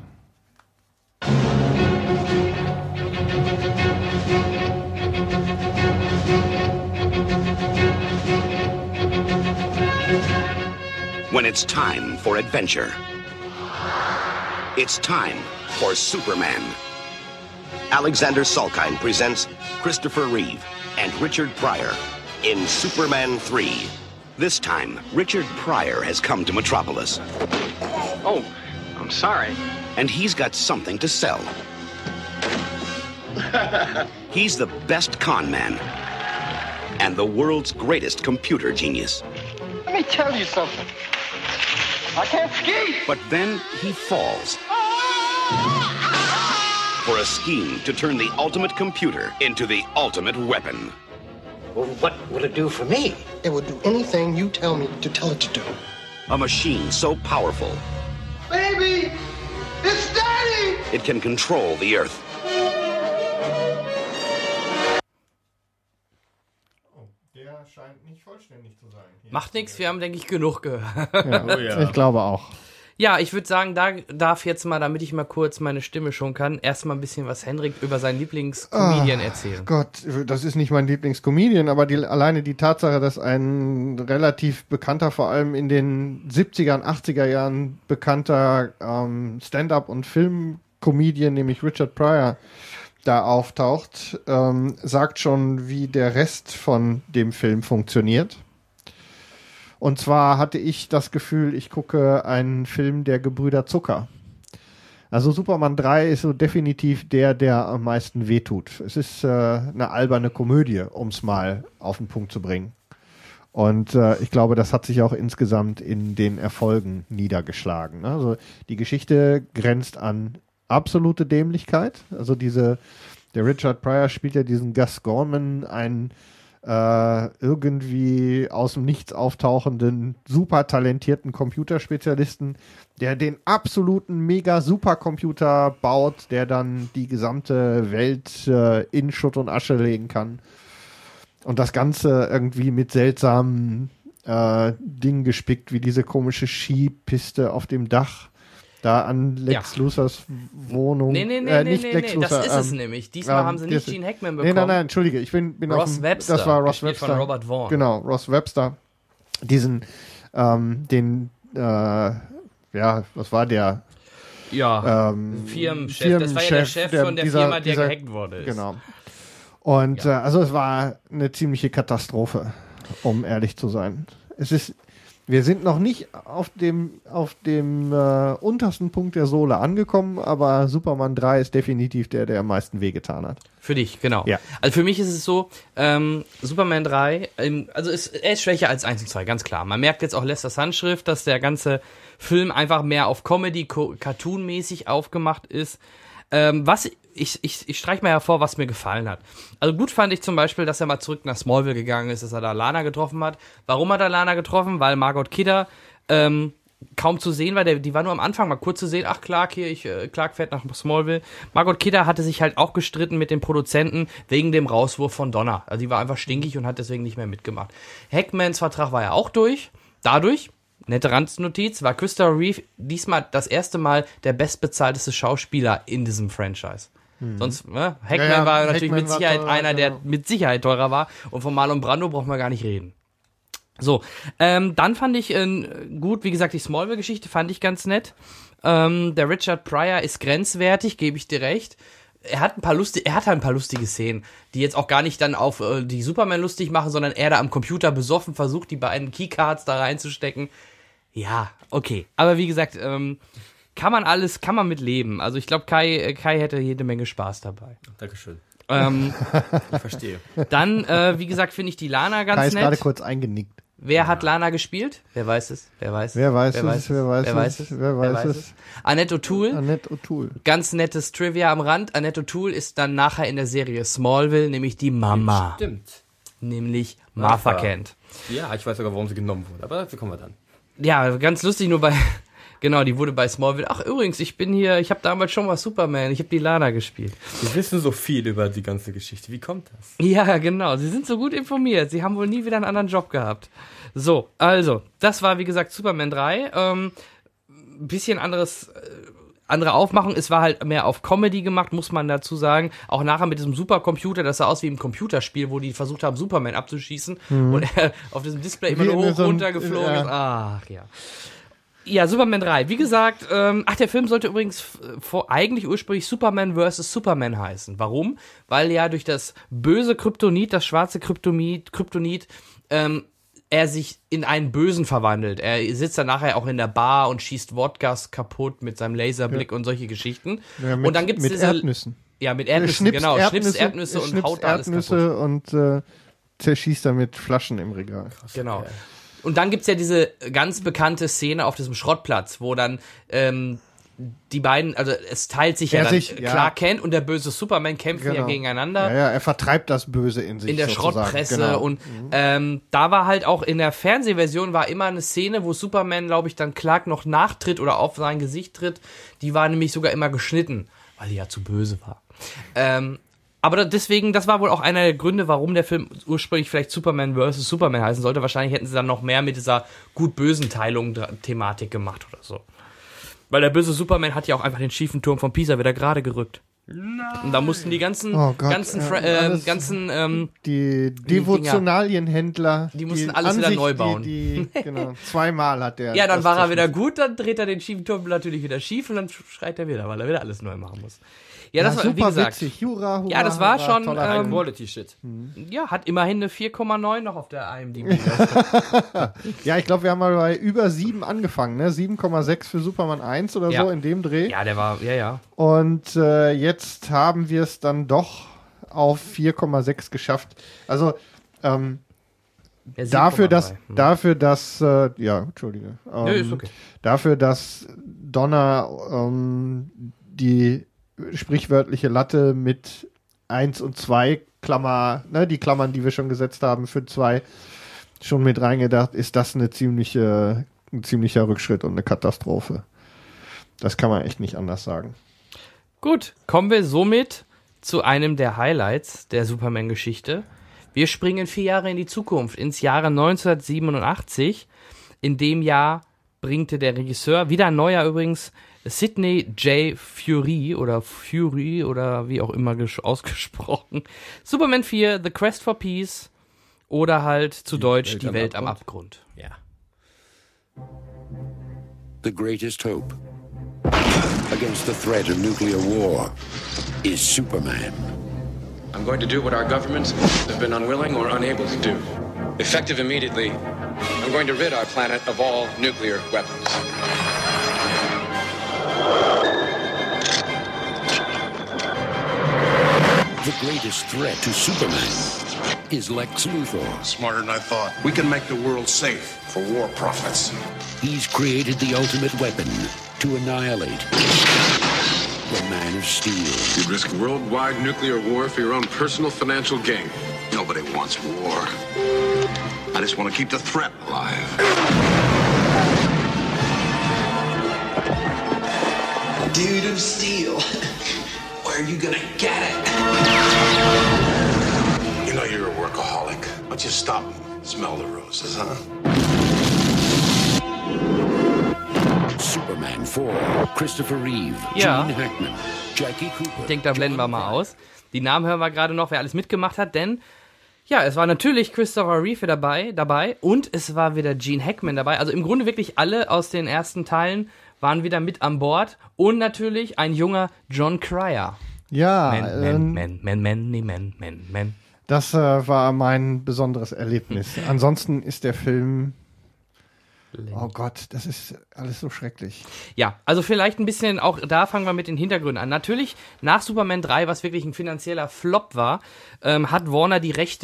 When it's time for adventure. It's time for Superman. Alexander Salkind presents Christopher Reeve and Richard Pryor in Superman three. This time, Richard Pryor has come to Metropolis. Oh, I'm sorry. And he's got something to sell. He's the best con man and the world's greatest computer genius. Let me tell you something. I can't ski! But then he falls for a scheme to turn the ultimate computer into the ultimate weapon. Well, what will it do for me? It will do anything you tell me to tell it to do. A machine so powerful, Baby! It's Daddy! it can control the Earth. Der scheint nicht vollständig zu sein. Macht nichts, wir haben, denke ich, genug gehört. Ja, oh ja. Ich glaube auch. Ja, ich würde sagen, da darf jetzt mal, damit ich mal kurz meine Stimme schon kann, erstmal ein bisschen was Henrik über seinen Lieblingscomedian oh, erzählen. Gott, das ist nicht mein Lieblingscomedian, aber die, alleine die Tatsache, dass ein relativ bekannter, vor allem in den siebziger und achtziger Jahren bekannter ähm, Stand-up- und Film-Comedian, nämlich Richard Pryor, da auftaucht, ähm, sagt schon, wie der Rest von dem Film funktioniert. Und zwar hatte ich das Gefühl, ich gucke einen Film der Gebrüder Zucker. Also Superman drei ist so definitiv der, der am meisten wehtut. Es ist äh, eine alberne Komödie, um es mal auf den Punkt zu bringen. Und äh, ich glaube, das hat sich auch insgesamt in den Erfolgen niedergeschlagen. Also die Geschichte grenzt an absolute Dämlichkeit. Also diese, der Richard Pryor spielt ja diesen Gus Gorman, einen äh, irgendwie aus dem Nichts auftauchenden, super talentierten Computerspezialisten, der den absoluten Mega-Supercomputer baut, der dann die gesamte Welt äh, in Schutt und Asche legen kann. Und das Ganze irgendwie mit seltsamen äh, Dingen gespickt, wie diese komische Skipiste auf dem Dach. Da an Lex ja. Luthers Wohnung. Nee, nee, nee, äh, nicht nee, Lex nee, Luthor, das ist ähm, es nämlich. Diesmal ähm, haben sie nicht Gene Hackman bekommen. Nee, nein, nein, entschuldige. Ich bin, bin Ross auf dem, Webster. Das war Ross gespielt Webster. von Robert Vaughn. Genau, Ross Webster. Diesen, ähm, den, äh, ja, was war der? Ja, ähm, Firmenchef. Firmenchef. Das war ja der Chef der, von der dieser, Firma, der dieser, gehackt wurde. Genau. Und ja. äh, also es war eine ziemliche Katastrophe, um ehrlich zu sein. Es ist, wir sind noch nicht auf dem, auf dem äh, untersten Punkt der Sohle angekommen, aber Superman drei ist definitiv der, der am meisten wehgetan hat. Für dich, genau. Ja. Also für mich ist es so, ähm, Superman drei, ähm, also ist, er ist schwächer als eins und zwei, ganz klar. Man merkt jetzt auch Lesters Handschrift, dass der ganze Film einfach mehr auf Comedy, Cartoon-mäßig aufgemacht ist. Ähm, was ich, ich, ich streich mal hervor, was mir gefallen hat. Also gut fand ich zum Beispiel, dass er mal zurück nach Smallville gegangen ist, dass er da Lana getroffen hat. Warum hat er Lana getroffen? Weil Margot Kidder ähm, kaum zu sehen war. Der, die war nur am Anfang mal kurz zu sehen. Ach, Clark hier, ich, äh, Clark fährt nach Smallville. Margot Kidder hatte sich halt auch gestritten mit den Produzenten wegen dem Rauswurf von Donna. Also die war einfach stinkig und hat deswegen nicht mehr mitgemacht. Hackmans Vertrag war ja auch durch. Dadurch, nette Randnotiz, war Christopher Reeve diesmal das erste Mal der bestbezahlteste Schauspieler in diesem Franchise. Mhm. Sonst, ne? Hackman ja, ja, war natürlich Hackman mit Sicherheit teurer, einer, der genau. mit Sicherheit teurer war. Und von Marlon Brando brauchen wir gar nicht reden. So, ähm, dann fand ich äh, gut, wie gesagt, die Smallville-Geschichte fand ich ganz nett. Ähm, der Richard Pryor ist grenzwertig, gebe ich dir recht. Er hat ein paar lustige, er hat halt ein paar lustige Szenen, die jetzt auch gar nicht dann auf äh, die Superman lustig machen, sondern er da am Computer besoffen versucht, die beiden Keycards da reinzustecken. Ja, okay. Aber wie gesagt, ähm, kann man alles, kann man mit leben. Also ich glaube, Kai, Kai hätte jede Menge Spaß dabei. Dankeschön. Ähm, ich verstehe. Dann, äh, wie gesagt, finde ich die Lana ganz Kai ist nett. gerade kurz eingenickt. Wer hat Lana gespielt? Wer weiß es? Wer weiß es? Wer weiß wer es? Wer weiß es? Wer weiß es? Wer weiß es? Annette O'Toole. Annette O'Toole. Ganz nettes Trivia am Rand. Annette O'Toole ist dann nachher in der Serie Smallville, nämlich die Mama. Stimmt. Nämlich Martha, Martha Kent. Ja, ich weiß sogar, warum sie genommen wurde, aber dazu kommen wir dann. Ja, ganz lustig, nur bei, genau, die wurde bei Smallville, ach übrigens, ich bin hier, ich habe damals schon mal Superman, ich habe die Lana gespielt. Sie wissen so viel über die ganze Geschichte, wie kommt das? Ja, genau, sie sind so gut informiert, sie haben wohl nie wieder einen anderen Job gehabt. So, also, das war wie gesagt Superman drei, ähm, bisschen anderes, äh, andere Aufmachung, es war halt mehr auf Comedy gemacht, muss man dazu sagen. Auch nachher mit diesem Supercomputer, das sah aus wie im Computerspiel, wo die versucht haben, Superman abzuschießen mhm. und er auf diesem Display immer wie nur hoch so ein, runter geflogen ja. ist. Ach ja. Ja, Superman drei. Wie gesagt, ähm, ach, der Film sollte übrigens vor, eigentlich ursprünglich Superman versus. Superman heißen. Warum? Weil ja durch das böse Kryptonit, das schwarze Kryptonit, Kryptonit, ähm, er sich in einen Bösen verwandelt. Er sitzt dann nachher auch in der Bar und schießt Wodkas kaputt mit seinem Laserblick ja. und solche Geschichten. Ja, mit, und dann gibt's mit diese, Erdnüssen. Ja, mit Erdnüssen, schnipst genau. Erdnüsse, schnipst Erdnüsse und haut alles Erdnüsse kaputt. und äh, zerschießt damit Flaschen im Regal. Krass, genau. Okay. Und dann gibt's ja diese ganz bekannte Szene auf diesem Schrottplatz, wo dann ähm, die beiden, also es teilt sich ja, ja dann sich, Clark ja. Kent und der böse Superman kämpfen genau. ja gegeneinander. Ja, ja, er vertreibt das Böse in sich. In der sozusagen. Schrottpresse genau. und mhm. ähm, da war halt auch in der Fernsehversion war immer eine Szene, wo Superman, glaube ich, dann Clark noch nachtritt oder auf sein Gesicht tritt. Die war nämlich sogar immer geschnitten, weil die ja zu böse war. Ähm, aber deswegen, das war wohl auch einer der Gründe, warum der Film ursprünglich vielleicht Superman versus. Superman heißen sollte. Wahrscheinlich hätten sie dann noch mehr mit dieser Gut-Bösen-Teilung-Thematik gemacht oder so. Weil der böse Superman hat ja auch einfach den schiefen Turm von Pisa wieder gerade gerückt. Nein. Und da mussten die ganzen, oh Gott, ganzen, äh, äh, ganzen, ähm, die Devotionalienhändler, die mussten die alles Ansicht, wieder neu bauen. Die, die, genau, zweimal hat der. Ja, dann war er wieder gut, dann dreht er den schiefen Turm natürlich wieder schief und dann schreit er wieder, weil er wieder alles neu machen muss. Ja, das ja, war, super wie gesagt, witzig. Hurra, hurra, ja, das war hurra, schon ähm, Quality-Shit. Ja, hat immerhin eine vier Komma neun noch auf der I M D B. Ja, ich glaube, wir haben mal bei über sieben angefangen, ne? sieben Komma sechs für Superman eins oder ja. so in dem Dreh. Ja, der war, ja, ja. Und äh, jetzt haben wir es dann doch auf vier Komma sechs geschafft. Also, ähm, ja, dafür, dass, hm. dafür, dass, äh, ja, Entschuldige. Ähm, ja, ist okay. Dafür, dass Donner ähm, die sprichwörtliche Latte mit eins und zwei Klammer, ne, die Klammern, die wir schon gesetzt haben für zwei, schon mit reingedacht, ist das eine ziemliche, ein ziemlicher Rückschritt und eine Katastrophe. Das kann man echt nicht anders sagen. Gut, kommen wir somit zu einem der Highlights der Superman-Geschichte. Wir springen vier Jahre in die Zukunft, ins Jahre neunzehnhundertsiebenundachtzig. In dem Jahr bringte der Regisseur, wieder ein neuer übrigens, Sidney J. Furie oder Fury oder wie auch immer ausgesprochen. Superman vier, The Quest for Peace oder halt zu die Deutsch Welt Die Welt am Abgrund. Ja. The greatest hope against the threat of nuclear war is Superman. I'm going to do what our governments have been unwilling or unable to do. Effective immediately, I'm going to rid our planet of all nuclear weapons. The greatest threat to Superman is Lex Luthor. Smarter than I thought. We can make the world safe for war profits. He's created the ultimate weapon to annihilate the Man of Steel. You'd risk worldwide nuclear war for your own personal financial gain. Nobody wants war. I just want to keep the threat alive. Dude of Steel. Where are you gonna get it? You know you're a workaholic. Why don't you stop and smell the roses, huh? Superman vier, Christopher Reeve, ja. Gene Hackman, Jackie Cooper. Ich denke, da blenden wir mal aus. Die Namen hören wir gerade noch, wer alles mitgemacht hat, denn ja, es war natürlich Christopher Reeve dabei, dabei und es war wieder Gene Hackman dabei. Also im Grunde wirklich alle aus den ersten Teilen waren wieder mit an Bord und natürlich ein junger John Cryer. Ja, man, man, ähm, man, man, man, nee, man, man, man. Das äh, war mein besonderes Erlebnis. Ansonsten ist der Film, oh Gott, das ist alles so schrecklich. Ja, also vielleicht ein bisschen, auch da fangen wir mit den Hintergründen an. Natürlich, nach Superman drei, was wirklich ein finanzieller Flop war, ähm, hat Warner die Rechte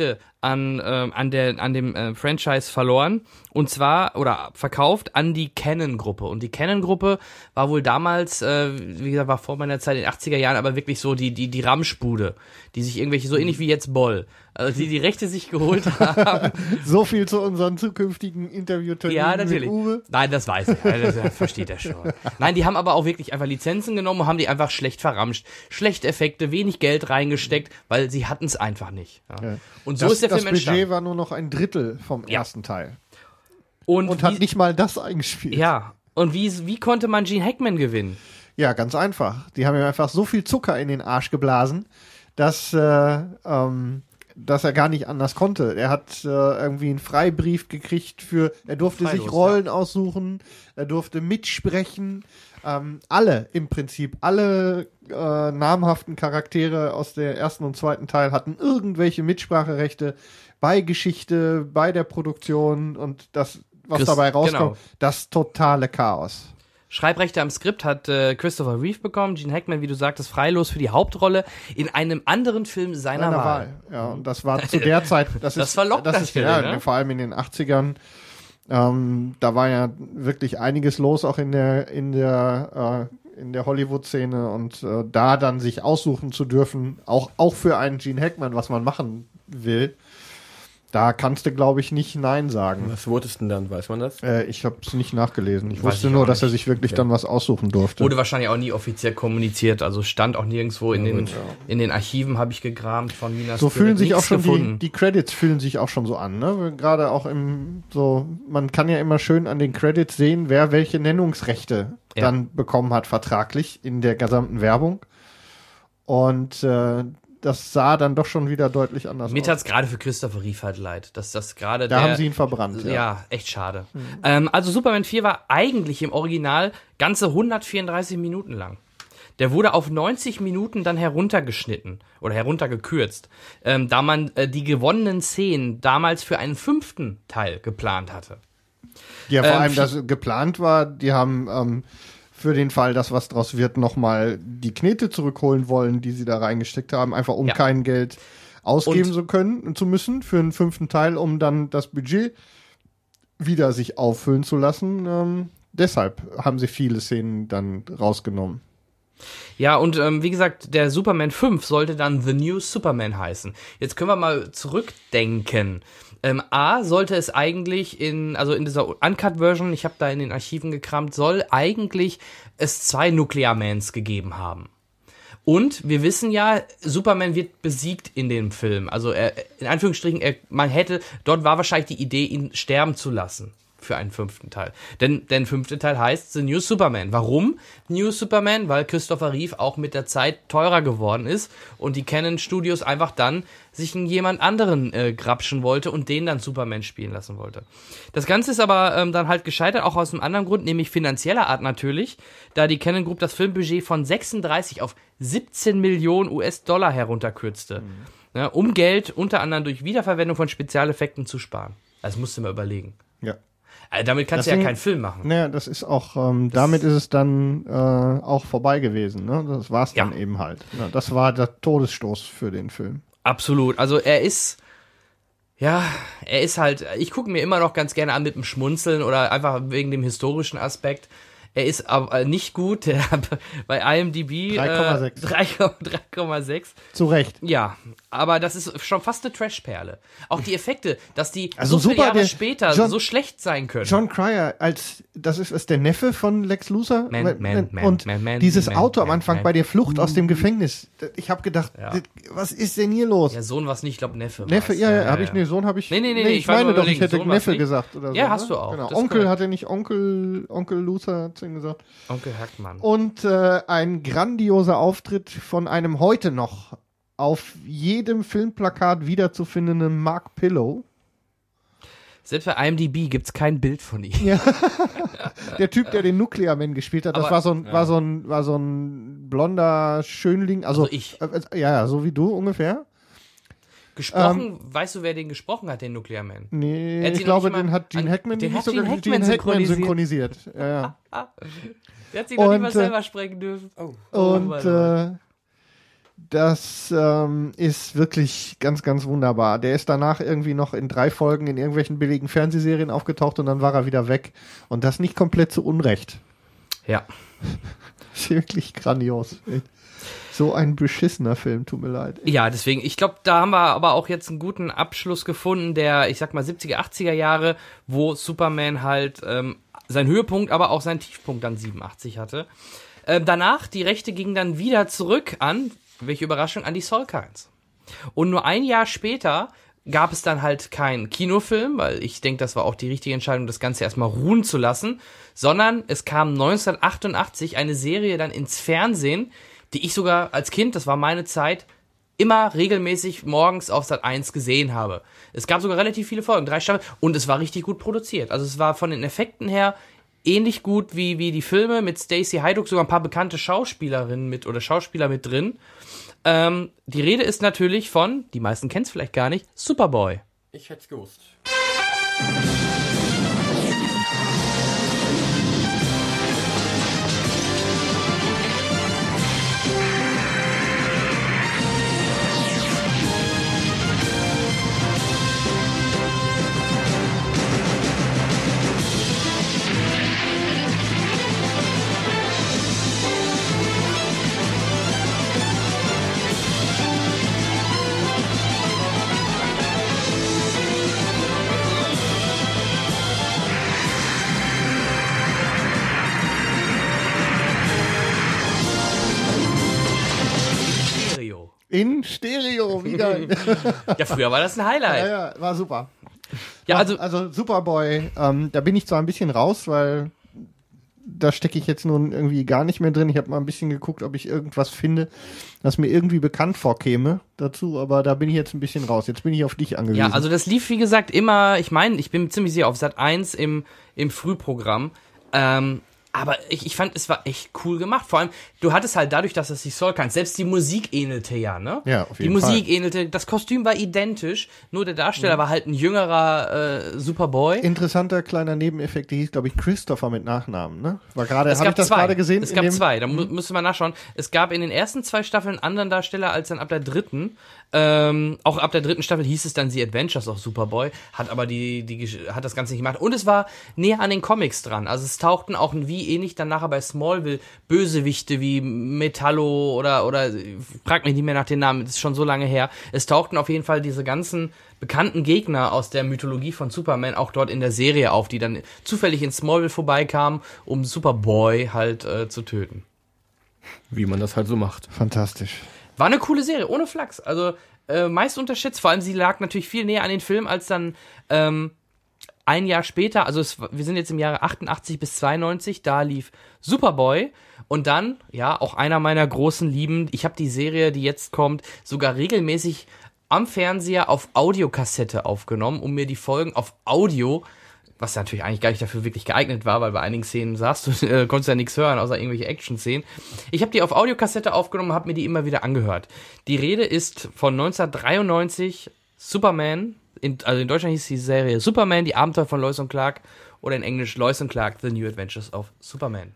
an, äh, an, der, an dem äh, Franchise verloren. Und zwar, oder verkauft an die Canon-Gruppe. Und die Canon-Gruppe war wohl damals, äh, wie gesagt, war vor meiner Zeit in den achtziger Jahren, aber wirklich so die, die, die Ramschbude, die sich irgendwelche, so ähnlich wie jetzt Boll, also die die Rechte sich geholt haben. So viel zu unseren zukünftigen Interviewterminen Ja, natürlich. mit Uwe. Nein, das weiß ich. Das, das versteht er schon. Nein, die haben aber auch wirklich einfach Lizenzen genommen und haben die einfach schlecht verramscht. Schlechte Effekte, wenig Geld reingesteckt, weil sie hatten es einfach nicht. Ja. Ja. Und so das, ist der das Film Budget entstanden. war nur noch ein Drittel vom Ja. ersten Teil. Und, Und wie, hat nicht mal das eingespielt. Ja. Und wie, wie konnte man Gene Hackman gewinnen? Ja, ganz einfach. Die haben ihm einfach so viel Zucker in den Arsch geblasen, dass, äh, ähm, dass er gar nicht anders konnte. Er hat äh, irgendwie einen Freibrief gekriegt für, er durfte Freilos, sich Rollen aussuchen, er durfte mitsprechen. Ähm, alle im Prinzip, alle äh, namhaften Charaktere aus der ersten und zweiten Teil hatten irgendwelche Mitspracherechte bei Geschichte, bei der Produktion und das, was Chris- dabei rauskommt, genau. das totale Chaos. Schreibrechte am Skript hat äh, Christopher Reeve bekommen. Gene Hackman, wie du sagtest, freilos für die Hauptrolle in einem anderen Film seiner, Seiner Wahl. Ja, und das war zu der Zeit, das, Das ist, verlockt das ist natürlich, ja, ne? vor allem in den achtzigern, ähm, da war ja wirklich einiges los, auch in der, in der, äh, in der Hollywood-Szene und äh, da dann sich aussuchen zu dürfen, auch, auch für einen Gene Hackman, was man machen will, da kannst du, glaube ich, nicht Nein sagen. Was wurde es denn dann? Weiß man das? Äh, ich habe es nicht nachgelesen. Ich Weiß wusste ich nur, auch dass er nicht. sich wirklich Okay. dann was aussuchen durfte. Wurde wahrscheinlich auch nie offiziell kommuniziert, also stand auch nirgendwo in, Ja, den, gut, ja. in den Archiven, habe ich gekramt von Minas So Tirith, fühlen sich auch nichts schon die, gefunden. die Credits fühlen sich auch schon so an, ne? Gerade auch im so, man kann ja immer schön an den Credits sehen, wer welche Nennungsrechte Ja. dann bekommen hat vertraglich in der gesamten Werbung. Und äh, das sah dann doch schon wieder deutlich anders Mir aus. tat's gerade für Christopher Reeve halt leid, dass das gerade Da der- haben sie ihn verbrannt, Ja, ja. echt schade. Ähm, also Superman vier war eigentlich im Original ganze hundertvierunddreißig Minuten lang. Der wurde auf neunzig Minuten dann heruntergeschnitten oder heruntergekürzt, ähm, da man äh, die gewonnenen Szenen damals für einen fünften Teil geplant hatte. Ja, vor Ähm, allem, dass geplant war, die haben ähm, für den Fall, dass was draus wird, nochmal die Knete zurückholen wollen, die sie da reingesteckt haben, einfach um Ja. kein Geld ausgeben Und- zu können, zu müssen für einen fünften Teil, um dann das Budget wieder sich auffüllen zu lassen. Ähm, deshalb haben sie viele Szenen dann rausgenommen. Ja, und ähm, wie gesagt, der Superman fünf sollte dann The New Superman heißen. Jetzt können wir mal zurückdenken. Ähm, A, sollte es eigentlich in, also in dieser Uncut-Version, ich habe da in den Archiven gekramt, soll eigentlich es zwei Nuclear-Mans gegeben haben. Und wir wissen ja, Superman wird besiegt in dem Film. Also er, in Anführungsstrichen, er, man hätte, dort war wahrscheinlich die Idee, ihn sterben zu lassen für einen fünften Teil. Denn der fünfte Teil heißt The New Superman. Warum New Superman? Weil Christopher Reeve auch mit der Zeit teurer geworden ist und die Canon Studios einfach dann sich in jemand anderen äh, grapschen wollte und den dann Superman spielen lassen wollte. Das Ganze ist aber ähm, dann halt gescheitert, auch aus einem anderen Grund, nämlich finanzieller Art natürlich, da die Canon Group das Filmbudget von sechsunddreißig auf siebzehn Millionen U S-Dollar herunterkürzte, Mhm. ja, um Geld unter anderem durch Wiederverwendung von Spezialeffekten zu sparen. Das musst du mal überlegen. Ja. Also damit kannst Das du ja Ding- keinen Film machen. Naja, das ist auch, ähm, damit ist es dann äh, auch vorbei gewesen. Ne? Das war's dann eben halt. Ja, das war der Todesstoß für den Film. Absolut. Also er ist, ja, er ist halt, ich gucke mir immer noch ganz gerne an mit dem Schmunzeln oder einfach wegen dem historischen Aspekt. Er ist aber nicht gut. Der hat bei I M D B drei Komma sechs. Äh, drei Komma sechs. Zu Recht. Ja, aber das ist schon fast eine Trashperle. Auch die Effekte, dass die Also so viele super, Jahre der später John- so schlecht sein können. John Cryer als, das ist, ist der Neffe von Lex Luthor. Man, man, man, und man, man, dieses man, Auto am man, Anfang man. bei der Flucht aus dem Gefängnis. Ich habe gedacht, Ja. das- was ist denn hier los? Ja, Sohn war es nicht, ich glaube Neffe. Neffe, war's. ja, ja, habe ich, nee, Sohn habe ich. Nee, nee, nee, nee ich ich war meine nur doch, ich überlegen, hätte Sohn war's Neffe nicht. gesagt oder so. Ja, hast ne? du auch. Genau. Das ist Onkel korrekt. hat er nicht, Onkel, Onkel Luthor hat ihn gesagt. Onkel Hackmann. Und äh, ein grandioser Auftritt von einem heute noch auf jedem Filmplakat wiederzufindenden Mark Pillow. Selbst bei I M D B gibt's kein Bild von ihm. Ja. Der Typ, der den Nuclear Man gespielt hat, das Aber- war so ein, ja. war so ein, war so ein blonder Schönling. Also, Also ich. Äh, äh, ja, ja, so wie du ungefähr. Gesprochen, weißt du, wer den gesprochen hat, den Nuclear Man? Nee, Er hat ich ihn glaube, noch nicht den mal hat Gene an- Hackman, den nicht hat sogar Gene Gene Hackman Hackman synchronisiert. synchronisiert. Ja, ja. Der hat sich noch nicht Und, mal äh, selber sprechen dürfen. Oh. Und Mann, Mann. äh, Das ähm, ist wirklich ganz, ganz wunderbar. Der ist danach irgendwie noch in drei Folgen in irgendwelchen billigen Fernsehserien aufgetaucht und dann war er wieder weg. Und das nicht komplett zu Unrecht. Ja. Ist wirklich grandios. So ein beschissener Film, tut mir leid. Ja, deswegen, ich glaube, da haben wir aber auch jetzt einen guten Abschluss gefunden, der, ich sag mal, siebziger, achtziger Jahre, wo Superman halt ähm, seinen Höhepunkt, aber auch seinen Tiefpunkt dann siebenundachtzig hatte. Äh, danach, die Rechte gingen dann wieder zurück an, welche Überraschung, an die Salkinds. Und nur ein Jahr später gab es dann halt keinen Kinofilm, weil ich denke, das war auch die richtige Entscheidung, das Ganze erstmal ruhen zu lassen, sondern es kam neunzehnhundertachtundachtzig eine Serie dann ins Fernsehen, die ich sogar als Kind, das war meine Zeit, immer regelmäßig morgens auf Sat eins gesehen habe. Es gab sogar relativ viele Folgen, drei Staffeln, und es war richtig gut produziert. Also es war von den Effekten her ähnlich gut wie, wie die Filme mit Stacey Hayduk, sogar ein paar bekannte Schauspielerinnen mit oder Schauspieler mit drin. Ähm, die Rede ist natürlich von, die meisten kennen es vielleicht gar nicht, Superboy. Ich hätte es gewusst. In Stereo wieder. Ja, früher war das ein Highlight. Ja, ja, war super. Ja, also, also Superboy, ähm, da bin ich zwar ein bisschen raus, weil da stecke ich jetzt nun irgendwie gar nicht mehr drin. Ich habe mal ein bisschen geguckt, ob ich irgendwas finde, das mir irgendwie bekannt vorkäme dazu, aber da bin ich jetzt ein bisschen raus. Jetzt bin ich auf dich angewiesen. Ja, also das lief, wie gesagt, immer, ich meine, ich bin ziemlich sicher, auf Sat eins im, im Frühprogramm. Ähm, aber ich, ich fand, es war echt cool gemacht. Vor allem, du hattest halt dadurch, dass es die Salkinds, selbst die Musik ähnelte ja, ne? Ja, auf jeden Die Fall. Musik ähnelte, das Kostüm war identisch, nur der Darsteller mhm. war halt ein jüngerer äh, Superboy. Interessanter kleiner Nebeneffekt, der hieß, glaube ich, Christopher mit Nachnamen, ne? War gerade, habe ich das gerade gesehen? Es gab zwei, da mu- müsste man nachschauen. Es gab in den ersten zwei Staffeln einen anderen Darsteller als dann ab der dritten. Ähm, auch ab der dritten Staffel hieß es dann The Adventures of Superboy, hat aber die, die, hat das Ganze nicht gemacht. Und es war näher an den Comics dran. Also es tauchten auch wie ähnlich dann nachher bei Smallville Bösewichte wie Metallo oder, oder, frag mich nicht mehr nach den Namen, das ist schon so lange her. Es tauchten auf jeden Fall diese ganzen bekannten Gegner aus der Mythologie von Superman auch dort in der Serie auf, die dann zufällig in Smallville vorbeikamen, um Superboy halt äh, zu töten. Wie man das halt so macht. Fantastisch. War eine coole Serie, ohne Flachs. Also äh, meist unterschätzt. Vor allem, sie lag natürlich viel näher an den Film als dann ähm, ein Jahr später. Also es, wir sind jetzt im Jahre achtundachtzig bis zweiundneunzig. Da lief Superboy. Und dann, ja, auch einer meiner großen Lieben. Ich habe die Serie, die jetzt kommt, sogar regelmäßig am Fernseher auf Audiokassette aufgenommen, um mir die Folgen auf Audio, was natürlich eigentlich gar nicht dafür wirklich geeignet war, weil bei einigen Szenen saßt du, äh, konntest ja nichts hören, außer irgendwelche Action-Szenen. Ich habe die auf Audiokassette aufgenommen und habe mir die immer wieder angehört. Die Rede ist von neunzehnhundertdreiundneunzig, Superman, in, also in Deutschland hieß die Serie Superman, die Abenteuer von Lois und Clark, oder in Englisch Lois und Clark, The New Adventures of Superman.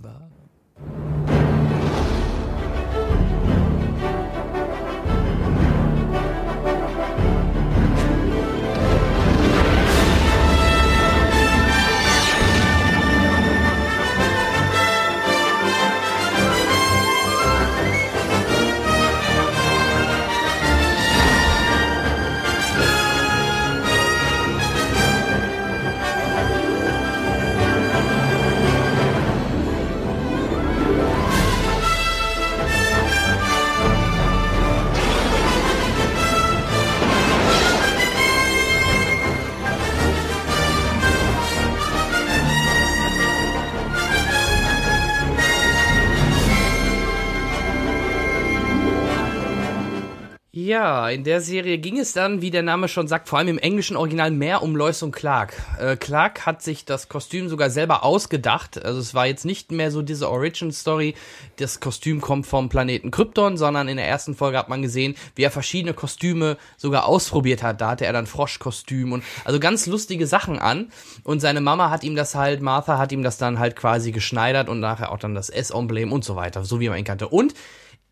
Ja, in der Serie ging es dann, wie der Name schon sagt, vor allem im englischen Original mehr um Lois und Clark. Äh, Clark hat sich das Kostüm sogar selber ausgedacht. Also es war jetzt nicht mehr so diese Origin-Story, das Kostüm kommt vom Planeten Krypton, sondern in der ersten Folge hat man gesehen, wie er verschiedene Kostüme sogar ausprobiert hat. Da hatte er dann Froschkostüm und also ganz lustige Sachen an. Und seine Mama hat ihm das halt, Martha hat ihm das dann halt quasi geschneidert und nachher auch dann das S-Emblem und so weiter, so wie man ihn kannte. Und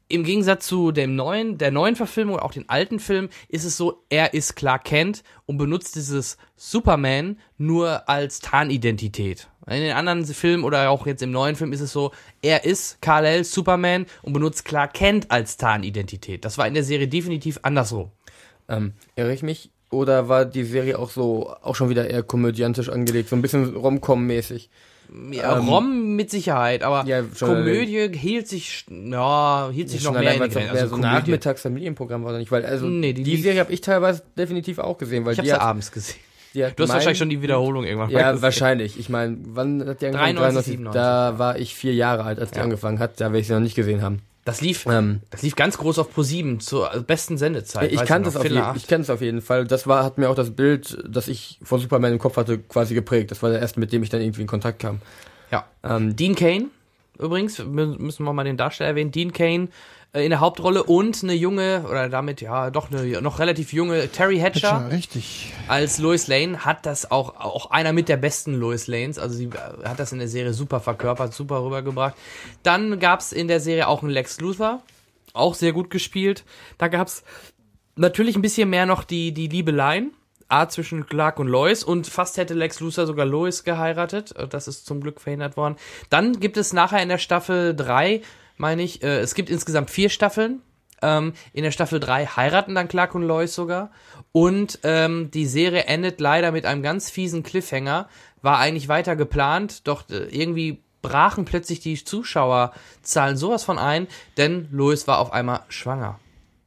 im Gegensatz zu dem neuen, der neuen Verfilmung, auch den alten Film, ist es so, er ist Clark Kent und benutzt dieses Superman nur als Tarnidentität. In den anderen Filmen oder auch jetzt im neuen Film ist es so, er ist Kal-El Superman und benutzt Clark Kent als Tarnidentität. Das war in der Serie definitiv andersrum. Ähm, irre ich mich? Oder war die Serie auch so, auch schon wieder eher komödiantisch angelegt, so ein bisschen Rom-Com-mäßig? Ja, ähm, Rom mit Sicherheit, aber ja, Komödie hielt sich, ja, hielt sich ja, noch mehr in den Grenzen. Also so Nachmittags-Familienprogramm war da nicht, weil also nee, die, die Serie habe ich teilweise definitiv auch gesehen, weil ich habe sie sie abends gesehen. Du hast mein, wahrscheinlich schon die Wiederholung irgendwann Ja, gesehen. Wahrscheinlich. Ich meine, wann hat die angefangen? dreiundneunzig, siebenundneunzig. Da war ich vier Jahre alt, als die ja. angefangen hat. Da werde ich sie noch nicht gesehen haben. Das lief, ähm, das lief ganz groß auf ProSieben zur besten Sendezeit. Ich kannte es auf, je, ich kannte es auf jeden Fall. Das war, hat mir auch das Bild, das ich von Superman im Kopf hatte, quasi geprägt. Das war der erste, mit dem ich dann irgendwie in Kontakt kam. Ja. Ähm, Dean Cain, übrigens, müssen wir mal den Darsteller erwähnen. Dean Cain äh, in der Hauptrolle und eine junge, oder damit, ja, doch eine noch relativ junge Terry Hatcher. Hatcher, richtig. Als Lois Lane hat das auch, auch einer mit der besten Lois Lanes. Also sie hat das in der Serie super verkörpert, super rübergebracht. Dann gab's in der Serie auch einen Lex Luthor. Auch sehr gut gespielt. Da gab's natürlich ein bisschen mehr noch die, die Liebeleien. A, zwischen Clark und Lois, und fast hätte Lex Luthor sogar Lois geheiratet. Das ist zum Glück verhindert worden. Dann gibt es nachher in der Staffel drei, meine ich, äh, es gibt insgesamt vier Staffeln. Ähm, in der Staffel drei heiraten dann Clark und Lois sogar. Und ähm, die Serie endet leider mit einem ganz fiesen Cliffhanger. War eigentlich weiter geplant, doch äh, irgendwie brachen plötzlich die Zuschauerzahlen sowas von ein, denn Lois war auf einmal schwanger.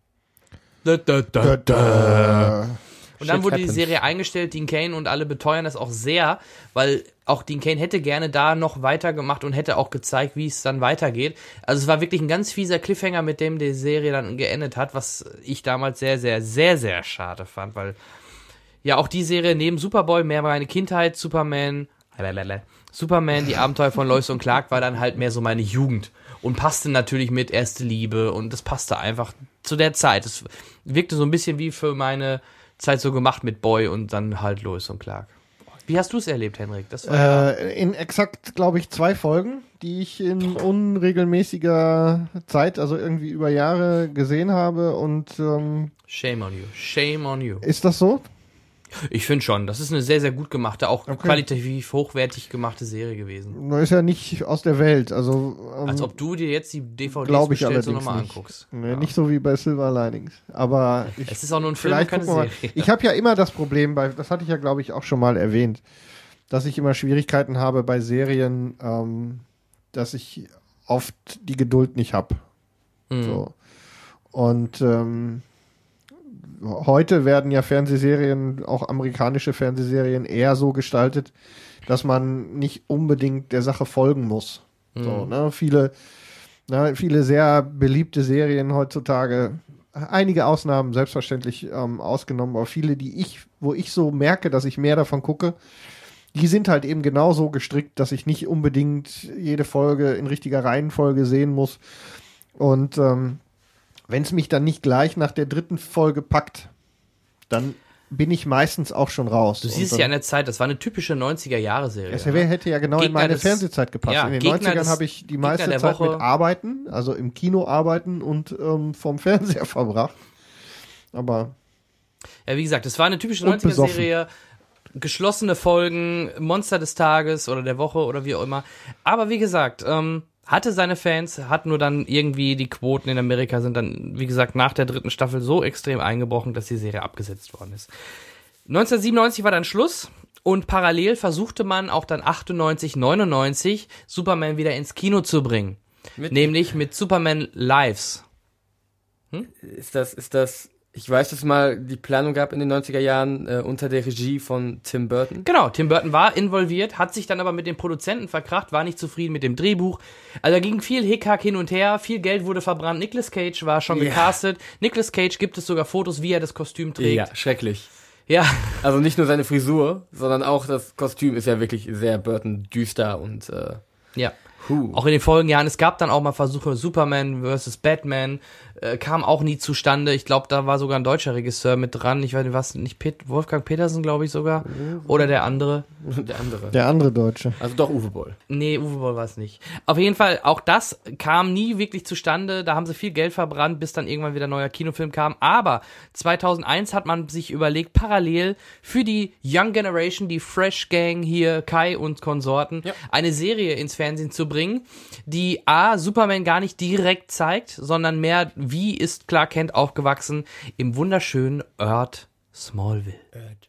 Da, da, da, da. Und dann wurde die Serie eingestellt, Dean Cain, und alle beteuern das auch sehr, weil auch Dean Cain hätte gerne da noch weitergemacht und hätte auch gezeigt, wie es dann weitergeht. Also es war wirklich ein ganz fieser Cliffhanger, mit dem die Serie dann geendet hat, was ich damals sehr, sehr, sehr, sehr schade fand, weil ja auch die Serie neben Superboy, mehr meine Kindheit, Superman, Superman, die Abenteuer von Lois und Clark war dann halt mehr so meine Jugend und passte natürlich mit Erste Liebe und das passte einfach zu der Zeit. Es wirkte so ein bisschen wie für meine Zeit so gemacht mit Boy und dann halt Lois und Clark. Wie hast du es erlebt, Henrik? Das war äh, in exakt, glaube ich, zwei Folgen, die ich in unregelmäßiger Zeit, also irgendwie über Jahre gesehen habe und ähm, Shame on you. Shame on you. Ist das so? Ich finde schon. Das ist eine sehr, sehr gut gemachte, auch okay. qualitativ hochwertig gemachte Serie gewesen. Ist ja nicht aus der Welt. Also, ähm, Als ob du dir jetzt die D V Ds bestellst und nochmal anguckst. Nee, ja. Nicht so wie bei Silver Linings. Aber ich, es ist auch nur ein Film und keine Serie. Ich habe ja immer das Problem, bei, das hatte ich ja, glaube ich, auch schon mal erwähnt, dass ich immer Schwierigkeiten habe bei Serien, ähm, dass ich oft die Geduld nicht habe. Mhm. So. Und ähm, heute werden ja Fernsehserien, auch amerikanische Fernsehserien, eher so gestaltet, dass man nicht unbedingt der Sache folgen muss. Mhm. So, ne? Viele, ne, viele sehr beliebte Serien heutzutage, einige Ausnahmen selbstverständlich ähm, ausgenommen, aber viele, die ich, wo ich so merke, dass ich mehr davon gucke, die sind halt eben genauso gestrickt, dass ich nicht unbedingt jede Folge in richtiger Reihenfolge sehen muss. Und ähm, wenn es mich dann nicht gleich nach der dritten Folge packt, dann bin ich meistens auch schon raus. Du siehst ja an der Zeit, das war eine typische neunziger-Jahre-Serie. S R W hätte ja genau Gegner in meine des, Fernsehzeit gepasst. Ja, in den Gegner neunzigern habe ich die meiste Zeit Woche. mit Arbeiten, also im Kino arbeiten und ähm, vom Fernseher verbracht. Aber ja, wie gesagt, das war eine typische neunziger-Serie. Geschlossene Folgen, Monster des Tages oder der Woche oder wie auch immer. Aber wie gesagt, ähm, hatte seine Fans, hat nur dann irgendwie die Quoten in Amerika sind dann, wie gesagt, nach der dritten Staffel so extrem eingebrochen, dass die Serie abgesetzt worden ist. neunzehnhundertsiebenundneunzig war dann Schluss und parallel versuchte man auch dann achtundneunzig, neunundneunzig Superman wieder ins Kino zu bringen. Mit nämlich mit Superman Lives. Hm? Ist das, ist das... Ich weiß, dass es mal die Planung gab in den neunziger Jahren äh, unter der Regie von Tim Burton. Genau, Tim Burton war involviert, hat sich dann aber mit den Produzenten verkracht, war nicht zufrieden mit dem Drehbuch. Also da ging viel Hickhack hin und her, viel Geld wurde verbrannt. Nicolas Cage war schon ja. gecastet. Nicolas Cage gibt es sogar Fotos, wie er das Kostüm trägt. Ja, schrecklich. Ja. Also nicht nur seine Frisur, sondern auch das Kostüm ist ja wirklich sehr Burton düster und äh, ja. Huh. Auch in den folgenden Jahren, es gab dann auch mal Versuche, Superman versus Batman, Äh, kam auch nie zustande. Ich glaube, da war sogar ein deutscher Regisseur mit dran. Ich weiß nicht, was, nicht Pet- Wolfgang Petersen, glaube ich sogar. Oder der andere. Der andere. Der andere Deutsche. Also doch Uwe Boll. Nee, Uwe Boll war es nicht. Auf jeden Fall, auch das kam nie wirklich zustande. Da haben sie viel Geld verbrannt, bis dann irgendwann wieder ein neuer Kinofilm kam. Aber zweitausendeins hat man sich überlegt, parallel für die Young Generation, die Fresh Gang hier, Kai und Konsorten, ja. eine Serie ins Fernsehen zu bringen, die A, Superman gar nicht direkt zeigt, sondern mehr, wie ist Clark Kent aufgewachsen im wunderschönen Ort Smallville. Ört.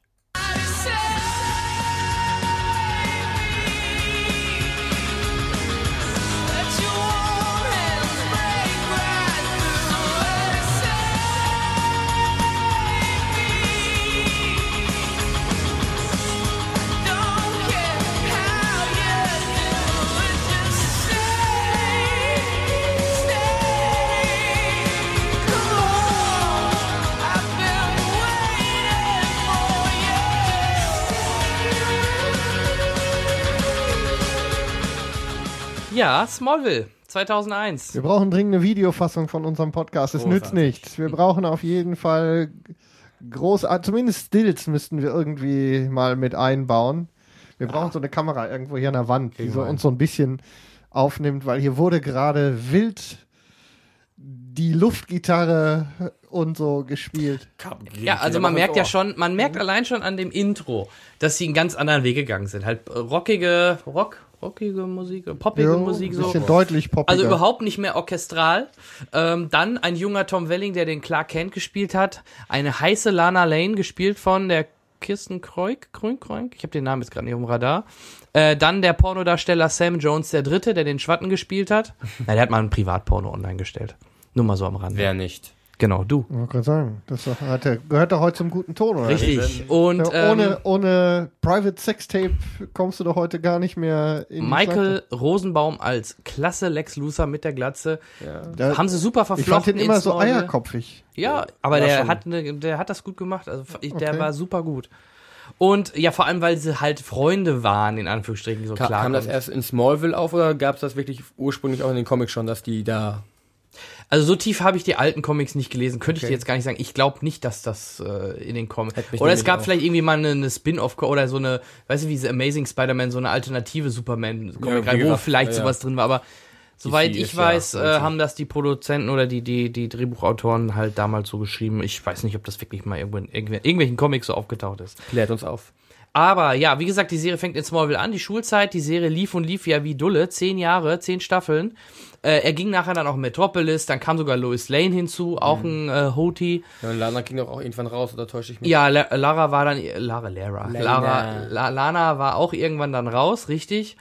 Ja, Smallville, zweitausendeins. Wir brauchen dringend eine Videofassung von unserem Podcast. Es nützt nichts. Wir brauchen auf jeden Fall groß, zumindest Stills müssten wir irgendwie mal mit einbauen. Wir brauchen ja. so eine Kamera irgendwo hier an der Wand, die so, uns so ein bisschen aufnimmt, weil hier wurde gerade wild die Luftgitarre und so gespielt. Ja, also man merkt ja schon, man merkt allein schon an dem Intro, dass sie einen ganz anderen Weg gegangen sind. Halt rockige, Rock, rockige Musik, poppige ja, Musik. So. Ein bisschen deutlich poppiger. Also überhaupt nicht mehr orchestral. Ähm, dann ein junger Tom Welling, der den Clark Kent gespielt hat. Eine heiße Lana Lane, gespielt von der Kirsten Kreuk, Kreuk, Kreuk? Ich habe den Namen jetzt gerade nicht auf dem Radar. Äh, dann der Pornodarsteller Sam Jones der Dritte, der den Schwatten gespielt hat. Na, der hat mal ein Privatporno online gestellt. Nur mal so am Rande. Wer nicht? Genau, du. Ich wollte gerade sagen, das hat der, gehört doch heute zum guten Ton, oder? Richtig. Und ja, ohne, ähm, ohne Private Sextape kommst du doch heute gar nicht mehr in Michael Rosenbaum als klasse Lex Luthor mit der Glatze. Ja. Da, haben sie super verflochten. Ich fand ihn immer so eierkopfig. Ja, aber der hat, ne, der hat das gut gemacht. Also der okay. war super gut. Und ja, vor allem, weil sie halt Freunde waren, in Anführungsstrichen, so Ka- klar. Kam das erst in Smallville auf oder gab es das wirklich ursprünglich auch in den Comics schon, dass die da... Also so tief habe ich die alten Comics nicht gelesen, könnte okay. ich dir jetzt gar nicht sagen. Ich glaube nicht, dass das äh, in den Comics... Oder es gab auch. vielleicht irgendwie mal eine, eine Spin-Off oder so eine, weißt du, wie The Amazing Spider-Man, so eine alternative Superman-Comic, ja, wo vielleicht ja, sowas ja. drin war, aber soweit ich weiß, ja, äh, haben das die Produzenten oder die, die, die Drehbuchautoren halt damals so geschrieben. Ich weiß nicht, ob das wirklich mal irgendwo in irgendwelchen Comics so aufgetaucht ist. Klärt uns auf. Aber ja, wie gesagt, die Serie fängt in Smallville an, die Schulzeit, die Serie lief und lief ja wie Dulle, zehn Jahre, zehn Staffeln. Äh, er ging nachher dann auch in Metropolis, dann kam sogar Lois Lane hinzu, auch mhm. ein äh, Houthi. Ja, und Lana ging doch auch irgendwann raus, oder täusche ich mich? Ja, La- Lara war dann, Lara, Lara, Lara, La- Lana war auch irgendwann dann raus, richtig.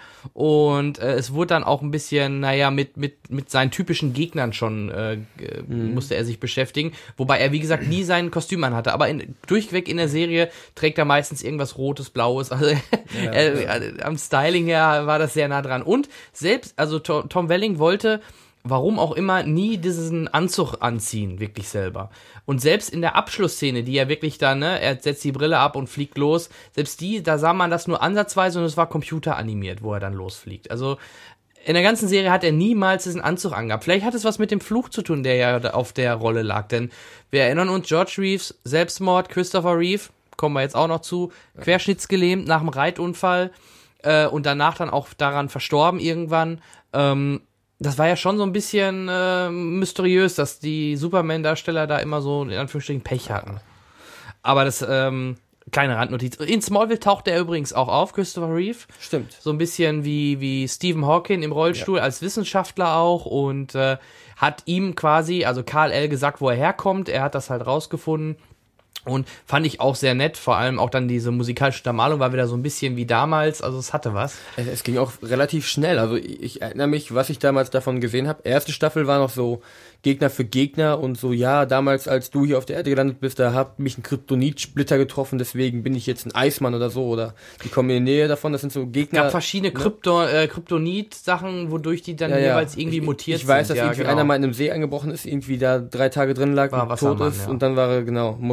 Und äh, es wurde dann auch ein bisschen, naja, mit mit mit seinen typischen Gegnern schon äh, mhm. musste er sich beschäftigen. Wobei er, wie gesagt, nie sein Kostüm anhatte. Aber in, durchweg in der Serie trägt er meistens irgendwas Rotes, Blaues. Also ja, äh, ja. am Styling her war das sehr nah dran. Und selbst, also to- Tom Welling wollte, warum auch immer, nie diesen Anzug anziehen, wirklich selber. Und selbst in der Abschlussszene, die ja wirklich dann, ne, er setzt die Brille ab und fliegt los, selbst die, da sah man das nur ansatzweise und es war computeranimiert, wo er dann losfliegt. Also in der ganzen Serie hat er niemals diesen Anzug angehabt. Vielleicht hat es was mit dem Fluch zu tun, der ja auf der Rolle lag, denn wir erinnern uns, George Reeves, Selbstmord, Christopher Reeve, kommen wir jetzt auch noch zu, ja. querschnittsgelähmt nach dem Reitunfall äh, und danach dann auch daran verstorben irgendwann. Ähm, Das war ja schon so ein bisschen äh, mysteriös, dass die Superman-Darsteller da immer so in Anführungsstrichen Pech hatten. Aber das, ähm, kleine Randnotiz. In Smallville tauchte er übrigens auch auf, Christopher Reeve. Stimmt. So ein bisschen wie, wie Stephen Hawking im Rollstuhl, ja. als Wissenschaftler auch und äh, hat ihm quasi, also Kal El, gesagt, wo er herkommt. Er hat das halt rausgefunden. Und fand ich auch sehr nett, vor allem auch dann diese musikalische Untermalung war wieder so ein bisschen wie damals, also es hatte was. Es, es ging auch relativ schnell, also ich, ich erinnere mich, was ich damals davon gesehen habe. Erste Staffel war noch so Gegner für Gegner und so, ja, damals, als du hier auf der Erde gelandet bist, da hat mich ein Kryptonit-Splitter getroffen, deswegen bin ich jetzt ein Eismann oder so, oder die kommen in die Nähe davon, das sind so Gegner. Es gab verschiedene ne? Krypto, äh, Kryptonit-Sachen, wodurch die dann ja, jeweils ja. irgendwie ich, mutiert ich, ich weiß, sind. dass ja, irgendwie genau. einer mal in einem See eingebrochen ist, irgendwie da drei Tage drin lag war und tot ist ja. und dann war er, genau, musste ja, genau.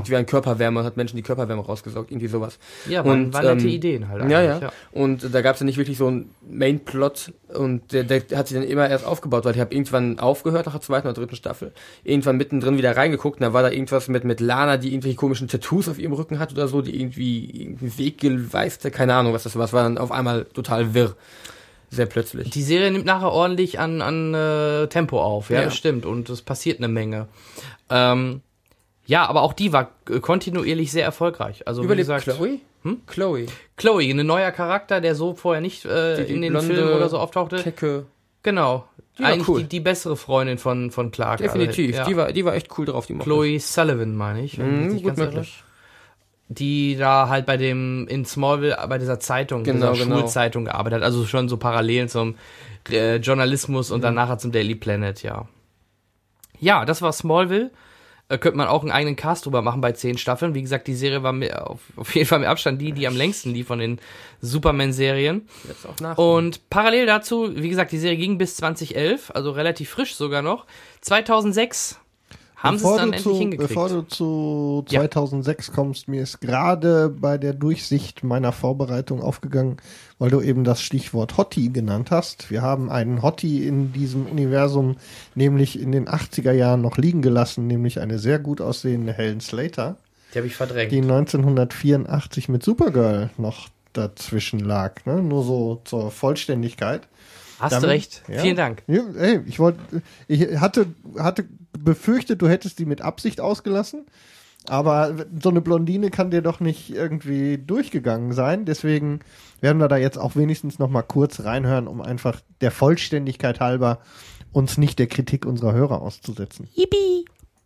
irgendwie an Körperwärme, hat Menschen die Körperwärme rausgesaugt, irgendwie sowas. Ja, waren, und, waren nette ähm, Ideen halt ja, eigentlich. ja, Ja. Und da gab es ja nicht wirklich so einen Main-Plot und der, der hat sich dann immer erst aufgebaut, weil ich habe irgendwann aufgehört nach der zweiten oder dritten Staffel, irgendwann mittendrin wieder reingeguckt und da war da irgendwas mit, mit Lana, die irgendwelche komischen Tattoos auf ihrem Rücken hat oder so, die irgendwie irgendeinen Weg geweiste, keine Ahnung, was das war, es war dann auf einmal total wirr. Sehr plötzlich. Die Serie nimmt nachher ordentlich an, an äh, Tempo auf, ja, Ja. das stimmt. Und es passiert eine Menge. Ähm, ja, aber auch die war äh, kontinuierlich sehr erfolgreich. Also Überlebt wie gesagt, Chloe? Hm? Chloe. Chloe, ein neuer Charakter, der so vorher nicht äh, Die- die in den blonde, Filmen oder so auftauchte. Kecke. Genau. Die war Eigentlich cool. die, die bessere Freundin von, von Clark. Definitiv. Also, ja. Die war, die war echt cool drauf, die mochte Chloe Sullivan, meine ich. wenn ich Mhm, mich nicht gut ganz irre. möglich. Die da halt bei dem, in Smallville, bei dieser Zeitung, Genau, dieser genau. Schulzeitung gearbeitet hat. Also schon so Parallelen zum äh, Journalismus und dann nachher zum Daily Planet, ja. Ja, das war Smallville. Äh, könnte man auch einen eigenen Cast drüber machen bei zehn Staffeln. Wie gesagt, die Serie war mit, auf, auf jeden Fall mit Abstand die, die am längsten lief von den Superman-Serien. Jetzt auch nach. Und parallel dazu, wie gesagt, die Serie ging bis zwanzig elf, also relativ frisch sogar noch. zweitausendsechs haben sie es Bevor dann du endlich zu, hingekriegt. Bevor du zu Ja. zweitausendsechs kommst, mir ist gerade bei der Durchsicht meiner Vorbereitung aufgegangen, weil du eben das Stichwort Hottie genannt hast. Wir haben einen Hottie in diesem Universum nämlich in den achtziger Jahren noch liegen gelassen, nämlich eine sehr gut aussehende Helen Slater, Die habe ich verdrängt. die neunzehnhundertvierundachtzig mit Supergirl noch dazwischen lag. Ne? Nur so zur Vollständigkeit. Hast du recht. Vielen Dank. Ja, ey, ich wollte, ich hatte, hatte befürchtet, du hättest die mit Absicht ausgelassen. Aber so eine Blondine kann dir doch nicht irgendwie durchgegangen sein. Deswegen werden wir da jetzt auch wenigstens noch mal kurz reinhören, um einfach der Vollständigkeit halber uns nicht der Kritik unserer Hörer auszusetzen. Yippie!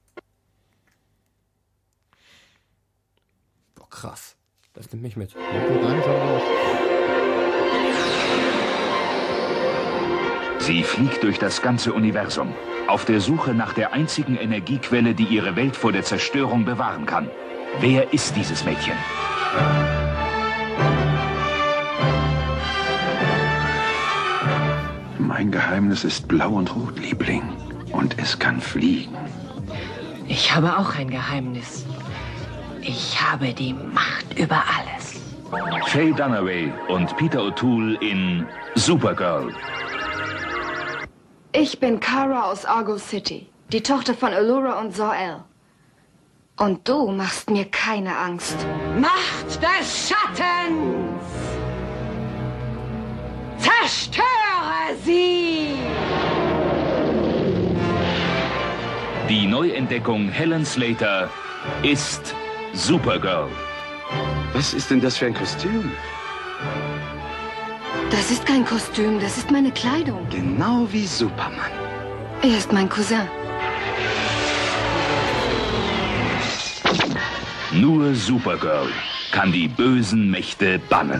Boah, krass. Das nimmt mich mit. Sie fliegt durch das ganze Universum, auf der Suche nach der einzigen Energiequelle, die ihre Welt vor der Zerstörung bewahren kann. Wer ist dieses Mädchen? Mein Geheimnis ist blau und rot, Liebling. Und es kann fliegen. Ich habe auch ein Geheimnis. Ich habe die Macht über alles. Faye Dunaway und Peter O'Toole in Supergirl. Ich bin Kara aus Argo City, die Tochter von Allura und Zor-El. Und du machst mir keine Angst. Macht des Schattens! Zerstöre sie! Die Neuentdeckung Helen Slater ist Supergirl. Was ist denn das für ein Kostüm? Das ist kein Kostüm, das ist meine Kleidung. Genau wie Superman. Er ist mein Cousin. Nur Supergirl kann die bösen Mächte bannen.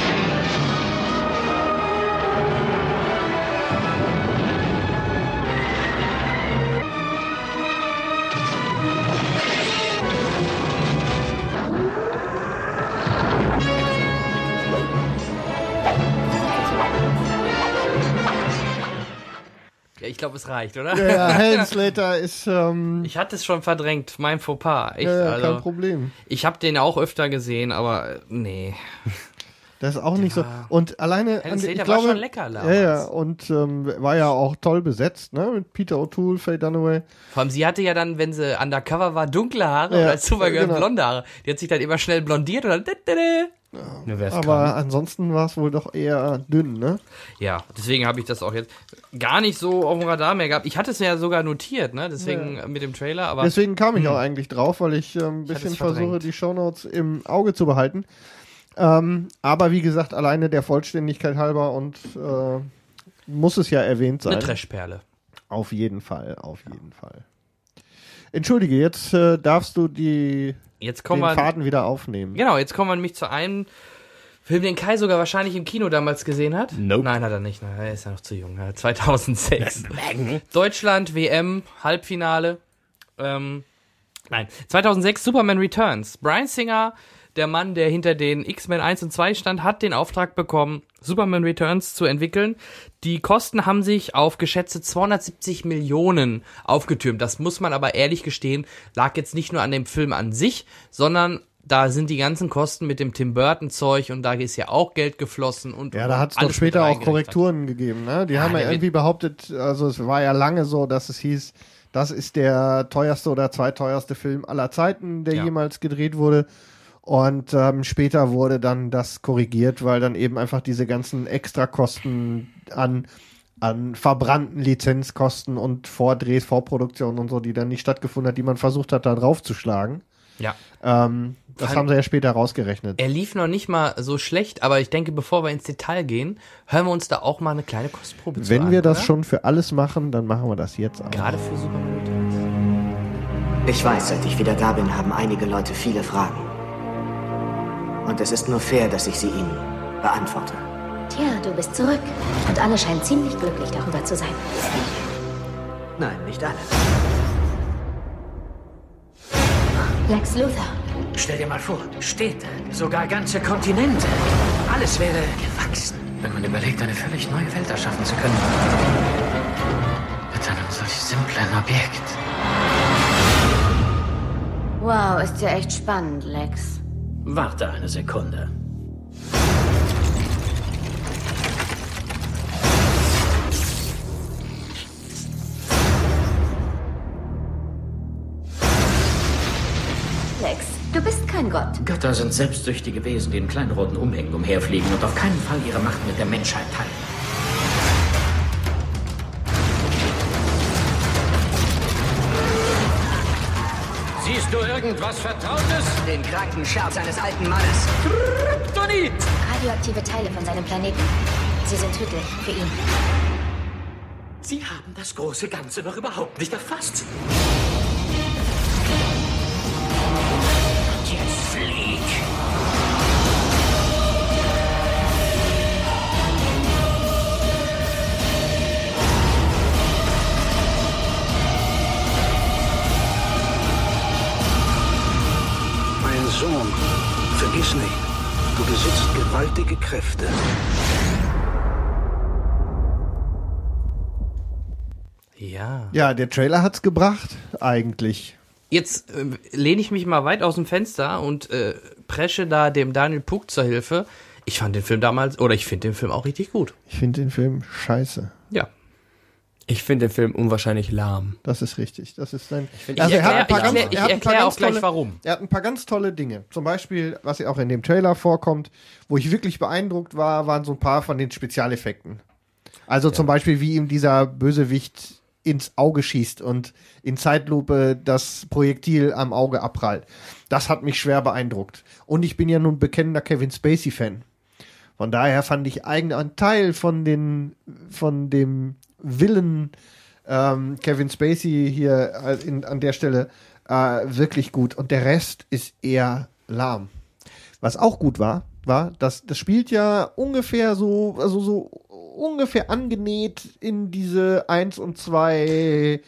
Ja, ich glaube, es reicht, oder? Ja, ja, Helen Slater ist. Ähm, ich hatte es schon verdrängt, mein Fauxpas. Echt, Ja, ja, also, kein Problem. Ich habe den auch öfter gesehen, aber äh, nee. Das ist auch nicht so. Und alleine. Helen an- Slater ich war glaube, schon lecker damals. Ja, ja. Und ähm, war ja auch toll besetzt, ne? Mit Peter O'Toole, Faye Dunaway. Vor allem, sie hatte ja dann, wenn sie undercover war, dunkle Haare Ja, und als Supergirl genau. blonde Haare. Die hat sich dann immer schnell blondiert und dann. Ja, Aber ansonsten war es wohl doch eher dünn, ne? Ja, deswegen habe ich das auch jetzt gar nicht so auf dem Radar mehr gehabt. Ich hatte es ja sogar notiert, ne? Deswegen Ja. mit dem Trailer, aber. Deswegen kam ich Hm. auch eigentlich drauf, weil ich ähm, ein Ich hatte bisschen es verdrängt. versuche, die Shownotes im Auge zu behalten. Ähm, aber wie gesagt, alleine der Vollständigkeit halber und äh, muss es ja erwähnt sein. Eine Trashperle. Auf jeden Fall, auf jeden Fall. Entschuldige, jetzt äh, darfst du die Jetzt kommen den wir- Faden wieder aufnehmen. Genau, jetzt kommen wir nämlich zu einem Film, den Kai sogar wahrscheinlich im Kino damals gesehen hat. Nope. Nein, hat er nicht. Nein, er ist ja noch zu jung. Ja, zweitausendsechs. Deutschland, W M, Halbfinale. Ähm, nein, zweitausendsechs Superman Returns. Bryan Singer der Mann, der hinter den X-Men eins und zwei stand, hat den Auftrag bekommen, Superman Returns zu entwickeln. Die Kosten haben sich auf geschätzte zweihundertsiebzig Millionen aufgetürmt. Das muss man aber ehrlich gestehen, lag jetzt nicht nur an dem Film an sich, sondern da sind die ganzen Kosten mit dem Tim Burton Zeug und da ist ja auch Geld geflossen und ja, da hat es doch später auch Korrekturen gegeben, ne? Die ja, haben ja irgendwie behauptet, also es war ja lange so, dass es hieß, das ist der teuerste oder zweiteuerste Film aller Zeiten, der ja. jemals gedreht wurde. Und ähm, später wurde dann das korrigiert, weil dann eben einfach diese ganzen Extrakosten an, an verbrannten Lizenzkosten und Vordrehs, Vorproduktionen und so, die dann nicht stattgefunden hat, die man versucht hat, da draufzuschlagen. Ja. Ähm, das haben sie ja später rausgerechnet. Er lief noch nicht mal so schlecht, aber ich denke, bevor wir ins Detail gehen, hören wir uns da auch mal eine kleine Kostprobe zu Wenn an, wir das oder? schon für alles machen, dann machen wir das jetzt auch. Gerade für Superman Returns. Ich weiß, seit ich wieder da bin, haben einige Leute viele Fragen. Und es ist nur fair, dass ich sie ihnen beantworte. Tja, du bist zurück. Und alle scheinen ziemlich glücklich darüber zu sein. Nein, nicht alle. Lex Luthor. Stell dir mal vor, Städte, sogar ganze Kontinente. Alles wäre gewachsen. Wenn man überlegt, eine völlig neue Welt erschaffen zu können. Mit einem solch simplen Objekt. Wow, ist ja echt spannend, Lex. Warte eine Sekunde. Lex, du bist kein Gott. Götter sind selbstsüchtige Wesen, die in kleinen roten Umhängen umherfliegen und auf keinen Fall ihre Macht mit der Menschheit teilen. Siehst du irgendwas Vertrautes? Den kranken Scherz eines alten Mannes. Kryptonit! Radioaktive Teile von seinem Planeten. Sie sind tödlich für ihn. Sie haben das große Ganze noch überhaupt nicht erfasst. Und jetzt flieg! Sohn, vergiss nicht, du besitzt gewaltige Kräfte. Ja. Ja, der Trailer hat's gebracht, eigentlich. Jetzt äh, lehne ich mich mal weit aus dem Fenster und äh, presche da dem Daniel Pug zur Hilfe. Ich fand den Film damals, oder ich finde den Film auch richtig gut. Ich finde den Film scheiße. Ja. Ich finde den Film unwahrscheinlich lahm. Das ist richtig. Das ist sein. Ich also erkläre erklär, erklär, erklär auch gleich tolle, warum. Er hat ein paar ganz tolle Dinge. Zum Beispiel, was ja auch in dem Trailer vorkommt, wo ich wirklich beeindruckt war, waren so ein paar von den Spezialeffekten. Also ja. zum Beispiel, wie ihm dieser Bösewicht ins Auge schießt und in Zeitlupe das Projektil am Auge abprallt. Das hat mich schwer beeindruckt. Und ich bin ja nun bekennender Kevin Spacey-Fan. Von daher fand ich eigentlich einen Teil von den, von dem Willen ähm, Kevin Spacey hier in, an der Stelle äh, wirklich gut. Und der Rest ist eher lahm. Was auch gut war, war, dass das spielt ja ungefähr so, also so ungefähr angenäht in diese eins und zwei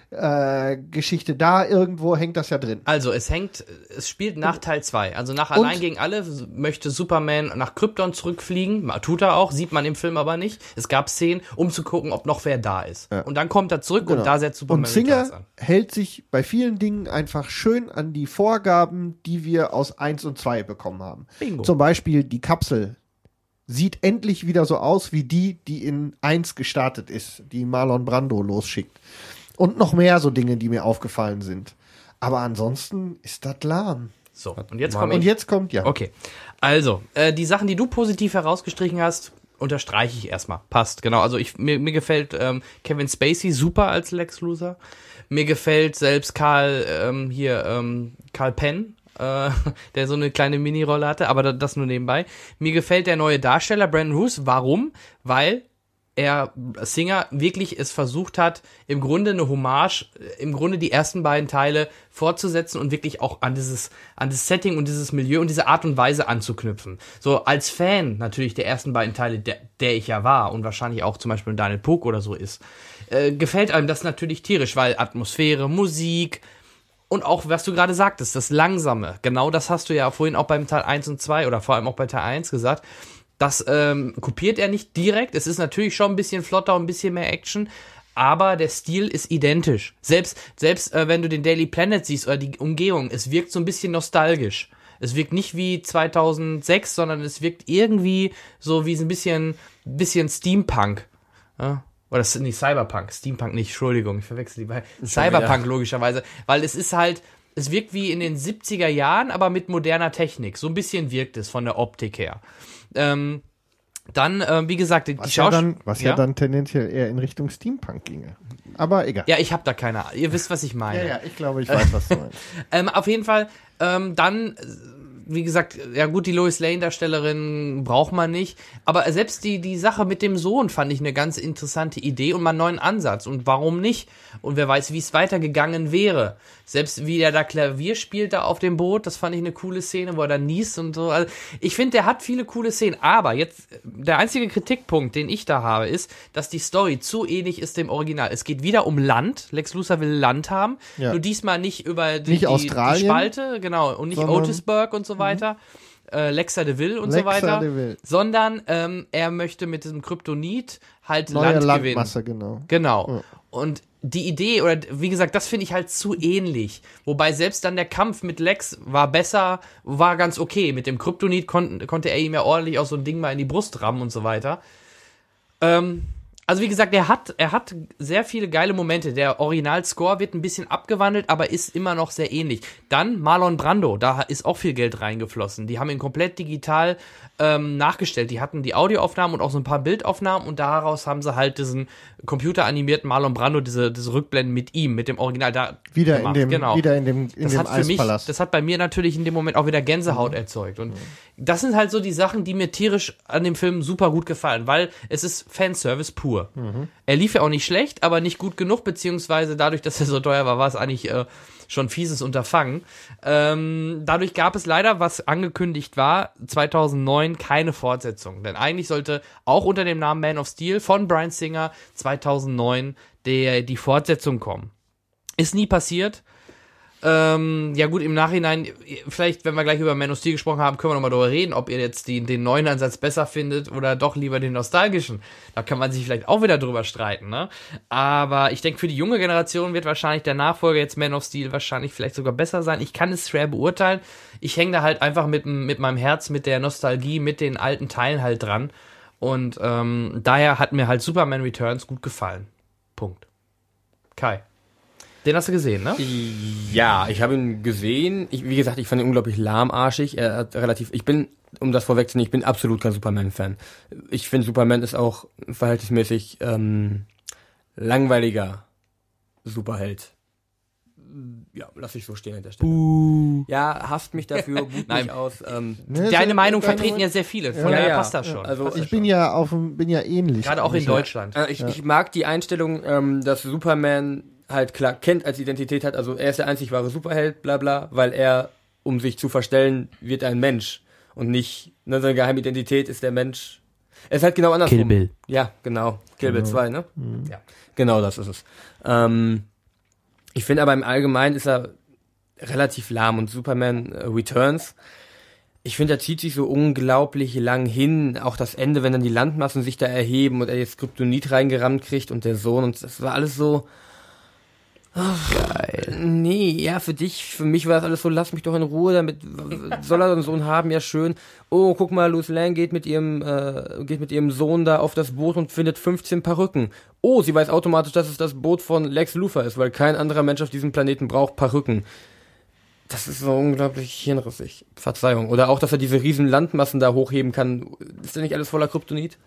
äh, Geschichte. Da irgendwo hängt das ja drin. Also es hängt, es spielt nach Teil zwei. Also nach Allein gegen alle möchte Superman nach Krypton zurückfliegen. Tut er auch, sieht man im Film aber nicht. Es gab Szenen, um zu gucken, ob noch wer da ist. Ja. Und dann kommt er zurück genau. und da setzt Superman und Singer an. Hält sich bei vielen Dingen einfach schön an die Vorgaben, die wir aus eins und zwei bekommen haben. Bingo. Zum Beispiel die Kapsel sieht endlich wieder so aus wie die, die in eins gestartet ist, die Marlon Brando losschickt. Und noch mehr so Dinge, die mir aufgefallen sind. Aber ansonsten ist das lahm. So, und jetzt kommt Und jetzt kommt, ja. Okay, also, äh, die Sachen, die du positiv herausgestrichen hast, unterstreiche ich erstmal. Passt, genau. Also ich, mir, mir gefällt ähm, Kevin Spacey super als Lex Luthor. Mir gefällt selbst Karl, ähm, hier, ähm, Karl Penn, äh, der so eine kleine Mini-Rolle hatte, aber das nur nebenbei. Mir gefällt der neue Darsteller, Brandon Roos. Warum? Weil er, Singer, wirklich es versucht hat, im Grunde eine Hommage, im Grunde die ersten beiden Teile fortzusetzen und wirklich auch an dieses, an das Setting und dieses Milieu und diese Art und Weise anzuknüpfen. So, als Fan natürlich der ersten beiden Teile, der, der ich ja war und wahrscheinlich auch zum Beispiel Daniel Pug oder so ist, äh, gefällt einem das natürlich tierisch, weil Atmosphäre, Musik Und auch, was du gerade sagtest, das Langsame. Genau das hast du ja vorhin auch beim Teil eins und zwei oder vor allem auch bei Teil eins gesagt. Das ähm, kopiert er nicht direkt. Es ist natürlich schon ein bisschen flotter und ein bisschen mehr Action. Aber der Stil ist identisch. Selbst, selbst äh, wenn du den Daily Planet siehst oder die Umgebung, es wirkt so ein bisschen nostalgisch. Es wirkt nicht wie zweitausendsechs, sondern es wirkt irgendwie so wie so ein bisschen, bisschen Steampunk. Ja? Oder das ist nicht Cyberpunk, Steampunk nicht, Entschuldigung, ich verwechsel die beiden. Cyberpunk wieder. Logischerweise, weil es ist halt, es wirkt wie in den siebziger Jahren, aber mit moderner Technik. So ein bisschen wirkt es von der Optik her. Ähm, dann, ähm, wie gesagt, die was Schauspieler... Ja dann, was ja? ja dann tendenziell eher in Richtung Steampunk ginge. Aber egal. Ja, ich habe da keine Ahnung. Ihr wisst, was ich meine. Ja, ja, ich glaube, ich weiß, was du meinst. ähm, auf jeden Fall, ähm, dann... Wie gesagt, ja gut, die Lois Lane-Darstellerin braucht man nicht, aber selbst die die Sache mit dem Sohn fand ich eine ganz interessante Idee und mal einen neuen Ansatz und warum nicht? Und wer weiß, wie es weitergegangen wäre. Selbst wie er da Klavier spielt da auf dem Boot, das fand ich eine coole Szene, wo er da niest und so. Also ich finde, der hat viele coole Szenen, aber jetzt, der einzige Kritikpunkt, den ich da habe, ist, dass die Story zu ähnlich ist dem Original. Es geht wieder um Land, Lex Luthor will Land haben, ja. Nur diesmal nicht über die, nicht die, Australien, die Spalte, genau, und nicht Otisburg und so weiter. Mhm. Äh, Lexa DeVille und Lexa so weiter, DeVille. Sondern ähm, er möchte mit diesem Kryptonit halt Neue Land Landmasse, gewinnen. Genau. Genau. Ja. Und die Idee, oder wie gesagt, das finde ich halt zu ähnlich. Wobei selbst dann der Kampf mit Lex war besser, war ganz okay. Mit dem Kryptonit kon- konnte er ihm ja ordentlich auch so ein Ding mal in die Brust rammen und so weiter. Ähm, also wie gesagt, er hat, er hat sehr viele geile Momente. Der Original-Score wird ein bisschen abgewandelt, aber ist immer noch sehr ähnlich. Dann Marlon Brando, da ist auch viel Geld reingeflossen. Die haben ihn komplett digital ähm, nachgestellt. Die hatten die Audioaufnahmen und auch so ein paar Bildaufnahmen und daraus haben sie halt diesen computeranimierten Marlon Brando, diese, diese Rückblenden mit ihm, mit dem Original da wieder gemacht. in dem, genau. wieder in dem, in das dem hat für mich, Eispalast. das hat bei mir natürlich in dem Moment auch wieder Gänsehaut mhm. erzeugt. Und mhm. das sind halt so die Sachen, die mir tierisch an dem Film super gut gefallen, weil es ist Fanservice pur. Mhm. Er lief ja auch nicht schlecht, aber nicht gut genug, beziehungsweise dadurch, dass er so teuer war, war es eigentlich äh, schon fieses Unterfangen. Ähm, dadurch gab es leider, was angekündigt war, zweitausendneun keine Fortsetzung. Denn eigentlich sollte auch unter dem Namen Man of Steel von Bryan Singer zweitausendneun der, die Fortsetzung kommen. Ist nie passiert. Ähm, ja gut, im Nachhinein, vielleicht, wenn wir gleich über Man of Steel gesprochen haben, können wir nochmal darüber reden, ob ihr jetzt die, den neuen Ansatz besser findet oder doch lieber den nostalgischen. Da kann man sich vielleicht auch wieder drüber streiten, ne? Aber ich denke, für die junge Generation wird wahrscheinlich der Nachfolger jetzt Man of Steel wahrscheinlich vielleicht sogar besser sein. Ich kann es schwer beurteilen. Ich hänge da halt einfach mit, mit meinem Herz, mit der Nostalgie, mit den alten Teilen halt dran. Und ähm, daher hat mir halt Superman Returns gut gefallen. Punkt. Kai. Den hast du gesehen, ne? Ja, ich habe ihn gesehen. Ich, wie gesagt, ich fand ihn unglaublich lahmarschig. Er hat relativ, ich bin, um das vorwegzunehmen, ich bin absolut kein Superman-Fan. Ich finde, Superman ist auch verhältnismäßig ähm, langweiliger Superheld. Ja, lass ich so stehen an der Stelle. Uh. Ja, hasst mich dafür, buht mich aus. Ähm, ne, Deine Meinung vertreten ja sehr viele, von ja, daher ja. passt das schon. Also ich bin ja auf bin ja ähnlich. Gerade auch in Deutschland. Äh, ich, ja. ich mag die Einstellung, ähm, dass Superman halt klar kennt als Identität hat, also er ist der einzig wahre Superheld, bla bla, weil er, um sich zu verstellen, wird ein Mensch und nicht, ne, seine geheime Identität ist der Mensch. Er ist halt genau andersrum. Kill Bill. Ja, genau. Kill Bill genau. zwei, ne? Mhm. Ja, genau das ist es. Ähm, ich finde aber im Allgemeinen ist er relativ lahm und Superman Returns, ich finde, er zieht sich so unglaublich lang hin, auch das Ende, wenn dann die Landmassen sich da erheben und er jetzt Kryptonit reingerammt kriegt und der Sohn und das war alles so oh, geil. Nee, ja, für dich, für mich war das alles so, lass mich doch in Ruhe, damit soll er einen Sohn haben, ja schön. Oh, guck mal, Lois Lane geht mit ihrem äh, geht mit ihrem Sohn da auf das Boot und findet fünfzehn Perücken. Oh, sie weiß automatisch, dass es das Boot von Lex Luthor ist, weil kein anderer Mensch auf diesem Planeten braucht Perücken. Das ist so unglaublich hirnrissig. Verzeihung. Oder auch, dass er diese riesen Landmassen da hochheben kann. Ist da nicht alles voller Kryptonit?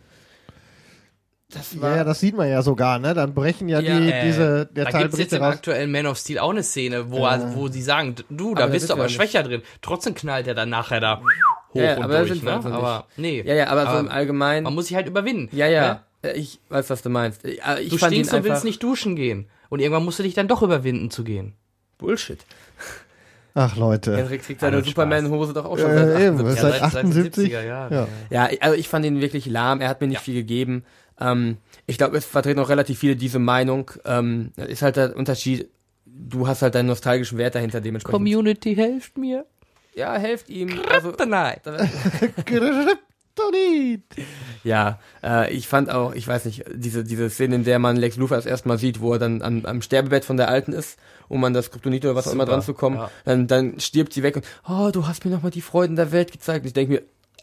Das war ja, ja, das sieht man ja sogar, ne? Dann brechen ja, ja die, äh, diese, der da Teil gibt's jetzt im raus. aktuellen Man of Steel auch eine Szene, wo, äh. er, wo sie sagen, du, da aber bist du aber ja schwächer drin. Trotzdem knallt er dann nachher da hoch ja, und aber durch, ne? Also Aber, nee. Ja, ja, aber, aber so im aber Allgemeinen. Man muss sich halt überwinden. Ja, ja. Ne? Ich weiß, was du meinst. Ich du fand stinkst ihn und willst nicht duschen gehen. Und irgendwann musst du dich dann doch überwinden zu gehen. Bullshit. Ach, Leute. Henrik trägt seine Superman-Hose doch auch schon äh, seit achtundsiebzig. Seit achtundsiebzig. Ja, ja, ja. ja, also ich fand ihn wirklich lahm. Er hat mir nicht ja. viel gegeben. Ähm, ich glaube, es vertreten auch relativ viele diese Meinung. Ähm, ist halt der Unterschied. du hast halt deinen nostalgischen Wert dahinter dementsprechend. Community, helft mir. Ja, helft ihm. Kryptonite. Kryptonit. Ja, äh, ich fand auch, ich weiß nicht, diese diese Szene, in der man Lex Luthor das erste Mal sieht, wo er dann am, am Sterbebett von der Alten ist, um an das Kryptonit oder was auch immer dran zu kommen, ja. dann, dann stirbt sie weg und, oh, du hast mir nochmal die Freuden der Welt gezeigt. Ich denke mir,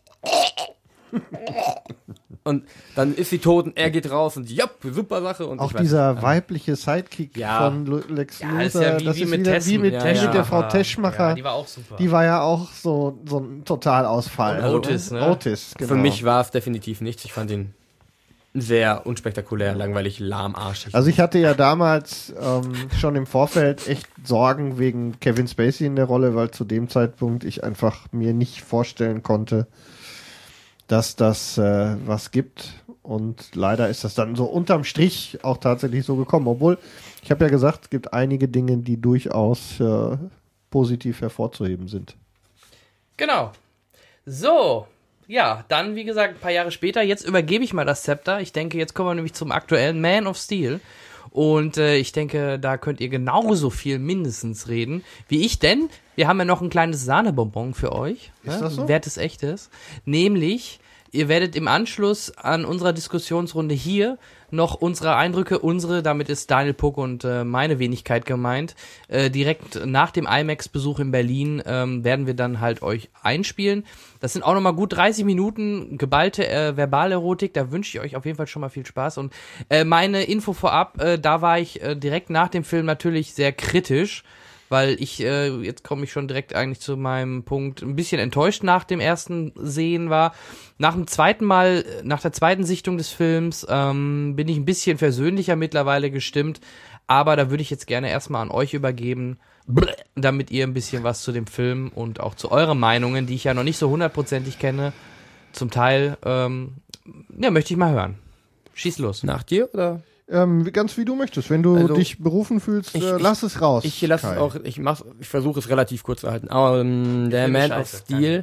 und dann ist sie tot und er geht raus und ja, super Sache. Und auch ich dieser weiß, weibliche Sidekick ja. von Lex ja, Luthor, das ist ja wie, das wie ist mit wieder Tessen. wie mit, ja, Tesch, ja. mit der Frau Teschmacher. Ja, die war auch super. Die war ja auch so, so ein Totalausfall. Und Otis, ne? Otis, genau. Für mich war es definitiv nichts. Ich fand ihn sehr unspektakulär, langweilig, lahmarschig. Also ich hatte ja damals ähm, schon im Vorfeld echt Sorgen wegen Kevin Spacey in der Rolle, weil zu dem Zeitpunkt ich einfach mir nicht vorstellen konnte, dass das äh, was gibt. Und leider ist das dann so unterm Strich auch tatsächlich so gekommen. Obwohl, ich habe ja gesagt, es gibt einige Dinge, die durchaus äh, positiv hervorzuheben sind. Genau. So, ja, dann wie gesagt, ein paar Jahre später, jetzt übergebe ich mal das Zepter. Ich denke, jetzt kommen wir nämlich zum aktuellen Man of Steel. Und äh, ich denke, da könnt ihr genauso viel mindestens reden wie ich, denn wir haben ja noch ein kleines Sahnebonbon für euch. Ist ne? das so? Wertes Echtes. Nämlich, ihr werdet im Anschluss an unserer Diskussionsrunde hier noch unsere Eindrücke, unsere, damit ist Daniel Puck und äh, meine Wenigkeit gemeint, äh, direkt nach dem IMAX-Besuch in Berlin ähm, werden wir dann halt euch einspielen. Das sind auch nochmal gut dreißig Minuten geballte äh, Verbalerotik, da wünsche ich euch auf jeden Fall schon mal viel Spaß. Und äh, meine Info vorab, äh, da war ich äh, direkt nach dem Film natürlich sehr kritisch, weil ich, äh, jetzt komme ich schon direkt eigentlich zu meinem Punkt, ein bisschen enttäuscht nach dem ersten Sehen war. Nach dem zweiten Mal, nach der zweiten Sichtung des Films, ähm, bin ich ein bisschen versöhnlicher mittlerweile gestimmt, aber da würde ich jetzt gerne erstmal an euch übergeben, damit ihr ein bisschen was zu dem Film und auch zu euren Meinungen, die ich ja noch nicht so hundertprozentig kenne, zum Teil, ähm, ja, möchte ich mal hören. Schieß los. Nach dir, oder? Ähm, ganz wie du möchtest. Wenn du also, dich berufen fühlst, ich, äh, lass ich, es raus. Ich lasse es auch, ich mach's, ich versuche es relativ kurz zu halten. Aber ähm, der Man of Steel,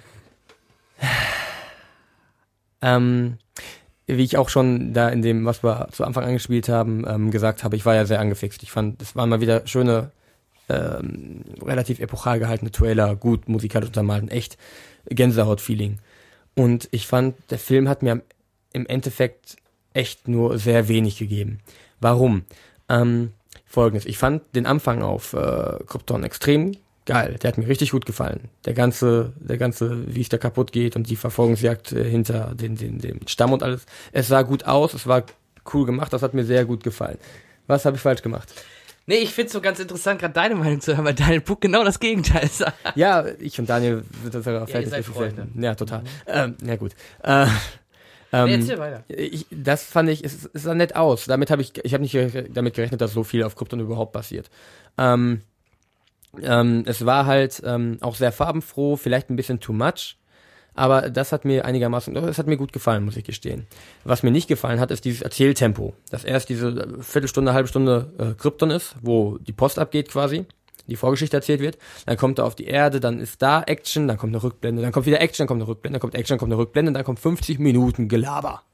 ähm, wie ich auch schon da in dem, was wir zu Anfang angespielt haben, ähm, gesagt habe, ich war ja sehr angefixt. Ich fand, es waren mal wieder schöne, ähm, relativ epochal gehaltene Trailer, gut musikalisch untermalt, echt Gänsehaut-Feeling. Und ich fand, der Film hat mir im Endeffekt echt nur sehr wenig gegeben. Warum? Ähm, Folgendes. Ich fand den Anfang auf äh, Krypton extrem geil. Der hat mir richtig gut gefallen. Der ganze, der ganze, wie es da kaputt geht und die Verfolgungsjagd äh, hinter den, den, dem Stamm und alles. Es sah gut aus, es war cool gemacht, das hat mir sehr gut gefallen. Was habe ich falsch gemacht? Nee, ich find's so ganz interessant, gerade deine Meinung zu hören, weil Daniel Puck genau das Gegenteil sagt. Ja, ich und Daniel sind das ja ja, ihr seid Freunde. Ja, total. Mhm. Ähm, ja, gut. Äh, Ähm, nee, erzähl weiter. Ich, das fand ich, es, es sah nett aus. Damit habe ich, ich habe nicht damit gerechnet, dass so viel auf Krypton überhaupt passiert. Ähm, ähm, es war halt ähm, auch sehr farbenfroh, vielleicht ein bisschen too much, aber das hat mir einigermaßen, es hat mir gut gefallen, muss ich gestehen. Was mir nicht gefallen hat, ist dieses Erzähltempo. Dass erst diese Viertelstunde, halbe Stunde äh, Krypton ist, wo die Post abgeht quasi, die Vorgeschichte erzählt wird, dann kommt er auf die Erde, dann ist da Action, dann kommt eine Rückblende, dann kommt wieder Action, dann kommt eine Rückblende, dann kommt Action, dann kommt eine Rückblende, dann kommt fünfzig Minuten Gelaber.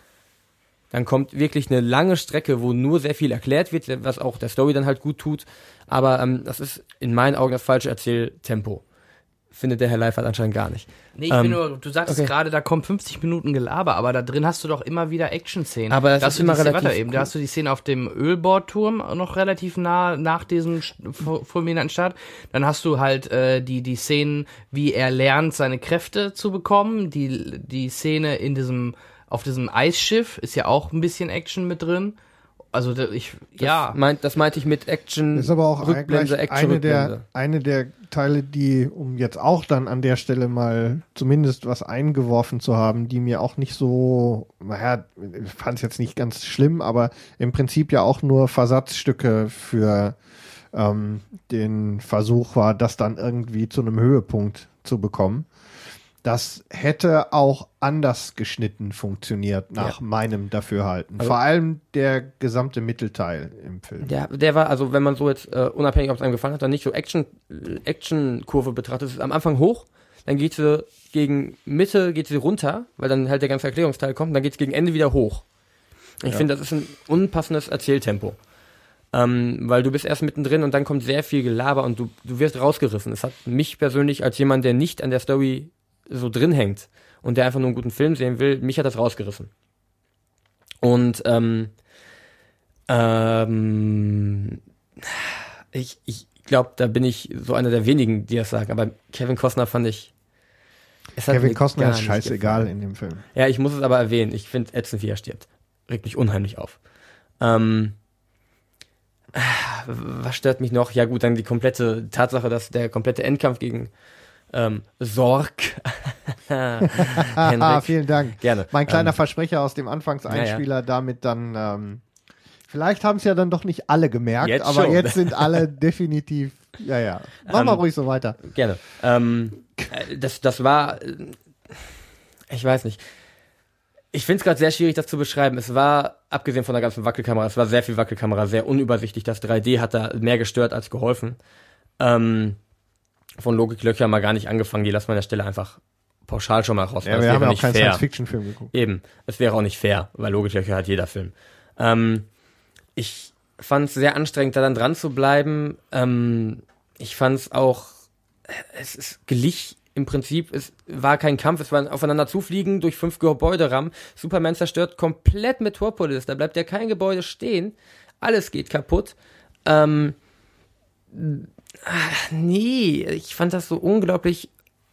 Dann kommt wirklich eine lange Strecke, wo nur sehr viel erklärt wird, was auch der Story dann halt gut tut, aber ähm, das ist in meinen Augen das falsche Erzähltempo. Findet der Herr Leifert anscheinend gar nicht. Nee, ich ähm, bin nur, du sagst okay. gerade, da kommen fünfzig Minuten Gelaber, aber da drin hast du doch immer wieder Action-Szenen. Aber das da ist immer Szene, relativ warte eben, da hast du die Szene auf dem Ölbordturm noch relativ nah nach diesem fulminanten Start. Dann hast du halt äh, die die Szenen, wie er lernt, seine Kräfte zu bekommen. Die die Szene in diesem auf diesem Eisschiff ist ja auch ein bisschen Action mit drin. Also ich, das ja. Meint, das meinte ich mit Action. Das ist aber auch Rückblende, Action, eine, Rückblende. der, eine der Teile, die, um jetzt auch dann an der Stelle mal zumindest was eingeworfen zu haben, die mir auch nicht so, naja, ich fand es jetzt nicht ganz schlimm, aber im Prinzip ja auch nur Versatzstücke für ähm, den Versuch war, das dann irgendwie zu einem Höhepunkt zu bekommen. Das hätte auch anders geschnitten funktioniert, nach ja. meinem Dafürhalten. Also, vor allem der gesamte Mittelteil im Film. Ja, der war, also wenn man so jetzt, uh, unabhängig, ob es einem gefallen hat, dann nicht so Action, Action-Kurve betrachtet, ist am Anfang hoch, dann geht sie gegen Mitte, geht sie runter, weil dann halt der ganze Erklärungsteil kommt, und dann geht es gegen Ende wieder hoch. Ich ja. finde, das ist ein unpassendes Erzähltempo. Ähm, weil du bist erst mittendrin und dann kommt sehr viel Gelaber und du, du wirst rausgerissen. Es hat mich persönlich als jemand, der nicht an der Story so drin hängt und der einfach nur einen guten Film sehen will, mich hat das rausgerissen. Und ähm, ähm, ich, ich glaube, da bin ich so einer der wenigen, die das sagen, aber Kevin Costner fand ich es Kevin Costner ist scheißegal in dem Film. Ja, ich muss es aber erwähnen, ich finde ätzend, wie er stirbt. Regt mich unheimlich auf. Ähm, was stört mich noch? Ja gut, dann die komplette Tatsache, dass der komplette Endkampf gegen ähm, Sorg. Vielen Dank. Gerne. Mein kleiner ähm, Versprecher aus dem Anfangseinspieler, ja, ja. damit dann, ähm, vielleicht haben es ja dann doch nicht alle gemerkt, jetzt aber schon. Jetzt sind alle definitiv, ja, ja. Mach ähm, mal ruhig so weiter. Gerne. Ähm, das, das war, ich weiß nicht. Ich finde es gerade sehr schwierig, das zu beschreiben. Es war, abgesehen von der ganzen Wackelkamera, es war sehr viel Wackelkamera, sehr unübersichtlich. Das drei D hat da mehr gestört als geholfen. Ähm, von Logiklöcher mal gar nicht angefangen. Die lassen wir an der Stelle einfach pauschal schon mal raus. Ja, wir haben ja auch keinen Science-Fiction-Film geguckt. Eben. Es wäre auch nicht fair, weil Logiklöcher hat jeder Film. Ähm, ich fand es sehr anstrengend, da dann dran zu bleiben. Ähm, ich fand es auch, es ist glich im Prinzip, es war kein Kampf, es war aufeinander zufliegen, durch fünf Gebäude rammen. Superman zerstört komplett Metropolis, da bleibt ja kein Gebäude stehen. Alles geht kaputt. Ähm, ach, nee, ich fand das so unglaublich,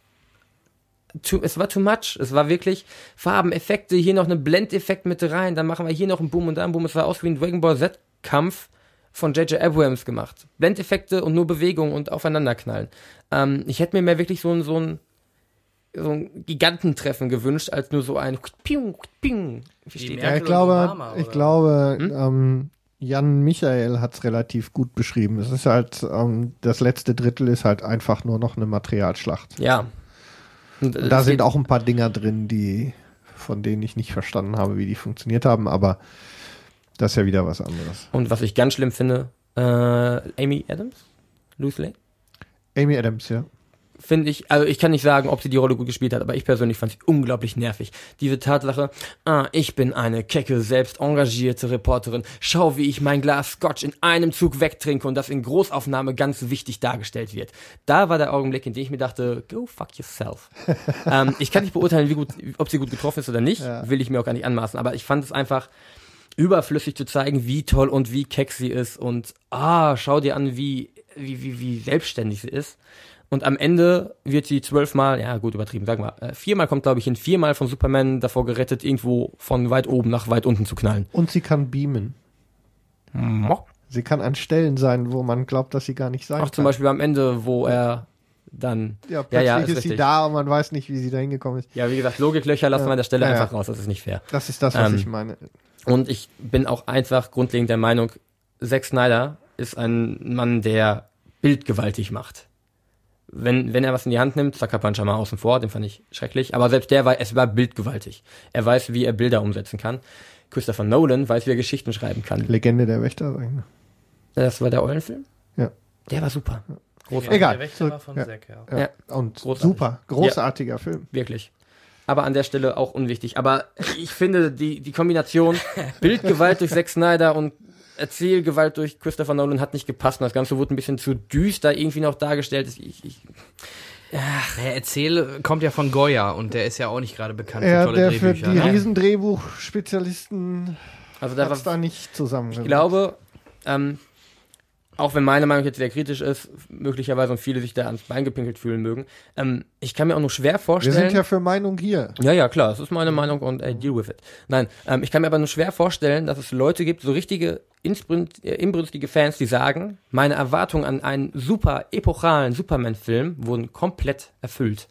too, es war too much. Es war wirklich Farben, Effekte, hier noch einen Blendeffekt mit rein, dann machen wir hier noch einen Boom und da einen Boom. Es sah aus wie ein Dragon Ball Z-Kampf von J J Abrams gemacht. Blendeffekte und nur Bewegung und aufeinanderknallen. Ähm, ich hätte mir mehr wirklich so ein, so ein, so ein Gigantentreffen gewünscht, als nur so ein Ping, Ping. Ja, ich glaube, Obama, ich glaube, hm? ähm, Jan Michael hat es relativ gut beschrieben. Es ist halt, ähm, das letzte Drittel ist halt einfach nur noch eine Materialschlacht. Ja. Und, äh, da sind auch ein paar Dinger drin, die, von denen ich nicht verstanden habe, wie die funktioniert haben, aber das ist ja wieder was anderes. Und was ich ganz schlimm finde, äh, Amy Adams? Louis Lane? Amy Adams, ja. Finde ich, also ich kann nicht sagen, ob sie die Rolle gut gespielt hat, aber ich persönlich fand sie unglaublich nervig. Diese Tatsache, ah, ich bin eine kecke, selbst engagierte Reporterin, schau, wie ich mein Glas Scotch in einem Zug wegtrinke und das in Großaufnahme ganz wichtig dargestellt wird. Da war der Augenblick, in dem ich mir dachte, go fuck yourself. ähm, ich kann nicht beurteilen, wie gut, ob sie gut getroffen ist oder nicht, ja. Will ich mir auch gar nicht anmaßen, aber ich fand es einfach überflüssig zu zeigen, wie toll und wie keck sie ist und ah, schau dir an, wie, wie, wie, wie selbstständig sie ist. Und am Ende wird sie zwölfmal, ja gut übertrieben, sagen wir, äh, viermal kommt glaube ich hin, viermal von Superman davor gerettet, irgendwo von weit oben nach weit unten zu knallen. Und sie kann beamen. Hm. Sie kann an Stellen sein, wo man glaubt, dass sie gar nicht sein Auch kann. zum Beispiel am Ende, wo er dann... Ja, plötzlich ja, ja, ist, ist sie da und man weiß nicht, wie sie da hingekommen ist. Ja, wie gesagt, Logiklöcher lassen ja. wir an der Stelle ja, einfach ja. raus, das ist nicht fair. Das ist das, was ähm, ich meine. Und ich bin auch einfach grundlegend der Meinung, Zack Snyder ist ein Mann, der bildgewaltig macht. Wenn, wenn er was in die Hand nimmt, Sucker Punch mal außen vor, den fand ich schrecklich, aber selbst der war, es war bildgewaltig. Er weiß, wie er Bilder umsetzen kann. Christopher Nolan weiß, wie er Geschichten schreiben kann. Legende der Wächter, sag ich mal. Das war der Eulenfilm? Ja. Der war super. Großartig. Egal. Der Wächter war von ja. Zack, ja. ja. ja. Und großartig. Super, großartiger ja. Film. Wirklich. Aber an der Stelle auch unwichtig. Aber ich finde, die, die Kombination Bildgewalt durch Zack Snyder und Erzählgewalt durch Christopher Nolan hat nicht gepasst. Und das Ganze wurde ein bisschen zu düster irgendwie noch dargestellt. Ich, ich, Ach, der Erzähl kommt ja von Goya und der ist ja auch nicht gerade bekannt ja, für tolle der Drehbücher. Für die ne? Riesendrehbuchspezialisten also da, hat's da nicht zusammen. Ich glaube, ähm, auch wenn meine Meinung jetzt sehr kritisch ist, möglicherweise und viele sich da ans Bein gepinkelt fühlen mögen, ähm, ich kann mir auch nur schwer vorstellen... Wir sind ja für Meinung hier. Ja, ja, klar, das ist meine Meinung und ey, deal with it. Nein, ähm, ich kann mir aber nur schwer vorstellen, dass es Leute gibt, so richtige insbrünstige, inbrünstige Fans, die sagen, meine Erwartungen an einen super epochalen Superman-Film wurden komplett erfüllt.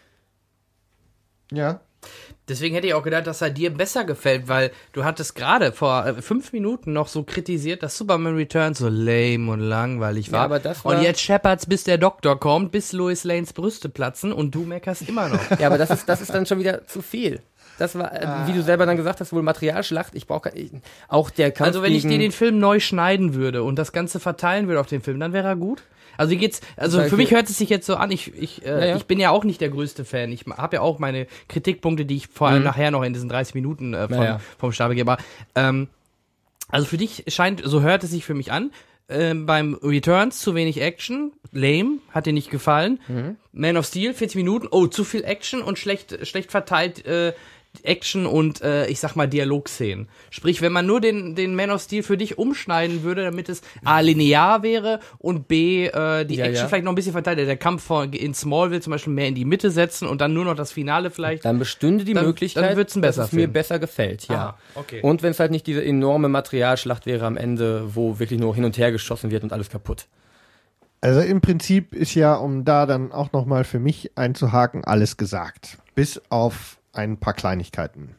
Ja. Deswegen hätte ich auch gedacht, dass er dir besser gefällt, weil du hattest gerade vor äh, fünf Minuten noch so kritisiert, dass Superman Returns so lame und langweilig war. Ja, aber das war und jetzt scheppert's, bis der Doktor kommt, bis Lois Lanes Brüste platzen und du meckerst immer noch. Ja, aber das ist, das ist dann schon wieder zu viel. Das war, äh, ah. wie du selber dann gesagt hast, wohl Materialschlacht. Ich brauche auch der Kampf Also wenn ich gegen, dir den Film neu schneiden würde und das Ganze verteilen würde auf den Film, dann wäre er gut? Also wie geht's, also für mich hört es sich jetzt so an, ich, ich, äh, ja, ja. ich bin ja auch nicht der größte Fan. Ich habe ja auch meine Kritikpunkte, die ich vor allem mhm. nachher noch in diesen dreißig Minuten äh, von, ja, ja. vom Stapel gebe. Aber, ähm, Also für dich scheint, so hört es sich für mich an, äh, beim Returns zu wenig Action, lame, hat dir nicht gefallen. Mhm. Man of Steel, vierzig Minuten, oh, zu viel Action und schlecht, schlecht verteilt äh, Action und äh, ich sag mal Dialogszenen. Sprich, wenn man nur den, den Man of Steel für dich umschneiden würde, damit es A, linear wäre und B, äh, die ja, Action ja. vielleicht noch ein bisschen verteilt, der Kampf von, in Smallville zum Beispiel mehr in die Mitte setzen und dann nur noch das Finale vielleicht. Dann bestünde die dann, Möglichkeit, dann wird's ein besser dass es mir besser gefällt, ja. Ah, okay. Und wenn es halt nicht diese enorme Materialschlacht wäre am Ende, wo wirklich nur hin und her geschossen wird und alles kaputt. Also im Prinzip ist ja, um da dann auch nochmal für mich einzuhaken, alles gesagt. Bis auf ein paar Kleinigkeiten.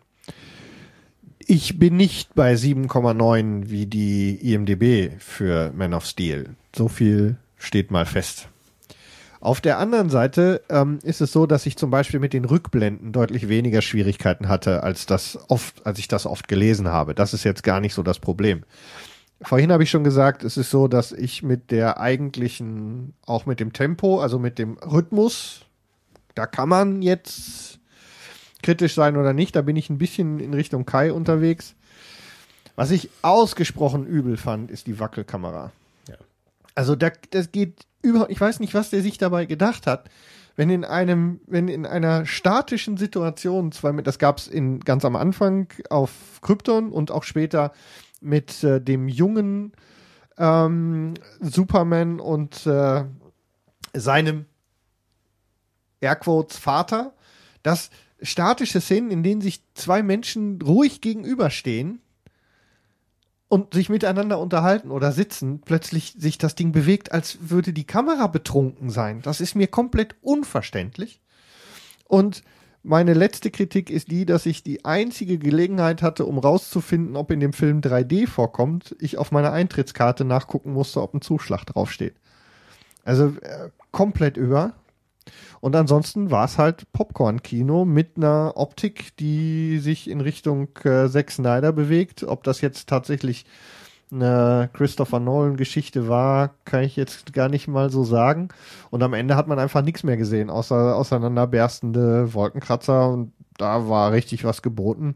Ich bin nicht bei sieben Komma neun wie die I M D B für Man of Steel. So viel steht mal fest. Auf der anderen Seite ähm, ist es so, dass ich zum Beispiel mit den Rückblenden deutlich weniger Schwierigkeiten hatte, als das oft, als ich das oft gelesen habe. Das ist jetzt gar nicht so das Problem. Vorhin habe ich schon gesagt, es ist so, dass ich mit der eigentlichen, auch mit dem Tempo, also mit dem Rhythmus, da kann man jetzt kritisch sein oder nicht, da bin ich ein bisschen in Richtung Kai unterwegs. Was ich ausgesprochen übel fand, ist die Wackelkamera. Ja. Also da, das geht überhaupt, ich weiß nicht, was der sich dabei gedacht hat, wenn in einem, wenn in einer statischen Situation, zwar mit, das gab es in ganz am Anfang auf Krypton und auch später mit äh, dem jungen ähm, Superman und äh, seinem Airquotes Vater, dass statische Szenen, in denen sich zwei Menschen ruhig gegenüberstehen und sich miteinander unterhalten oder sitzen, plötzlich sich das Ding bewegt, als würde die Kamera betrunken sein. Das ist mir komplett unverständlich. Und meine letzte Kritik ist die, dass ich die einzige Gelegenheit hatte, um rauszufinden, ob in dem Film drei D vorkommt, ich auf meiner Eintrittskarte nachgucken musste, ob ein Zuschlag draufsteht. Also äh, komplett über. Und ansonsten war es halt Popcorn-Kino mit einer Optik, die sich in Richtung äh, Zack Snyder bewegt. Ob das jetzt tatsächlich eine Christopher Nolan-Geschichte war, kann ich jetzt gar nicht mal so sagen. Und am Ende hat man einfach nichts mehr gesehen, außer auseinanderberstende Wolkenkratzer. Und da war richtig was geboten.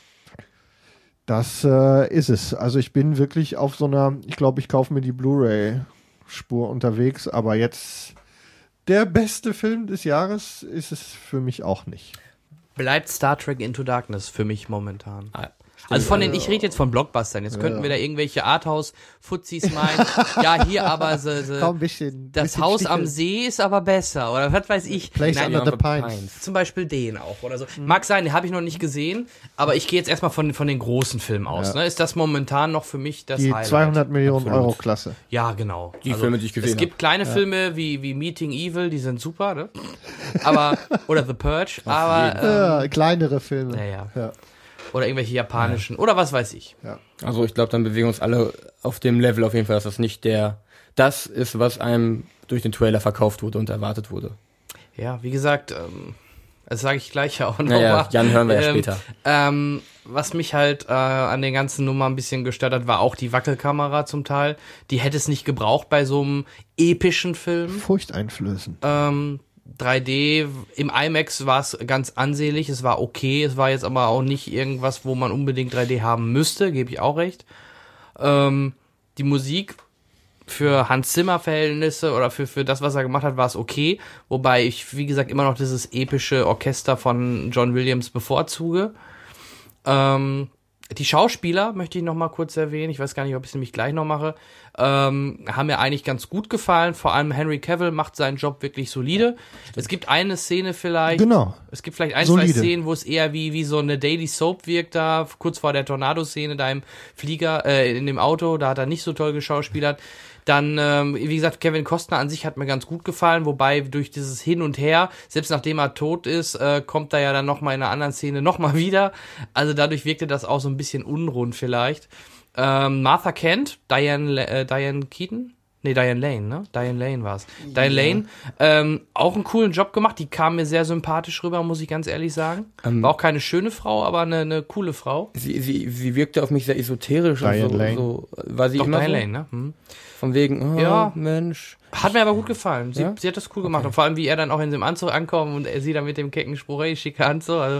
Das äh, ist es. Also ich bin wirklich auf so einer, ich glaube, ich kaufe mir die Blu-ray-Spur unterwegs, aber jetzt der beste Film des Jahres ist es für mich auch nicht. Bleibt Star Trek Into Darkness für mich momentan. Ah, also von den, ich rede jetzt von Blockbustern. Jetzt könnten ja. wir da irgendwelche Arthouse-Fuzis meinen. Ja, hier aber so, so Komm, bisschen, das bisschen Haus Stichel. am See ist aber besser. Oder was weiß ich. Place Nein, Under the Pines. Pines. Zum Beispiel den auch oder so. Mag sein, den habe ich noch nicht gesehen. Aber ich gehe jetzt erstmal von, von den großen Filmen aus. Ja. Ne? Ist das momentan noch für mich das die Highlight? zweihundert Millionen Absolut. Euro Klasse. Ja, genau. Die also, Filme, die ich gesehen habe. Es gibt kleine Ja. Filme wie, wie Meeting Evil, die sind super, ne? Aber, oder The Purge. Auf aber jeden. ähm, Ja, kleinere Filme. Ja, ja. Ja. Oder irgendwelche japanischen. Ja. Oder was weiß ich. Ja. Also ich glaube, dann bewegen wir uns alle auf dem Level auf jeden Fall, dass das nicht der, das ist, was einem durch den Trailer verkauft wurde und erwartet wurde. Ja, wie gesagt, ähm, das sage ich gleich auch noch Naja, mal. Jan hören wir ja ähm, später. Ähm, was mich halt äh, an der ganzen Nummer ein bisschen gestört hat, war auch die Wackelkamera zum Teil. Die hätte es nicht gebraucht bei so einem epischen Film. Furchteinflößend. Ähm, drei D, im IMAX war es ganz ansehlich, es war okay, es war jetzt aber auch nicht irgendwas, wo man unbedingt drei D haben müsste, gebe ich auch recht. Ähm, die Musik für Hans Zimmer Verhältnisse oder für, für das, was er gemacht hat, war es okay, wobei ich, wie gesagt, immer noch dieses epische Orchester von John Williams bevorzuge. Ähm, die Schauspieler möchte ich noch mal kurz erwähnen, ich weiß gar nicht, ob ich es nämlich gleich noch mache, ähm, haben mir eigentlich ganz gut gefallen, vor allem Henry Cavill macht seinen Job wirklich solide. Stimmt. Es gibt eine Szene vielleicht, genau. es gibt vielleicht ein, solide. zwei Szenen, wo es eher wie, wie so eine Daily Soap wirkt da, kurz vor der Tornado-Szene da im Flieger, äh, in dem Auto, da hat er nicht so toll geschauspielert. Dann, ähm, wie gesagt, Kevin Costner an sich hat mir ganz gut gefallen, wobei durch dieses Hin und Her, selbst nachdem er tot ist, äh, kommt er ja dann nochmal in einer anderen Szene nochmal wieder. Also dadurch wirkte das auch so ein bisschen unrund vielleicht. Ähm, Martha Kent, Diane, äh, Diane Keaton? Nee, Diane Lane, ne? Diane Lane war's. Ja. Diane Lane, ähm, auch einen coolen Job gemacht, die kam mir sehr sympathisch rüber, muss ich ganz ehrlich sagen. Ähm, War auch keine schöne Frau, aber eine, eine coole Frau. Sie, sie, sie wirkte auf mich sehr esoterisch. Diane und so, Lane. so. War sie Doch, immer Diane so? Lane, ne? Hm. Von wegen, oh, ja, Mensch. Hat mir aber gut gefallen. Sie, ja? sie hat das cool gemacht. Okay. Und vor allem, wie er dann auch in dem Anzug ankommt und er sie dann mit dem kecken Spruch, hey, schicker Anzug. Also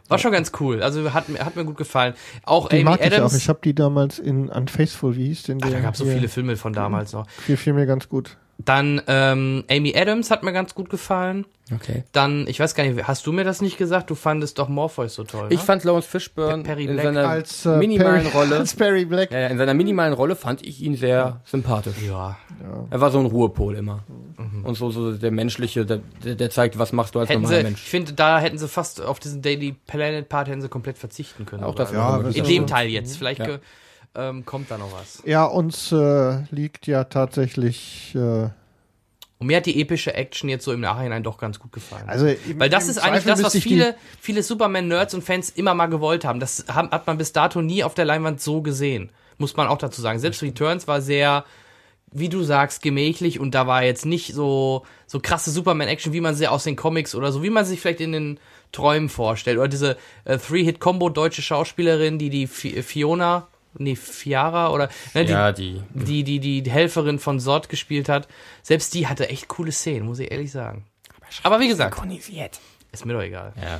War schon ganz cool. Also hat, hat mir gut gefallen. Auch Die Amy mag ich Adams. auch. Ich habe die damals in Unfaithful, wie hieß denn der? Ach, da gab es so hier? viele Filme von damals noch. Die fiel mir ganz gut. Dann ähm, Amy Adams hat mir ganz gut gefallen. Okay. Dann, ich weiß gar nicht, hast du mir das nicht gesagt? Du fandest doch Morpheus so toll, Ich ne? fand Lawrence Fishburne Perry in Black seiner als, äh, minimalen Perry, Rolle. als Perry Black. Ja, ja, in seiner minimalen Rolle fand ich ihn sehr sympathisch. Ja. Ja. Er war so ein Ruhepol immer. Mhm. Und so, so der menschliche, der, der, der zeigt, was machst du als Hätten normaler sie, Mensch. ich finde, da hätten sie fast auf diesen Daily Planet Part hätten sie komplett verzichten können. Auch oder? das ja, in das dem so. Teil jetzt. Vielleicht Ja. ge, ähm, kommt da noch was. Ja, uns äh, liegt ja tatsächlich... Äh, Und mir hat die epische Action jetzt so im Nachhinein doch ganz gut gefallen. Also im, Weil das im ist eigentlich Zweifel das, was müsste ich viele, viele Superman-Nerds und Fans immer mal gewollt haben. Das haben, hat man bis dato nie auf der Leinwand so gesehen. Muss man auch dazu sagen. Selbst Returns war sehr, wie du sagst, gemächlich und da war jetzt nicht so, so krasse Superman-Action, wie man sie aus den Comics oder so, wie man sich vielleicht in den Träumen vorstellt. Oder diese äh, Three-Hit-Combo deutsche Schauspielerin, die die Fi- Fiona, nee, Fiara oder ne, die, Ja, die- die, die, die, die Helferin von Zod gespielt hat. Selbst die hatte echt coole Szenen, muss ich ehrlich sagen. Aber wie gesagt, ist mir doch egal. Ja.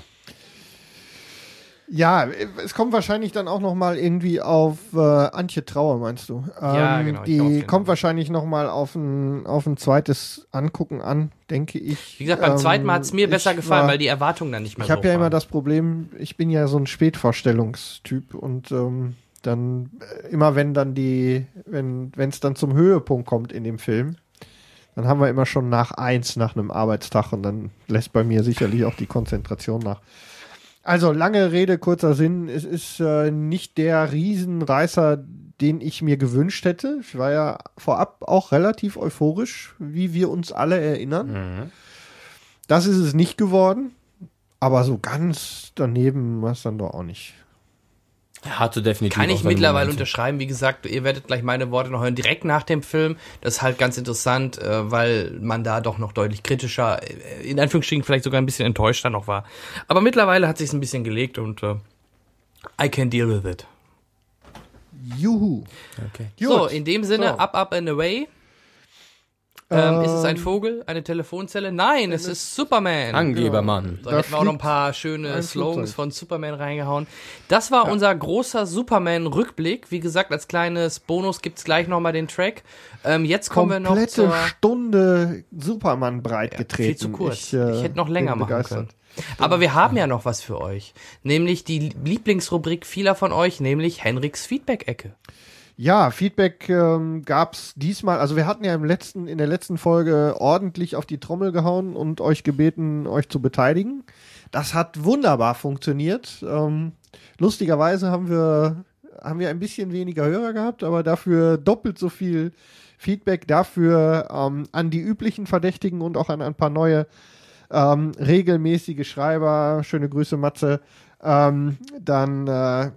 Ja, es kommt wahrscheinlich dann auch noch mal irgendwie auf äh, Antje Trauer, meinst du? Ja, Ähm, genau, ich Die glaub, genau. kommt wahrscheinlich noch mal auf ein, auf ein zweites Angucken an, denke ich. Wie gesagt, beim Ähm, zweiten Mal hat es mir besser ich gefallen, war- weil die Erwartungen dann nicht mehr Ich so habe ja waren. immer das Problem, ich bin ja so ein Spätvorstellungstyp und ähm, dann äh, immer wenn dann die, wenn wenn es dann zum Höhepunkt kommt in dem Film, dann haben wir immer schon nach eins nach einem Arbeitstag und dann lässt bei mir sicherlich auch die Konzentration nach. Also lange Rede, kurzer Sinn, es ist äh, nicht der Riesenreißer, den ich mir gewünscht hätte. Ich war ja vorab auch relativ euphorisch, wie wir uns alle erinnern. Mhm. Das ist es nicht geworden, aber so ganz daneben war es dann doch auch nicht. Er hatte definitiv Kann auch ich seine mittlerweile Momente. unterschreiben. Wie gesagt, ihr werdet gleich meine Worte noch hören, direkt nach dem Film. Das ist halt ganz interessant, äh, weil man da doch noch deutlich kritischer, äh, in Anführungsstrichen vielleicht sogar ein bisschen enttäuschter noch war. Aber mittlerweile hat sich's ein bisschen gelegt und äh, I can deal with it. Juhu. Okay. So, Gut. in dem Sinne, So. up, up and away. Ähm, Ähm, ist es ein Vogel, eine Telefonzelle? Nein, es ist Superman. Angebermann. Da Da hätten wir auch noch ein fliegt paar schöne ein Slogans Flugzeug. von Superman reingehauen. Das war unser großer Superman-Rückblick. Wie gesagt, als kleines Bonus gibt's gleich nochmal den Track. Ähm, jetzt kommen wir noch Komplette zur... Stunde Superman breit Ja, getreten. viel zu kurz. Ich, äh, Ich hätte noch länger bin machen begeistert. können. Aber wir haben ja noch was für euch. Nämlich die Lieblingsrubrik vieler von euch, nämlich Henriks Feedback-Ecke. Ja, Feedback ähm, gab's diesmal. Also wir hatten ja im letzten, in der letzten Folge ordentlich auf die Trommel gehauen und euch gebeten, euch zu beteiligen. Das hat wunderbar funktioniert. Ähm, lustigerweise haben wir, haben wir ein bisschen weniger Hörer gehabt, aber dafür doppelt so viel Feedback dafür ähm, an die üblichen Verdächtigen und auch an ein paar neue ähm, regelmäßige Schreiber. Schöne Grüße, Matze. Ähm, dann äh,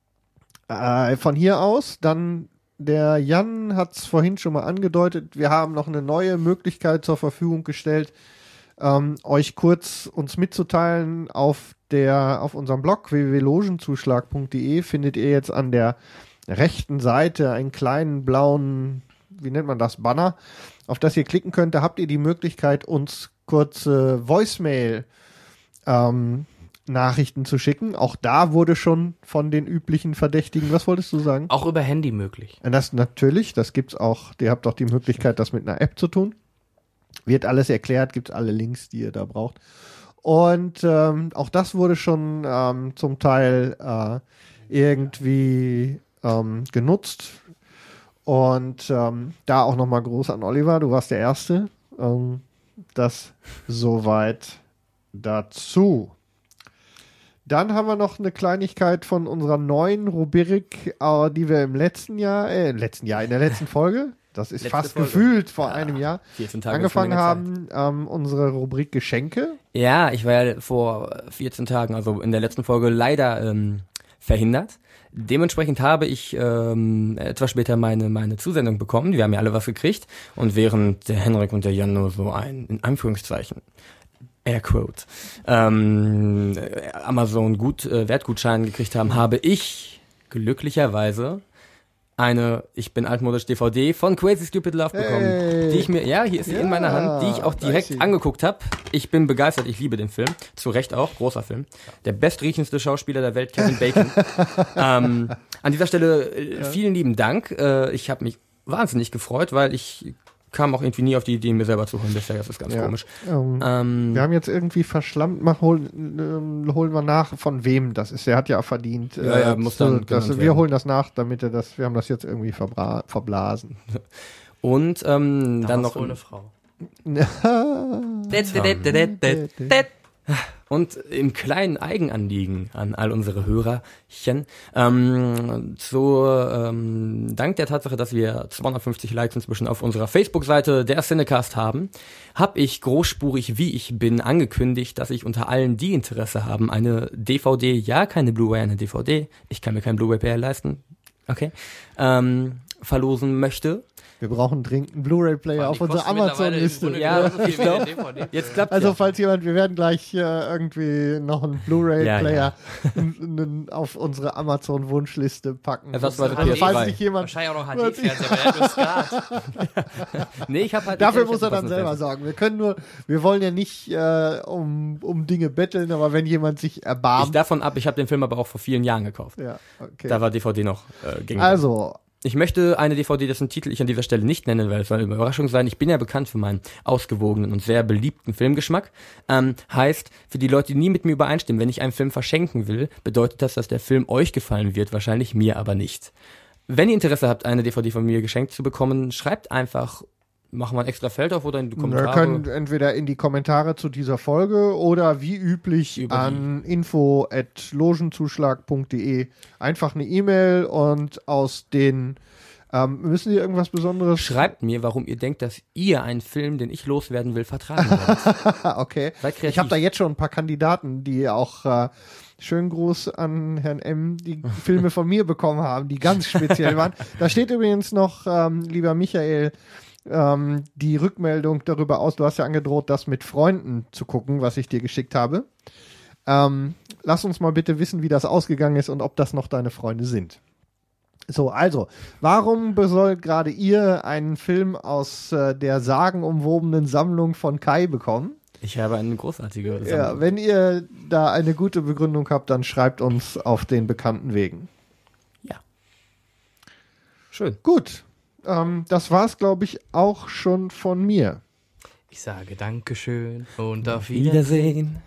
Äh, von hier aus, dann der Jan hat es vorhin schon mal angedeutet, wir haben noch eine neue Möglichkeit zur Verfügung gestellt, ähm, euch kurz uns mitzuteilen. Auf der, auf unserem Blog w w w punkt logenzuschlag punkt d e findet ihr jetzt an der rechten Seite einen kleinen blauen, wie nennt man das, Banner, auf das ihr klicken könnt. Da habt ihr die Möglichkeit, uns kurze Voicemail ähm, Nachrichten zu schicken. Auch da wurde schon von den üblichen Verdächtigen, was wolltest du sagen? Auch über Handy möglich. Das natürlich, das gibt's auch. Ihr habt auch die Möglichkeit, das mit einer App zu tun. Wird alles erklärt, gibt's alle Links, die ihr da braucht. Und ähm, auch das wurde schon ähm, zum Teil äh, irgendwie ähm, genutzt. Und ähm, da auch nochmal groß an Oliver, du warst der Erste. Ähm, das soweit dazu. Dann haben wir noch eine Kleinigkeit von unserer neuen Rubrik, äh, die wir im letzten Jahr, äh, im letzten Jahr, in der letzten Folge, das ist Letzte fast Folge. gefühlt vor einem Jahr, vierzehn Tage angefangen ist eine haben, ähm, unsere Rubrik Geschenke. Ja, ich war ja vor vierzehn Tagen, also in der letzten Folge, leider ähm, verhindert. Dementsprechend habe ich ähm, etwas später meine meine Zusendung bekommen. Wir haben ja alle was gekriegt. Und während der Henrik und der Jan nur so ein, in Anführungszeichen, Airquote, ähm, Amazon gut, äh, Wertgutschein gekriegt haben, habe ich glücklicherweise eine Ich bin altmodisch D V D von Crazy Stupid Love bekommen, Hey. die ich mir, ja, hier ist sie Ja, in meiner Hand, die ich auch direkt nice. angeguckt habe. Ich bin begeistert, ich liebe den Film. Zu Recht auch, großer Film. Der bestriechendste Schauspieler der Welt, Kevin Bacon. ähm, an dieser Stelle äh, vielen lieben Dank. Äh, ich habe mich wahnsinnig gefreut, weil ich kam auch irgendwie nie auf die Idee, mir selber zu holen bisher. Das ist ganz Ja. komisch. Ähm, Ähm, wir haben jetzt irgendwie verschlammt, mach, holen, ähm, holen wir nach, von wem das ist. Er hat ja verdient. Ja, ja, muss dann das, genannt wir werden. holen das nach, damit er das, wir haben das jetzt irgendwie verbra- verblasen. Und ähm, Da dann war's noch wohl eine Frau. Und im kleinen Eigenanliegen an all unsere Hörerchen, ähm, zu ähm, dank der Tatsache, dass wir zweihundertfünfzig Likes inzwischen auf unserer Facebook-Seite der Cinecast haben, habe ich großspurig, wie ich bin, angekündigt, dass ich unter allen, die Interesse haben, eine D V D, ja, keine Blu-ray, eine D V D, ich kann mir keinen Blu-ray-Player leisten, okay, ähm, verlosen möchte. Wir brauchen dringend einen Blu-ray-Player auf die unserer kosten mittlerweile Amazon-Liste. im Grunde Ja, genauso viel ich wie eine glaub, D V D. jetzt klappt Also ja. falls jemand, wir werden gleich äh, irgendwie noch einen Blu-ray-Player Ja, n- n- auf unsere Amazon-Wunschliste packen. Ersatzweise also P S falls drei. sich jemand Wahrscheinlich auch noch H D-Fernseher, weil er hat nur Skat. Nee, ich habe halt Dafür ich- muss er was dann ist selber das? sagen. Wir können nur, wir wollen ja nicht äh, um, um Dinge betteln, aber wenn jemand sich Ich erbarmt. davon ab, ich habe den Film aber auch vor vielen Jahren gekauft. Ja, okay. Da war D V D noch äh, gängig. Also, Ich möchte eine D V D, dessen Titel ich an dieser Stelle nicht nennen, weil es soll eine Überraschung sein. Ich bin ja bekannt für meinen ausgewogenen und sehr beliebten Filmgeschmack. Ähm, heißt, für die Leute, die nie mit mir übereinstimmen, wenn ich einen Film verschenken will, bedeutet das, dass der Film euch gefallen wird, wahrscheinlich mir aber nicht. Wenn ihr Interesse habt, eine D V D von mir geschenkt zu bekommen, schreibt einfach, machen wir ein extra Feld auf oder in die wir Kommentare. können entweder in die Kommentare zu dieser Folge oder wie üblich Über die- an info at logenzuschlag punkt de einfach eine E-Mail und aus den ähm, müssen Sie irgendwas Besonderes? Schreibt mir, warum ihr denkt, dass ihr einen Film, den ich loswerden will, vertragen werdet. Okay. Seid kreativ. Ich habe da jetzt schon ein paar Kandidaten, die auch äh, schönen Gruß an Herrn M., die Filme von mir bekommen haben, die ganz speziell waren. Da steht übrigens noch, ähm, lieber Michael, ähm, die Rückmeldung darüber aus. Du hast ja angedroht, das mit Freunden zu gucken, was ich dir geschickt habe. Ähm, lass uns mal bitte wissen, wie das ausgegangen ist und ob das noch deine Freunde sind. So, also, warum besollt gerade ihr einen Film aus äh, der sagenumwobenen Sammlung von Kai bekommen? Ich habe eine großartige Sammlung. Ja, wenn ihr da eine gute Begründung habt, dann schreibt uns auf den bekannten Wegen. Ja. Schön. Gut, ähm, das war's, glaube ich, auch schon von mir. Ich sage Dankeschön und auf Wiedersehen.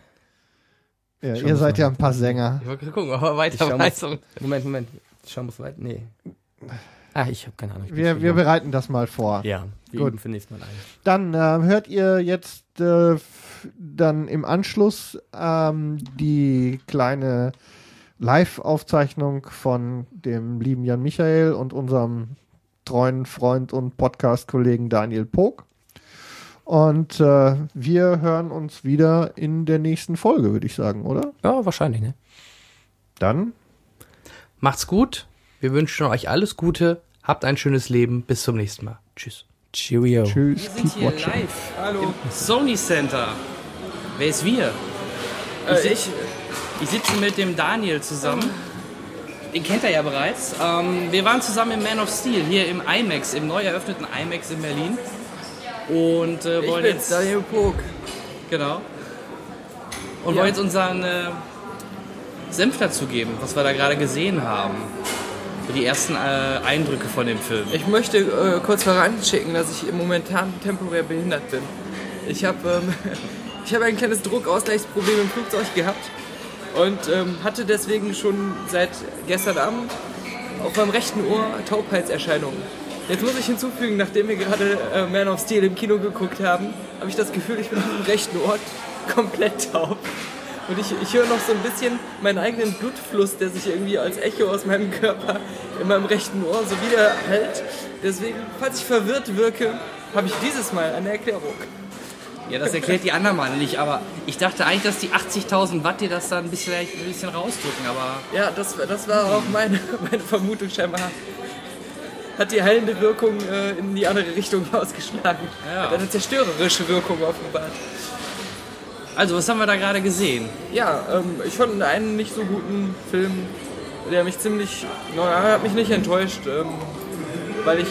Ja, Schau ihr muss seid ja man- ein paar Sänger. Ich wollte gucken, aber Ich weiter schau weiter. muss, Moment, Moment. Schau muss weit. Nee. Ah, ich habe keine Ahnung. Ich bin Wir, zu wir jung. bereiten das mal vor. Ja, wir Gut. üben für nächstes Mal ein. Dann äh, hört ihr jetzt äh, f- dann im Anschluss ähm, die kleine Live-Aufzeichnung von dem lieben Jan Michael und unserem treuen Freund und Podcast-Kollegen Daniel Pog. Und äh, wir hören uns wieder in der nächsten Folge, würde ich sagen, oder? Ja, wahrscheinlich, ne? Dann Macht's gut. Wir wünschen euch alles Gute. Habt ein schönes Leben. Bis zum nächsten Mal. Tschüss. Cheerio. tschüss, Wir sind keep hier watching. live Hallo. im Sony Center. Wer ist wir? Äh, ich, sitz, ich sitze mit dem Daniel zusammen. Den kennt er ja bereits. Ähm, wir waren zusammen im Man of Steel hier im IMAX, im neu eröffneten IMAX in Berlin. Und äh, wollen Ich bin's, jetzt. Daniel Pog. Genau. Und Ja. wollen jetzt unseren äh, Senf dazu geben, was wir da gerade gesehen haben. So die ersten äh, Eindrücke von dem Film. Ich möchte äh, kurz voranschicken, dass ich momentan temporär behindert bin. Ich habe ähm, ich hab ein kleines Druckausgleichsproblem im Flugzeug gehabt und ähm, hatte deswegen schon seit gestern Abend auf meinem rechten Ohr Taubheitserscheinungen. Jetzt muss ich hinzufügen, nachdem wir gerade äh, Man of Steel im Kino geguckt haben, habe ich das Gefühl, ich bin auf dem rechten Ohr komplett taub. Und ich, ich höre noch so ein bisschen meinen eigenen Blutfluss, der sich irgendwie als Echo aus meinem Körper in meinem rechten Ohr so wiederhält. Deswegen, falls ich verwirrt wirke, habe ich dieses Mal eine Erklärung. Ja, das erklärt die anderen mal nicht, aber ich dachte eigentlich, dass die achtzigtausend Watt dir das da ein bisschen, ein bisschen rausdrücken, aber... Ja, das, das war auch meine, meine Vermutung scheinbar. Hat die heilende Wirkung äh, in die andere Richtung ausgeschlagen. Ja. Hat eine zerstörerische Wirkung offenbart. Also, was haben wir da gerade gesehen? Ja, ähm, ich fand einen nicht so guten Film der mich ziemlich, er hat mich nicht enttäuscht, ähm, weil ich,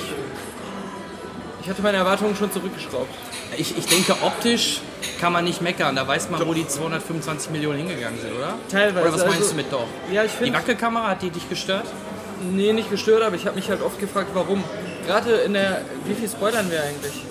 ich hatte meine Erwartungen schon zurückgeschraubt. Ich, ich denke, optisch kann man nicht meckern. Da weiß man, wo die zweihundertfünfundzwanzig Millionen hingegangen sind, oder? Teilweise. Oder was meinst also, du mit doch? Ja, ich find, die Wackelkamera, hat die dich gestört? Nee, nicht gestört, aber ich habe mich halt oft gefragt, warum. Gerade in der, wie viel spoilern wir eigentlich?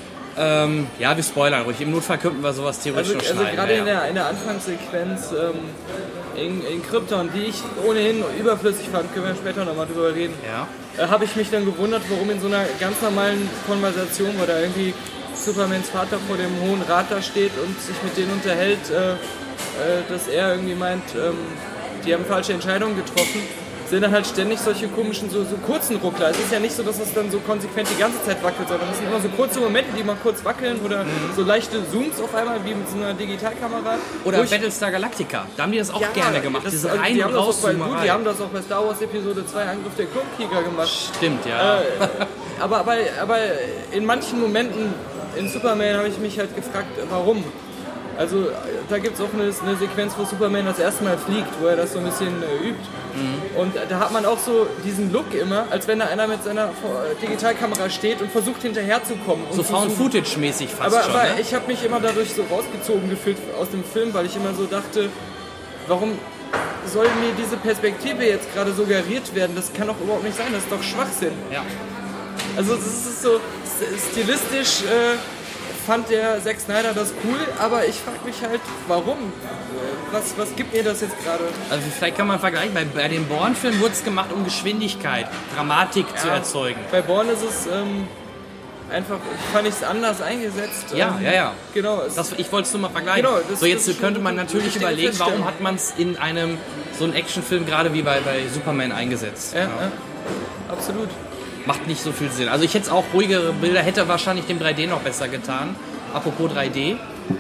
Ähm, ja, wir spoilern ruhig. Im Notfall könnten wir sowas theoretisch also, noch also schneiden. gerade ja, in, der, in der Anfangssequenz ähm, in, in Krypton, die ich ohnehin überflüssig fand, können wir später nochmal drüber reden, ja. äh, habe ich mich dann gewundert, warum in so einer ganz normalen Konversation, wo da irgendwie Supermans Vater vor dem Hohen Rat da steht und sich mit denen unterhält, äh, äh, dass er irgendwie meint, ähm, die haben falsche Entscheidungen getroffen, sind dann halt ständig solche komischen, so, so kurzen Ruckler. Es ist ja nicht so, dass es dann so konsequent die ganze Zeit wackelt, sondern es sind immer so kurze Momente, die mal kurz wackeln oder mhm. so leichte Zooms auf einmal, wie mit so einer Digitalkamera. Oder Battlestar Galactica, da haben die das auch ja, gerne gemacht, das, diese also, rein- die und haben raus das auch bei, gut, die haben das auch bei Star Wars Episode zwei Angriff der Klonkrieger gemacht. Stimmt, ja. Äh, aber, aber, aber in manchen Momenten in Superman habe ich mich halt gefragt, warum. Also da gibt es auch eine, eine Sequenz, wo Superman das erste Mal fliegt, wo er das so ein bisschen äh, übt. Mhm. Und da hat man auch so diesen Look immer, als wenn da einer mit seiner Digitalkamera steht und versucht hinterherzukommen. So Found-Footage-mäßig fast aber, schon. Aber ne? ich habe mich immer dadurch so rausgezogen gefühlt aus dem Film, weil ich immer so dachte, warum soll mir diese Perspektive jetzt gerade suggeriert werden? Das kann doch überhaupt nicht sein, das ist doch Schwachsinn. Ja. Also es ist so stilistisch... Äh, fand der Zack Snyder das cool, aber ich frage mich halt, warum? Was, was gibt mir das jetzt gerade? Also vielleicht kann man vergleichen, bei, bei den Bourne-Filmen wurde es gemacht, um Geschwindigkeit, Dramatik ja, zu erzeugen. Bei Bourne ist es ähm, einfach, fand ich es anders eingesetzt. Ja, ähm, ja, ja. Genau. Das, ich wollte es nur mal vergleichen. Genau, das, so jetzt das könnte man natürlich überlegen, warum hat man es in einem so einem Actionfilm gerade wie bei, bei Superman eingesetzt. Ja, ja. ja. Absolut. Macht nicht so viel Sinn. Also ich hätte es auch ruhigere Bilder, hätte wahrscheinlich dem drei D noch besser getan. Apropos drei D.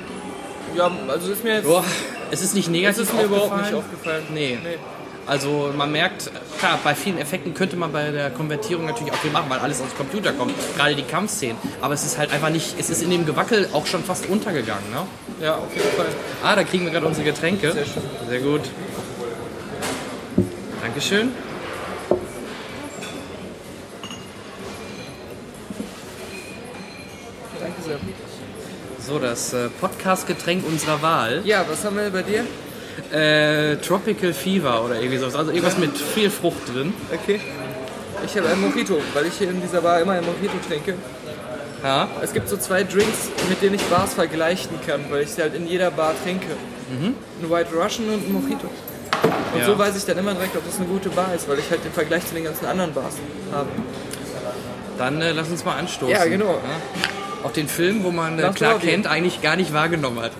Ja, also ist mir jetzt... Boah, es ist nicht negativ es ist mir aufgefallen. überhaupt nicht aufgefallen. Nee. nee. Also man merkt, klar, bei vielen Effekten könnte man bei der Konvertierung natürlich auch viel machen, weil alles aus dem Computer kommt. Gerade die Kampfszenen. Aber es ist halt einfach nicht, es ist in dem Gewackel auch schon fast untergegangen. Ne? Ja, auf jeden Fall. Ah, da kriegen wir gerade unsere Getränke. Sehr schön. Sehr gut. Dankeschön. Danke sehr. So, das äh, Podcast-Getränk unserer Wahl. Ja, was haben wir bei dir? Äh, Tropical Fever oder irgendwie sowas. Also irgendwas mit viel Frucht drin. Okay. Ich habe ein Mojito, weil ich hier in dieser Bar immer ein Mojito trinke. Ja. Es gibt so zwei Drinks, mit denen ich Bars vergleichen kann, weil ich sie halt in jeder Bar trinke. Mhm. Ein White Russian und ein Mojito. Und ja. so weiß ich dann immer direkt, ob das eine gute Bar ist, weil ich halt den Vergleich zu den ganzen anderen Bars habe. Dann äh, lass uns mal anstoßen. Ja, genau. Ja. Auf den Film, wo man äh, Clark Kent eigentlich gar nicht wahrgenommen hat.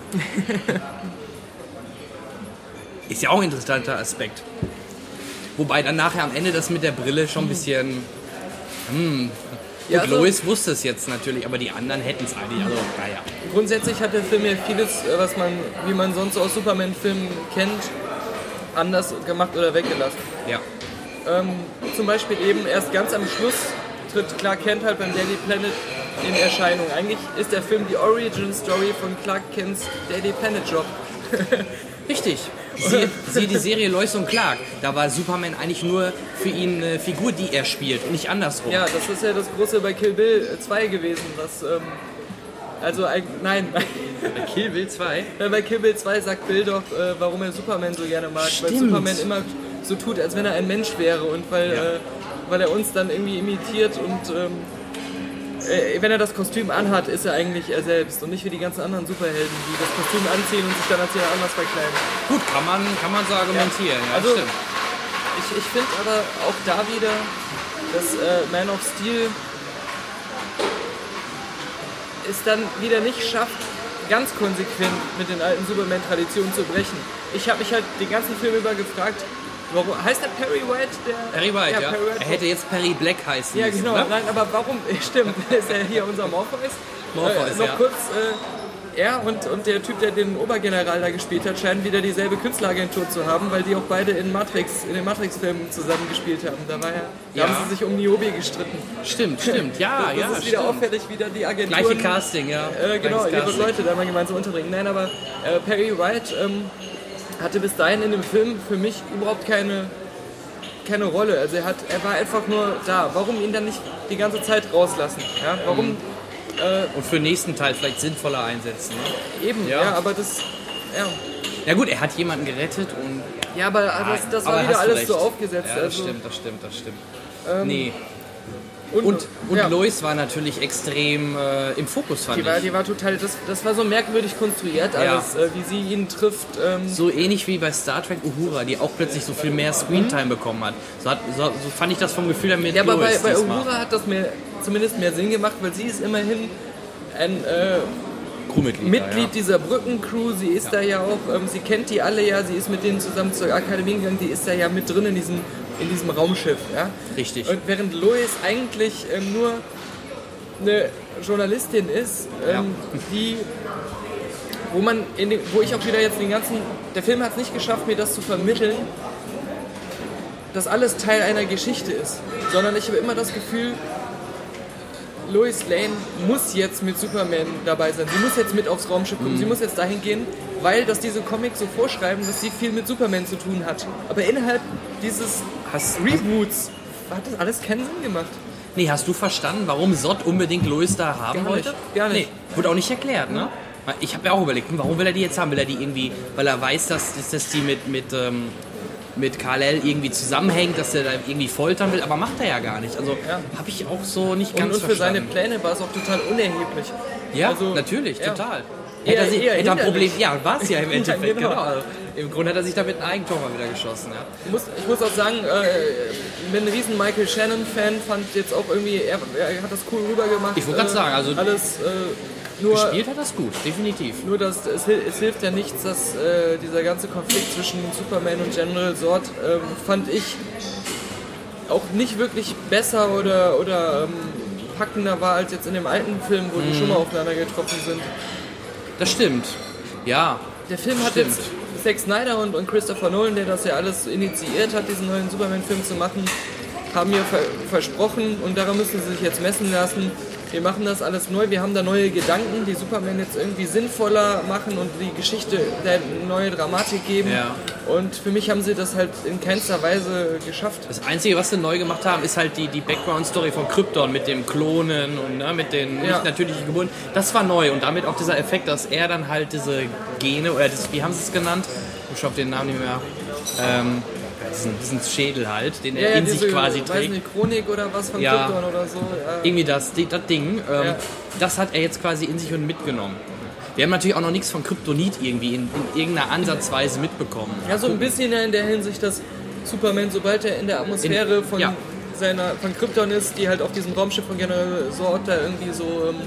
Ist ja auch ein interessanter Aspekt. Wobei dann nachher am Ende das mit der Brille schon ein bisschen... Hm, ja, also, Lois wusste es jetzt natürlich, aber die anderen hätten es eigentlich. Also, naja. Grundsätzlich hat der Film ja vieles, was man, wie man sonst aus Superman-Filmen kennt, anders gemacht oder weggelassen. Ja. Ähm, zum Beispiel eben erst ganz am Schluss tritt Clark Kent halt beim Daily Planet in Erscheinung. Eigentlich ist der Film die Origin-Story von Clark Kents Daily Planet Job. Richtig. Siehe, siehe die Serie Lois und Clark. Da war Superman eigentlich nur für ihn eine Figur, die er spielt und nicht andersrum. Ja, das ist ja das Große bei Kill Bill zwei gewesen, was... Ähm, also, nein. Bei Kill Bill zwei? Bei Kill Bill zwei sagt Bill doch, äh, warum er Superman so gerne mag. Stimmt. Weil Superman immer so tut, als wenn er ein Mensch wäre und weil, ja. äh, weil er uns dann irgendwie imitiert und... Ähm, wenn er das Kostüm anhat, ist er eigentlich er selbst und nicht wie die ganzen anderen Superhelden, die das Kostüm anziehen und sich dann als jemand anders verkleiden. Gut, kann man, kann man so argumentieren. Ja. Ja, also, stimmt. ich, ich finde aber auch da wieder, dass äh, Man of Steel es dann wieder nicht schafft, ganz konsequent mit den alten Superman-Traditionen zu brechen. Ich habe mich halt den ganzen Film über gefragt, warum, heißt der Perry White? Der, Perry White, ja. ja. Perry White. Er hätte jetzt Perry Black heißen Ja, müssen, genau. ne? Nein, aber warum, stimmt, ist er hier unser Morpheus? Morpheus, äh, noch ja. kurz, äh, er und, und der Typ, der den Obergeneral da gespielt hat, scheinen wieder dieselbe Künstleragentur zu haben, weil die auch beide in Matrix, in den Matrix-Filmen zusammen gespielt haben. Da, war ja, da ja. haben sie sich um Niobe gestritten. Stimmt, stimmt, ja, das, das ja. ist wieder stimmt. auffällig, wieder die Agenturen... Gleiche Casting, ja. Äh, genau, ihre Leute da mal gemeinsam unterbringen. Nein, aber äh, Perry White ähm, hatte bis dahin in dem Film für mich überhaupt keine keine Rolle. Also er hat, er war einfach nur da. Warum ihn dann nicht die ganze Zeit rauslassen? Ja? Warum? Mhm. Äh, Und für den nächsten Teil vielleicht sinnvoller einsetzen. Ne? Eben, ja. ja, aber das, ja. Ja gut, er hat jemanden gerettet und... Ja, aber das, das war wieder alles so aufgesetzt. Ja, das also, stimmt, das stimmt, das stimmt. Ähm, nee. Und, und, und ja. Lois war natürlich extrem äh, im Fokus, fand die war, ich. Die war total, das, das war so merkwürdig konstruiert alles, ja. äh, wie sie ihn trifft. Ähm. So ähnlich wie bei Star Trek Uhura, die auch plötzlich so viel mehr Screentime mhm. bekommen hat. So, hat so, so fand ich das vom Gefühl her mit Ja, Lois aber bei, bei diesmal. Uhura hat das mir zumindest mehr Sinn gemacht, weil sie ist immerhin ein äh, Crewmitglied Mitglied ja. dieser Brückencrew. Sie ist ja. da ja auch, ähm, sie kennt die alle ja, sie ist mit denen zusammen zur Akademie gegangen, die ist da ja mit drin in diesem in diesem Raumschiff, ja. Richtig. Und während Lois eigentlich ähm, nur eine Journalistin ist, ähm, ja. die, wo man, in den, wo ich auch wieder jetzt den ganzen, der Film hat es nicht geschafft, mir das zu vermitteln, dass alles Teil einer Geschichte ist, sondern ich habe immer das Gefühl, Lois Lane muss jetzt mit Superman dabei sein. Sie muss jetzt mit aufs Raumschiff kommen. Mhm. Sie muss jetzt dahin gehen, weil das diese Comics so vorschreiben, dass sie viel mit Superman zu tun hat. Aber innerhalb dieses hast, Reboots hat das alles keinen Sinn gemacht. Nee, hast du verstanden, warum Zod unbedingt Lois da haben Gar wollte? Nicht, gar nicht. Nee, wurde auch nicht erklärt, ne? Ich habe mir auch überlegt, warum will er die jetzt haben? Will er die irgendwie, weil er weiß, dass, dass die mit, mit, ähm, mit Kal-El irgendwie zusammenhängt, dass er da irgendwie foltern will, aber macht er ja gar nicht. Also ja. habe ich auch so nicht ganz und, und für verstanden. seine Pläne war es auch total unerheblich. Ja, also, natürlich, ja. total. Eher, hätte er, eher hätte ein Problem, ja, war es ja im Endeffekt, ja, genau. genau. Also, im Grunde hat er sich damit ein Eigentor mal wieder geschossen, ja. Ich muss, ich muss auch sagen, äh, ich bin ein riesen Michael Shannon-Fan, fand jetzt auch irgendwie, er, er hat das cool rübergemacht. Ich wollte gerade äh, sagen, also alles, äh, nur, gespielt hat das gut, definitiv. Nur, dass es, es hilft ja nichts, dass äh, dieser ganze Konflikt zwischen Superman und General Zod, äh, fand ich auch nicht wirklich besser oder, oder ähm, packender war als jetzt in dem alten Film, wo die mm. schon mal aufeinander getroffen sind. Das stimmt, ja. Der Film hat stimmt. jetzt Zack Snyder und, und Christopher Nolan, der das ja alles initiiert hat, diesen neuen Superman-Film zu machen, haben mir ver- versprochen und daran müssen sie sich jetzt messen lassen. Wir machen das alles neu, wir haben da neue Gedanken, die Superman jetzt irgendwie sinnvoller machen und die Geschichte eine neue Dramatik geben. Ja. Und für mich haben sie das halt in keinster Weise geschafft. Das Einzige, was sie neu gemacht haben, ist halt die, die Background-Story von Krypton mit dem Klonen und ne, mit den ja. nicht natürlichen Geburten. Das war neu und damit auch dieser Effekt, dass er dann halt diese Gene, oder das, wie haben sie es genannt? Ich habe den Namen nicht mehr. Ähm, Diesen, diesen Schädel halt, den ja, er in ja, sich diese, quasi weiß trägt. Nicht, Chronik oder was von ja, Krypton oder so. Ja. Irgendwie das, das Ding, ähm, ja. das hat er jetzt quasi in sich und mitgenommen. Wir haben natürlich auch noch nichts von Kryptonit irgendwie in, in irgendeiner Ansatzweise mitbekommen. Ja, so ein bisschen in der Hinsicht, dass Superman, sobald er in der Atmosphäre in, von, ja. seiner, von Krypton ist, die halt auf diesem Raumschiff von General Zod da irgendwie so ähm,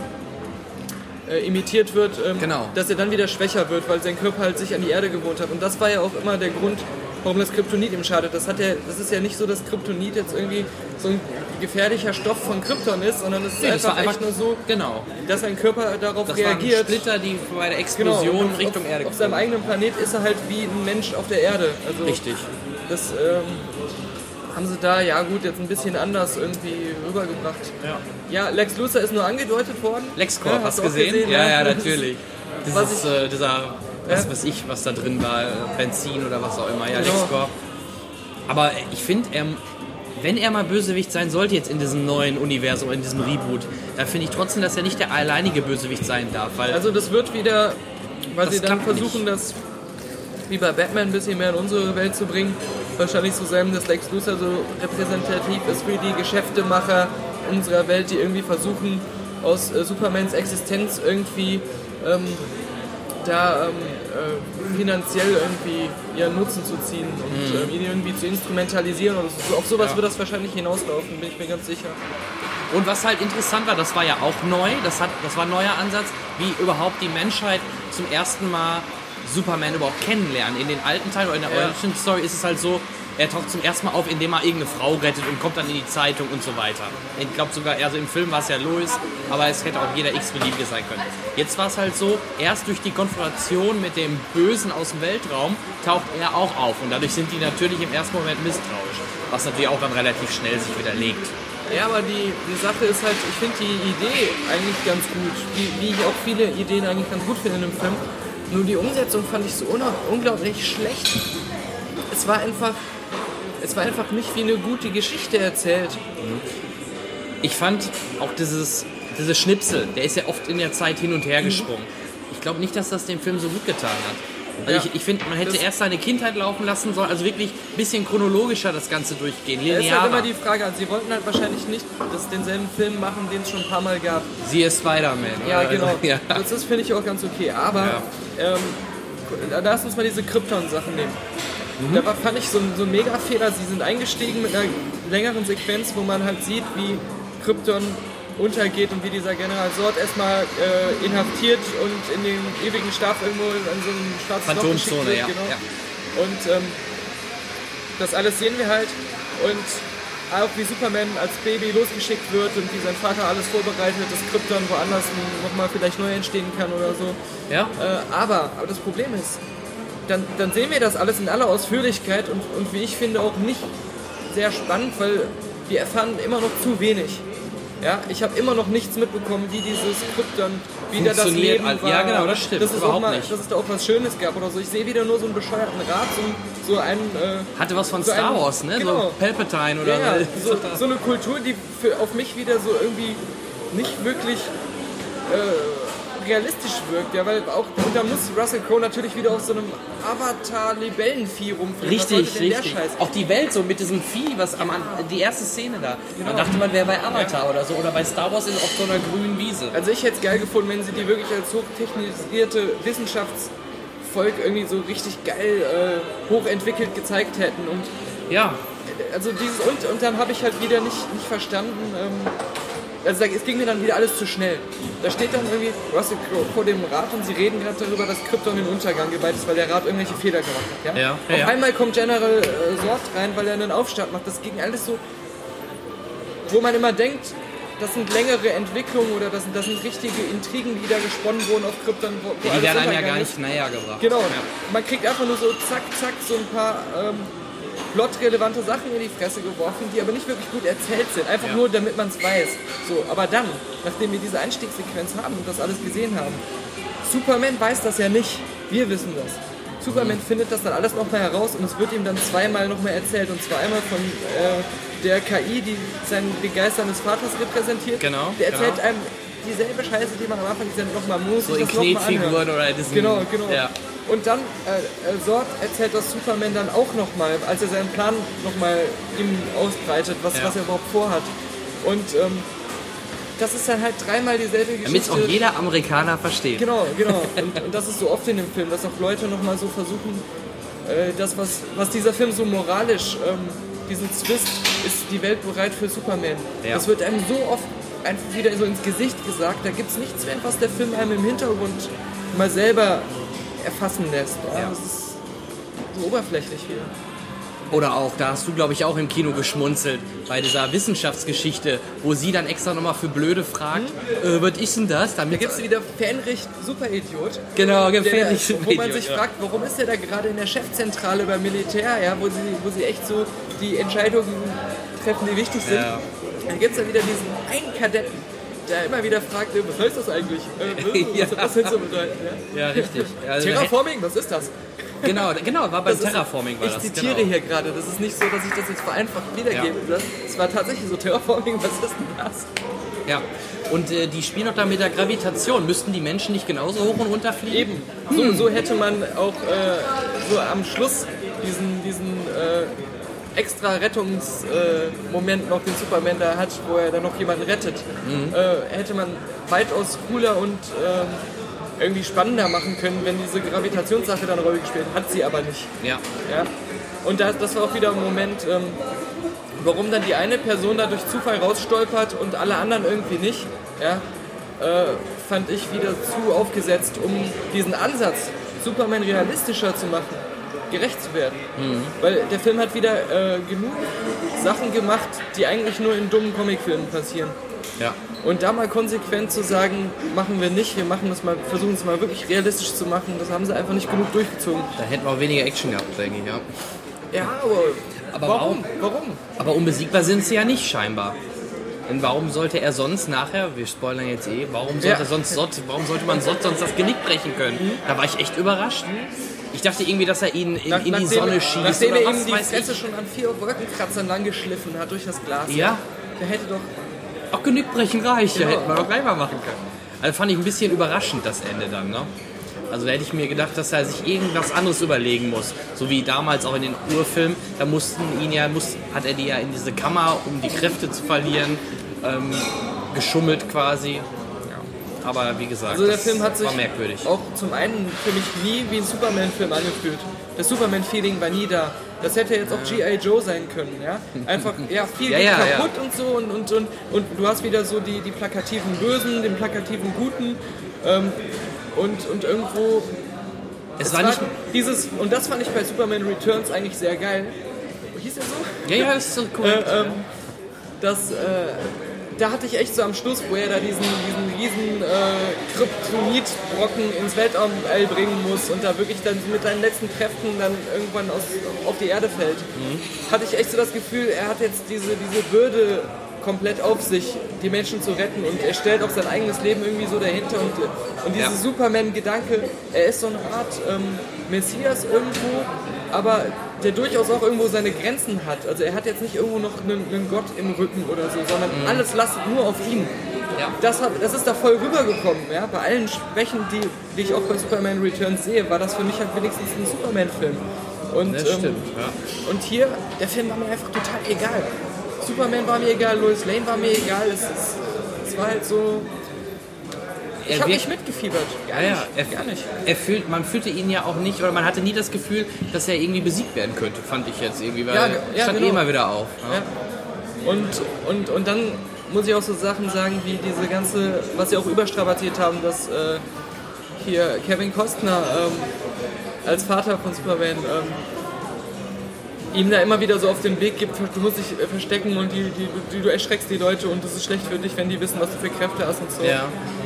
äh, imitiert wird, ähm, genau. dass er dann wieder schwächer wird, weil sein Körper halt sich an die Erde gewohnt hat. Und das war ja auch immer der Grund, warum das Kryptonit ihm schadet. Das, hat ja, das ist ja nicht so, dass Kryptonit jetzt irgendwie so ein gefährlicher Stoff von Krypton ist, sondern es ist nee, einfach, einfach echt nur so, genau. dass sein Körper darauf das reagiert. Waren Splitter, die bei der Explosion genau. Richtung auf, Erde Auf seinem eigenen Planet ist er halt wie ein Mensch auf der Erde. Also richtig. Das ähm, haben sie da, ja gut, jetzt ein bisschen anders irgendwie rübergebracht. Ja, ja Lex Luthor ist nur angedeutet worden. LexCorp, ja, hast du gesehen? gesehen? Ja, ja, natürlich. Dieses, ich, äh, dieser, was weiß ich, was da drin war, Benzin oder was auch immer, ja, genau. LexCorp. Aber ich finde, er, wenn er mal Bösewicht sein sollte jetzt in diesem neuen Universum, in diesem Reboot, dann finde ich trotzdem, dass er nicht der alleinige Bösewicht sein darf. Weil also das wird wieder, weil das sie dann versuchen, nicht. das wie bei Batman ein bisschen mehr in unsere Welt zu bringen, wahrscheinlich so sein, dass Lex Luthor so repräsentativ ist für die Geschäftemacher unserer Welt, die irgendwie versuchen, aus äh, Supermans Existenz irgendwie ähm, da ähm, äh, finanziell irgendwie ihren Nutzen zu ziehen und mhm. ähm, ihn irgendwie zu instrumentalisieren. Oder so. Auf sowas ja. wird das wahrscheinlich hinauslaufen, bin ich mir ganz sicher. Und was halt interessant war, das war ja auch neu, das, hat, das war ein neuer Ansatz, wie überhaupt die Menschheit zum ersten Mal Superman überhaupt kennenlernen. In den alten Teilen oder in der ja. Origin Story ist es halt so, er taucht zum ersten Mal auf, indem er irgendeine Frau rettet und kommt dann in die Zeitung und so weiter. Ich glaube sogar, also im Film war es ja Lois, aber es hätte auch jeder x-beliebige sein können. Jetzt war es halt so, erst durch die Konfrontation mit dem Bösen aus dem Weltraum taucht er auch auf und dadurch sind die natürlich im ersten Moment misstrauisch, was natürlich auch dann relativ schnell sich widerlegt. Ja, aber die, die Sache ist halt, ich finde die Idee eigentlich ganz gut, wie, wie ich auch viele Ideen eigentlich ganz gut finde in dem Film. Nur die Umsetzung fand ich so un- unglaublich schlecht. Es war einfach es war einfach nicht wie eine gute Geschichte erzählt. Ich fand auch dieses, dieses Schnipsel, der ist ja oft in der Zeit hin und her gesprungen. Ich glaube nicht, dass das dem Film so gut getan hat. Also Ja. ich, ich finde, man hätte Das- erst seine Kindheit laufen lassen sollen, also wirklich ein bisschen chronologischer das Ganze durchgehen, Es ist halt linearer. immer die Frage, also sie wollten halt wahrscheinlich nicht dass denselben Film machen, den es schon ein paar Mal gab. Siehe Spider-Man. Ja, oder? genau. Also, ja. Das ist, finde ich, auch ganz okay. Aber ähm, da- lass uns mal diese Krypton-Sachen nehmen. Mhm. Da war, fand ich so ein, so ein Mega-Fehler. Sie sind eingestiegen mit einer längeren Sequenz, wo man halt sieht, wie Krypton untergeht und wie dieser General Zod erstmal äh, inhaftiert und in den ewigen Stab irgendwo in so einem schwarzen Loch geschickt Phantomzone, wird. ja. Genau. ja. Und ähm, das alles sehen wir halt. Und auch wie Superman als Baby losgeschickt wird und wie sein Vater alles vorbereitet, dass Krypton woanders nochmal vielleicht neu entstehen kann oder so. Ja. Äh, aber, aber das Problem ist, dann, dann sehen wir das alles in aller Ausführlichkeit und, und wie ich finde auch nicht sehr spannend, weil wir erfahren immer noch zu wenig. Ja, ich habe immer noch nichts mitbekommen, wie dieses Krypton wieder das Funktioniert Leben all- war. ja, genau, das stimmt, Dass es, auch überhaupt mal, nicht. dass es da auch was Schönes gab oder so. Ich sehe wieder nur so einen bescheuerten Rat, so, so einen... Äh, Hatte was von so Star einen- Wars, ne? Genau. So Palpatine oder ja, ja, so. so, so eine Kultur, die für, auf mich wieder so irgendwie nicht wirklich äh, realistisch wirkt. Ja, weil auch, und da muss Russell Crowe natürlich wieder auf so einem Avatar-Libellenvieh rumfliegen. Was Richtig, sollte denn der richtig. Scheiß? Auch die Welt so mit diesem Vieh, was am An die erste Szene da. Genau. Man dachte, man wäre bei Avatar oder so oder bei Star Wars in, auf so einer grünen Wiese. Also ich hätte es geil gefunden, wenn sie die wirklich als hochtechnisierte Wissenschaftsvolk irgendwie so richtig geil äh, hochentwickelt gezeigt hätten. Und ja. Also dieses und, und dann habe ich halt wieder nicht, nicht verstanden, ähm, also es ging mir dann wieder alles zu schnell. Da steht dann irgendwie Russell Crowe vor dem Rat und sie reden gerade darüber, dass Krypton in den Untergang geweiht ist, weil der Rat irgendwelche Fehler gemacht hat. Ja? Ja, ja, Auf ja. einmal kommt General äh, Zod rein, weil er einen Aufstand macht. Das ging alles so, wo man immer denkt, das sind längere Entwicklungen oder das sind, das sind richtige Intrigen, die da gesponnen wurden auf Krypton. Wo, wo Die alles werden einem ja untergegangen gar ist. nicht näher gebracht. Genau. Ja. Man kriegt einfach nur so zack, zack, so ein paar ähm, plotrelevante Sachen in die Fresse geworfen, die aber nicht wirklich gut erzählt sind. Einfach Ja. nur, damit man es weiß. So, aber dann, nachdem wir diese Einstiegssequenz haben und das alles gesehen haben, Superman weiß das ja nicht. Wir wissen das. Superman Mhm. findet das dann alles nochmal heraus und es wird ihm dann zweimal nochmal erzählt. Und zwar einmal von äh, der K I, die sein Begeistern des Vaters repräsentiert. Genau, Der erzählt genau. einem dieselbe Scheiße, die man am Anfang gesagt hat, nochmal muss So ich in das nochmal Knetfiguren anhören. oder diesen- Genau, genau. Ja. Und dann äh, äh, Zod erzählt das Superman dann auch nochmal, als er seinen Plan nochmal ihm ausbreitet, was, Ja. was er überhaupt vorhat. Und ähm, das ist dann halt dreimal dieselbe Geschichte. Damit es auch jeder Amerikaner versteht. Genau, genau. Und, und das ist so oft in dem Film, dass auch Leute nochmal so versuchen, äh, das, was, was dieser Film so moralisch, ähm, diesen Twist, ist die Welt bereit für Superman. Ja. Das wird einem so oft einfach wieder so ins Gesicht gesagt. Da gibt es nichts mehr, was der Film einem im Hintergrund mal selber erfassen lässt. Ja, Ja. Das ist so oberflächlich wieder. Oder auch, da hast du, glaube ich, auch im Kino geschmunzelt, bei dieser Wissenschaftsgeschichte, wo sie dann extra nochmal für Blöde fragt, äh, was ist denn das? Da Damit gibt es wieder Fähnrich Superidiot. Genau, Der- der- Fähnrich Wo man Superidiot, sich ja. fragt, warum ist der da gerade in der Chefzentrale beim Militär, ja, wo, sie, wo sie echt so die Entscheidungen treffen, die wichtig sind. Ja. Dann gibt es da wieder diesen einen Kadetten, der immer wieder fragt, äh, was heißt das eigentlich? Äh, was Ja. hat das denn zu bedeuten? Ja, Ja, richtig. Ja, also Terraforming, was ist das? Genau, genau, war beim Das ist- Terraforming war ich das. zitiere genau. hier gerade, das ist nicht so, dass ich das jetzt vereinfacht wiedergebe. Ja. Das, es war tatsächlich so, Terraforming, was ist denn das? Ja, und äh, die spielen auch da mit der Gravitation. Müssten die Menschen nicht genauso hoch und runter fliegen? Eben. So, so hätte man auch äh, so am Schluss diesen, diesen äh, extra Rettungsmoment äh, noch, den Superman da hat, wo er dann noch jemanden rettet, Mhm. äh, hätte man weitaus cooler und ähm, irgendwie spannender machen können, wenn diese Gravitationssache dann eine Rolle gespielt hat. Hat sie aber nicht. Ja. Ja? Und das, das war auch wieder ein Moment, ähm, warum dann die eine Person da durch Zufall rausstolpert und alle anderen irgendwie nicht, ja, äh, fand ich wieder zu aufgesetzt, um diesen Ansatz, Superman realistischer zu machen, gerecht zu werden. Mhm. Weil der Film hat wieder äh, genug Sachen gemacht, die eigentlich nur in dummen Comicfilmen passieren. Ja. Und da mal konsequent zu sagen, machen wir nicht, wir machen das mal, versuchen es mal wirklich realistisch zu machen, das haben sie einfach nicht genug durchgezogen. Da hätten wir auch weniger Action gehabt, denke ich, ja. Ja, aber, Aber warum? warum? Warum? Aber unbesiegbar sind sie ja nicht scheinbar. Denn warum sollte er sonst nachher, wir spoilern jetzt eh, warum sollte Ja. sonst Sott, warum sollte man Sott sonst das Genick brechen können? Da war ich echt überrascht. Ich dachte irgendwie, dass er ihn in, Nach, in die nachdem, Sonne schießt. Nachdem oder er was ihm die weiß Fresse ich. schon an vier Wolkenkratzern lang geschliffen hat durch das Glas. Ja. Der hätte doch... Auch Genickbrechen reicht, Genau. da hätten wir doch gleich mal machen können. Also fand ich ein bisschen überraschend, das Ende dann, ne? Also da hätte ich mir gedacht, dass er sich irgendwas anderes überlegen muss. So wie damals auch in den Urfilmen, da mussten ihn ja, muss, hat er die ja in diese Kammer, um die Kräfte zu verlieren, ähm, geschummelt quasi. Ja. Aber wie gesagt, Also der das Film hat sich war merkwürdig. auch zum einen für mich nie wie ein Superman-Film angefühlt. Das Superman-Feeling war nie da. Das hätte jetzt auch G I Joe sein können, ja? Einfach, ja, viel Ja, geht ja, kaputt und so und, und, und, und du hast wieder so die, die plakativen Bösen, den plakativen Guten ähm, und, und irgendwo... Es war nicht... Dieses, und das fand ich bei Superman Returns eigentlich sehr geil. Hieß er so? Ja, ja, ist so cool. äh, ähm, das, äh, da hatte ich echt so am Schluss, wo er da diesen, diesen riesen äh, Kryptonit-Brocken ins Weltall bringen muss und da wirklich dann mit seinen letzten Kräften dann irgendwann aus, auf die Erde fällt, mhm. hatte ich echt so das Gefühl, er hat jetzt diese, diese Bürde komplett auf sich, die Menschen zu retten und er stellt auch sein eigenes Leben irgendwie so dahinter und, und dieser Ja. Superman-Gedanke, er ist so eine Art ähm, Messias irgendwo, aber der durchaus auch irgendwo seine Grenzen hat. Also er hat jetzt nicht irgendwo noch einen, einen Gott im Rücken oder so, sondern Mhm. alles lastet nur auf ihn. Ja. Das, hat, das ist da voll rübergekommen. Ja? Bei allen Schwächen, die, die ich auch bei Superman Returns sehe, war das für mich halt wenigstens ein Superman-Film. Und, Das stimmt, ja. und hier, der Film war mir einfach total egal. Superman war mir egal, Lois Lane war mir egal. Es, es, es war halt so... Ich Er habe wirkt- nicht mitgefiebert. Gar Ja, ja, nicht. er, Gar nicht. Er fühlt, man fühlte ihn ja auch nicht, oder man hatte nie das Gefühl, dass er irgendwie besiegt werden könnte, fand ich jetzt irgendwie, weil Ja, er ja, stand genau. eh immer wieder auf. Ja. Ja. Und, und, und dann muss ich auch so Sachen sagen, wie diese ganze, was sie auch überstrapaziert haben, dass äh, hier Kevin Costner ähm, als Vater von Superman ähm, ihm da immer wieder so auf den Weg gibt, du musst dich äh, verstecken und die, die, die, du erschreckst die Leute und das ist schlecht für dich, wenn die wissen, was du für Kräfte hast und so. Ja.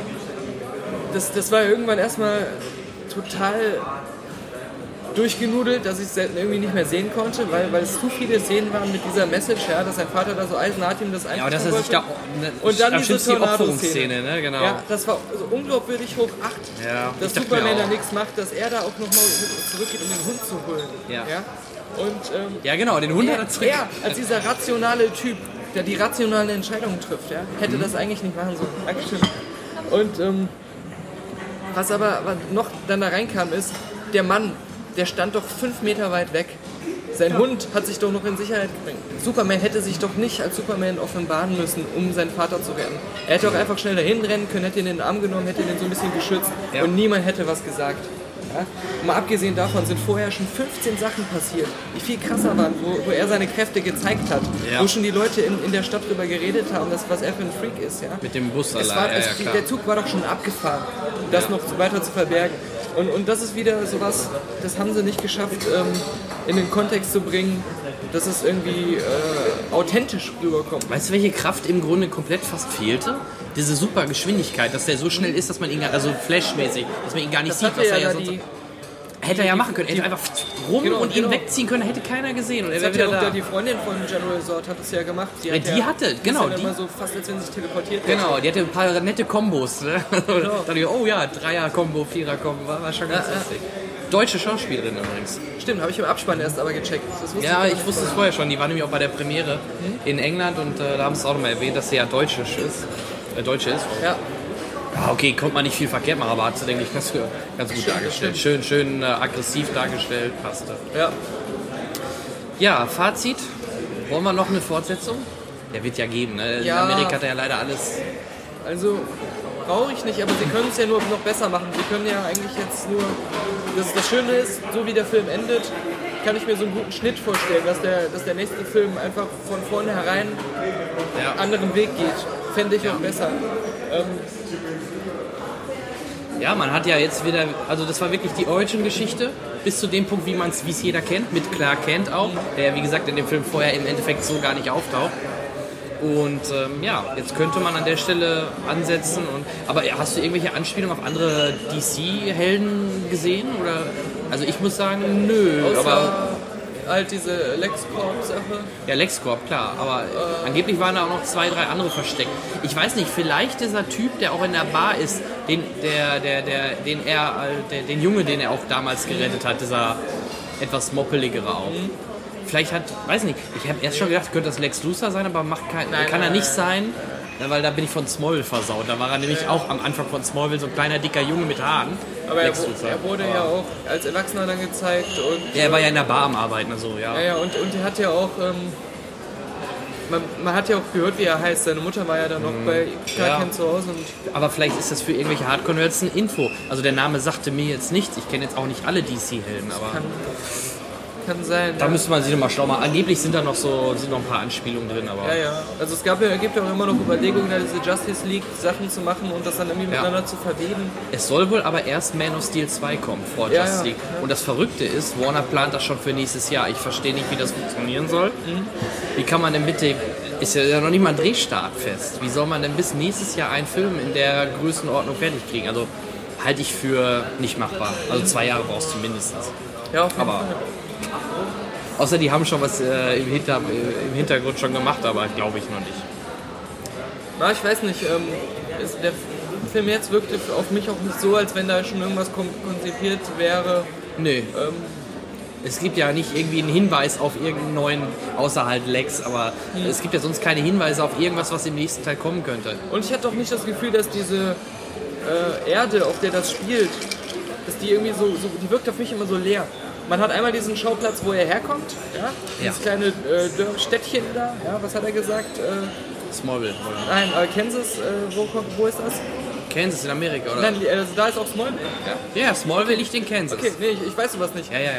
Das, das war irgendwann erstmal total durchgenudelt, dass ich es irgendwie nicht mehr sehen konnte, weil, weil es zu viele Szenen waren mit dieser Message, ja, dass sein Vater da so eisenhart ihm das Ja, aber dass er sich wollte. da... Ne, Und dann am diese schlimmsten die Tornado-Szene. Opferungsszene, ne, genau. Ja, das war so unglaubwürdig hoch acht, Ja, dass ich dachte mir Superman da auch. nichts macht, dass er da auch nochmal zurückgeht, um den Hund zu holen. Ja. Und, ähm, Ja, genau, den Hund er, hat er zurück. er als dieser rationale Typ, der die rationalen Entscheidungen trifft, ja, hätte Mhm. das eigentlich nicht machen sollen. Dankeschön. Und ähm, was aber was noch dann da reinkam, ist, der Mann, der stand doch fünf Meter weit weg. Sein Ja. Hund hat sich doch noch in Sicherheit gebracht. Superman hätte sich doch nicht als Superman offenbaren müssen, um seinen Vater zu retten. Er hätte auch einfach schnell dahin rennen können, hätte ihn in den Arm genommen, hätte ihn so ein bisschen geschützt Ja. und niemand hätte was gesagt. Ja? Mal abgesehen davon sind vorher schon fünfzehn Sachen passiert, die viel krasser waren, wo, wo er seine Kräfte gezeigt hat. Ja. Wo schon die Leute in, in der Stadt drüber geredet haben, dass, was er für ein Freak ist. Ja? Mit dem Bus Es allein, war, ja, es, ja, die- klar. der Zug war doch schon abgefahren, um das noch so weiter zu verbergen. Und, und das ist wieder sowas, das haben sie nicht geschafft, ähm, in den Kontext zu bringen, dass es irgendwie äh, authentisch rüberkommt. Weißt du, welche Kraft im Grunde komplett fast fehlte? Diese super Geschwindigkeit, dass der so schnell ist, dass man ihn gar, also flashmäßig, dass man ihn gar nicht Das sieht, hatte was ja er ja da sonst... die- Hätte er ja machen können, er die- hätte einfach rum Genau, und ihn genau. wegziehen können, hätte keiner gesehen und er Das wäre hat ja wieder auch da. da die Freundin von General Zod hat es ja gemacht. Ja, hat die hatte, ist genau, Ja die- immer so fast, als wenn sie sich teleportiert Genau, hätte. die hatte ein paar nette Kombos. Ne? Genau. Da dachte ich, oh ja, Dreier-Kombo, Vierer-Kombo, war, war schon ganz Ja, ja. lustig. Deutsche Schauspielerin übrigens. Stimmt, habe ich im Abspann erst aber gecheckt. Das wusste Ja, gar ich nicht wusste es vorher schon, die war nämlich auch bei der Premiere in England und äh, da haben sie es auch nochmal erwähnt, dass sie ja Deutsche ist. Äh, Deutsche ist. Ja. Ja, okay, konnte man nicht viel verkehrt machen, aber hat sie, denke ich, ganz, ganz gut Stimmt, dargestellt. stimmt. Schön, schön äh, aggressiv dargestellt, passte. Ja. Ja, Fazit. Wollen wir noch eine Fortsetzung? Der wird ja geben, ne? Ja. In Amerika hat er ja leider alles... Also brauche ich nicht, aber sie können es ja nur noch besser machen. Sie können ja eigentlich jetzt nur, das, das Schöne ist, so wie der Film endet, kann ich mir so einen guten Schnitt vorstellen, dass der, dass der nächste Film einfach von vornherein Ja. einen anderen Weg geht. Fände ich auch besser. Ähm, Ja, man hat ja jetzt wieder, also das war wirklich die Origin-Geschichte, bis zu dem Punkt, wie man es, wie es jeder kennt, mit Clark Kent auch, der wie gesagt in dem Film vorher im Endeffekt so gar nicht auftaucht. Und ähm, ja, jetzt könnte man an der Stelle ansetzen. Und, aber hast du irgendwelche Anspielungen auf andere D C-Helden gesehen? Oder? Also ich muss sagen, nö. außer, aber halt diese LexCorp-Sache. Ja, LexCorp, klar, aber äh, angeblich waren da auch noch zwei, drei andere versteckt. Ich weiß nicht, vielleicht dieser Typ, der auch in der Bar ist, den, der, der, der, den er, der, den Junge, den er auch damals gerettet hat, dieser etwas moppeligere auch. Mhm. Vielleicht hat, weiß nicht, ich habe erst schon gedacht, könnte das Lex Luthor sein, aber macht kein, nein, kann nein, er nicht sein. Ja, weil da bin ich von Smallville versaut. Da war er nämlich ja. auch am Anfang von Smallville so ein kleiner, dicker Junge mit Haaren. Aber er, er wurde ja auch als Erwachsener dann gezeigt. Und ja, er war ja in der Bar am Arbeiten, also ja. Ja, ja und, und er hat ja auch, ähm, man, man hat ja auch gehört, wie er heißt. Seine Mutter war ja dann noch mhm. bei Clark zu Hause. Und aber vielleicht ist das für irgendwelche Hardcore-Nerds ein Info. Also der Name sagte mir jetzt nichts. Ich kenne jetzt auch nicht alle D C-Helden, aber... Kann, kann sein. Da ja. müsste man sich nochmal schlau machen. Angeblich sind da noch so sind noch ein paar Anspielungen drin, aber... Ja, ja. Also es gab ja, gibt ja auch immer noch Überlegungen, da diese Justice League Sachen zu machen und das dann irgendwie ja. miteinander zu verweben. Es soll wohl aber erst Man of Steel zwei kommen vor ja, Justice ja. League. Und das Verrückte ist, Warner plant das schon für nächstes Jahr. Ich verstehe nicht, wie das funktionieren soll. Mhm. Wie kann man denn bitte... Ist ja noch nicht mal ein Drehstart fest. Wie soll man denn bis nächstes Jahr einen Film in der Größenordnung fertig kriegen? Also halte ich für nicht machbar. Also zwei Jahre brauchst du mindestens. Ja, auf jeden aber Fall. Außer die haben schon was äh, im, Hinter, äh, im Hintergrund schon gemacht, aber glaube ich noch nicht. Na, ich weiß nicht. Ähm, ist der Film jetzt wirkte auf mich auch nicht so, als wenn da schon irgendwas konzipiert wäre. Nee. Ähm, es gibt ja nicht irgendwie einen Hinweis auf irgendeinen neuen, außer halt Lex, aber hm. es gibt ja sonst keine Hinweise auf irgendwas, was im nächsten Teil kommen könnte. Und ich hatte auch nicht das Gefühl, dass diese äh, Erde, auf der das spielt, dass die irgendwie so, so, die wirkt auf mich immer so leer. Man hat einmal diesen Schauplatz, wo er herkommt, ja? Dieses ja. kleine äh, Städtchen da, ja, was hat er gesagt? Äh, Smallville. Nein, äh, Kansas, äh, wo, kommt, wo ist das? Kansas in Amerika, oder? Nein, also da ist auch Smallville. Ja, ja Smallville liegt in Kansas. Okay, nee, ich, ich weiß sowas nicht. Ja, ja,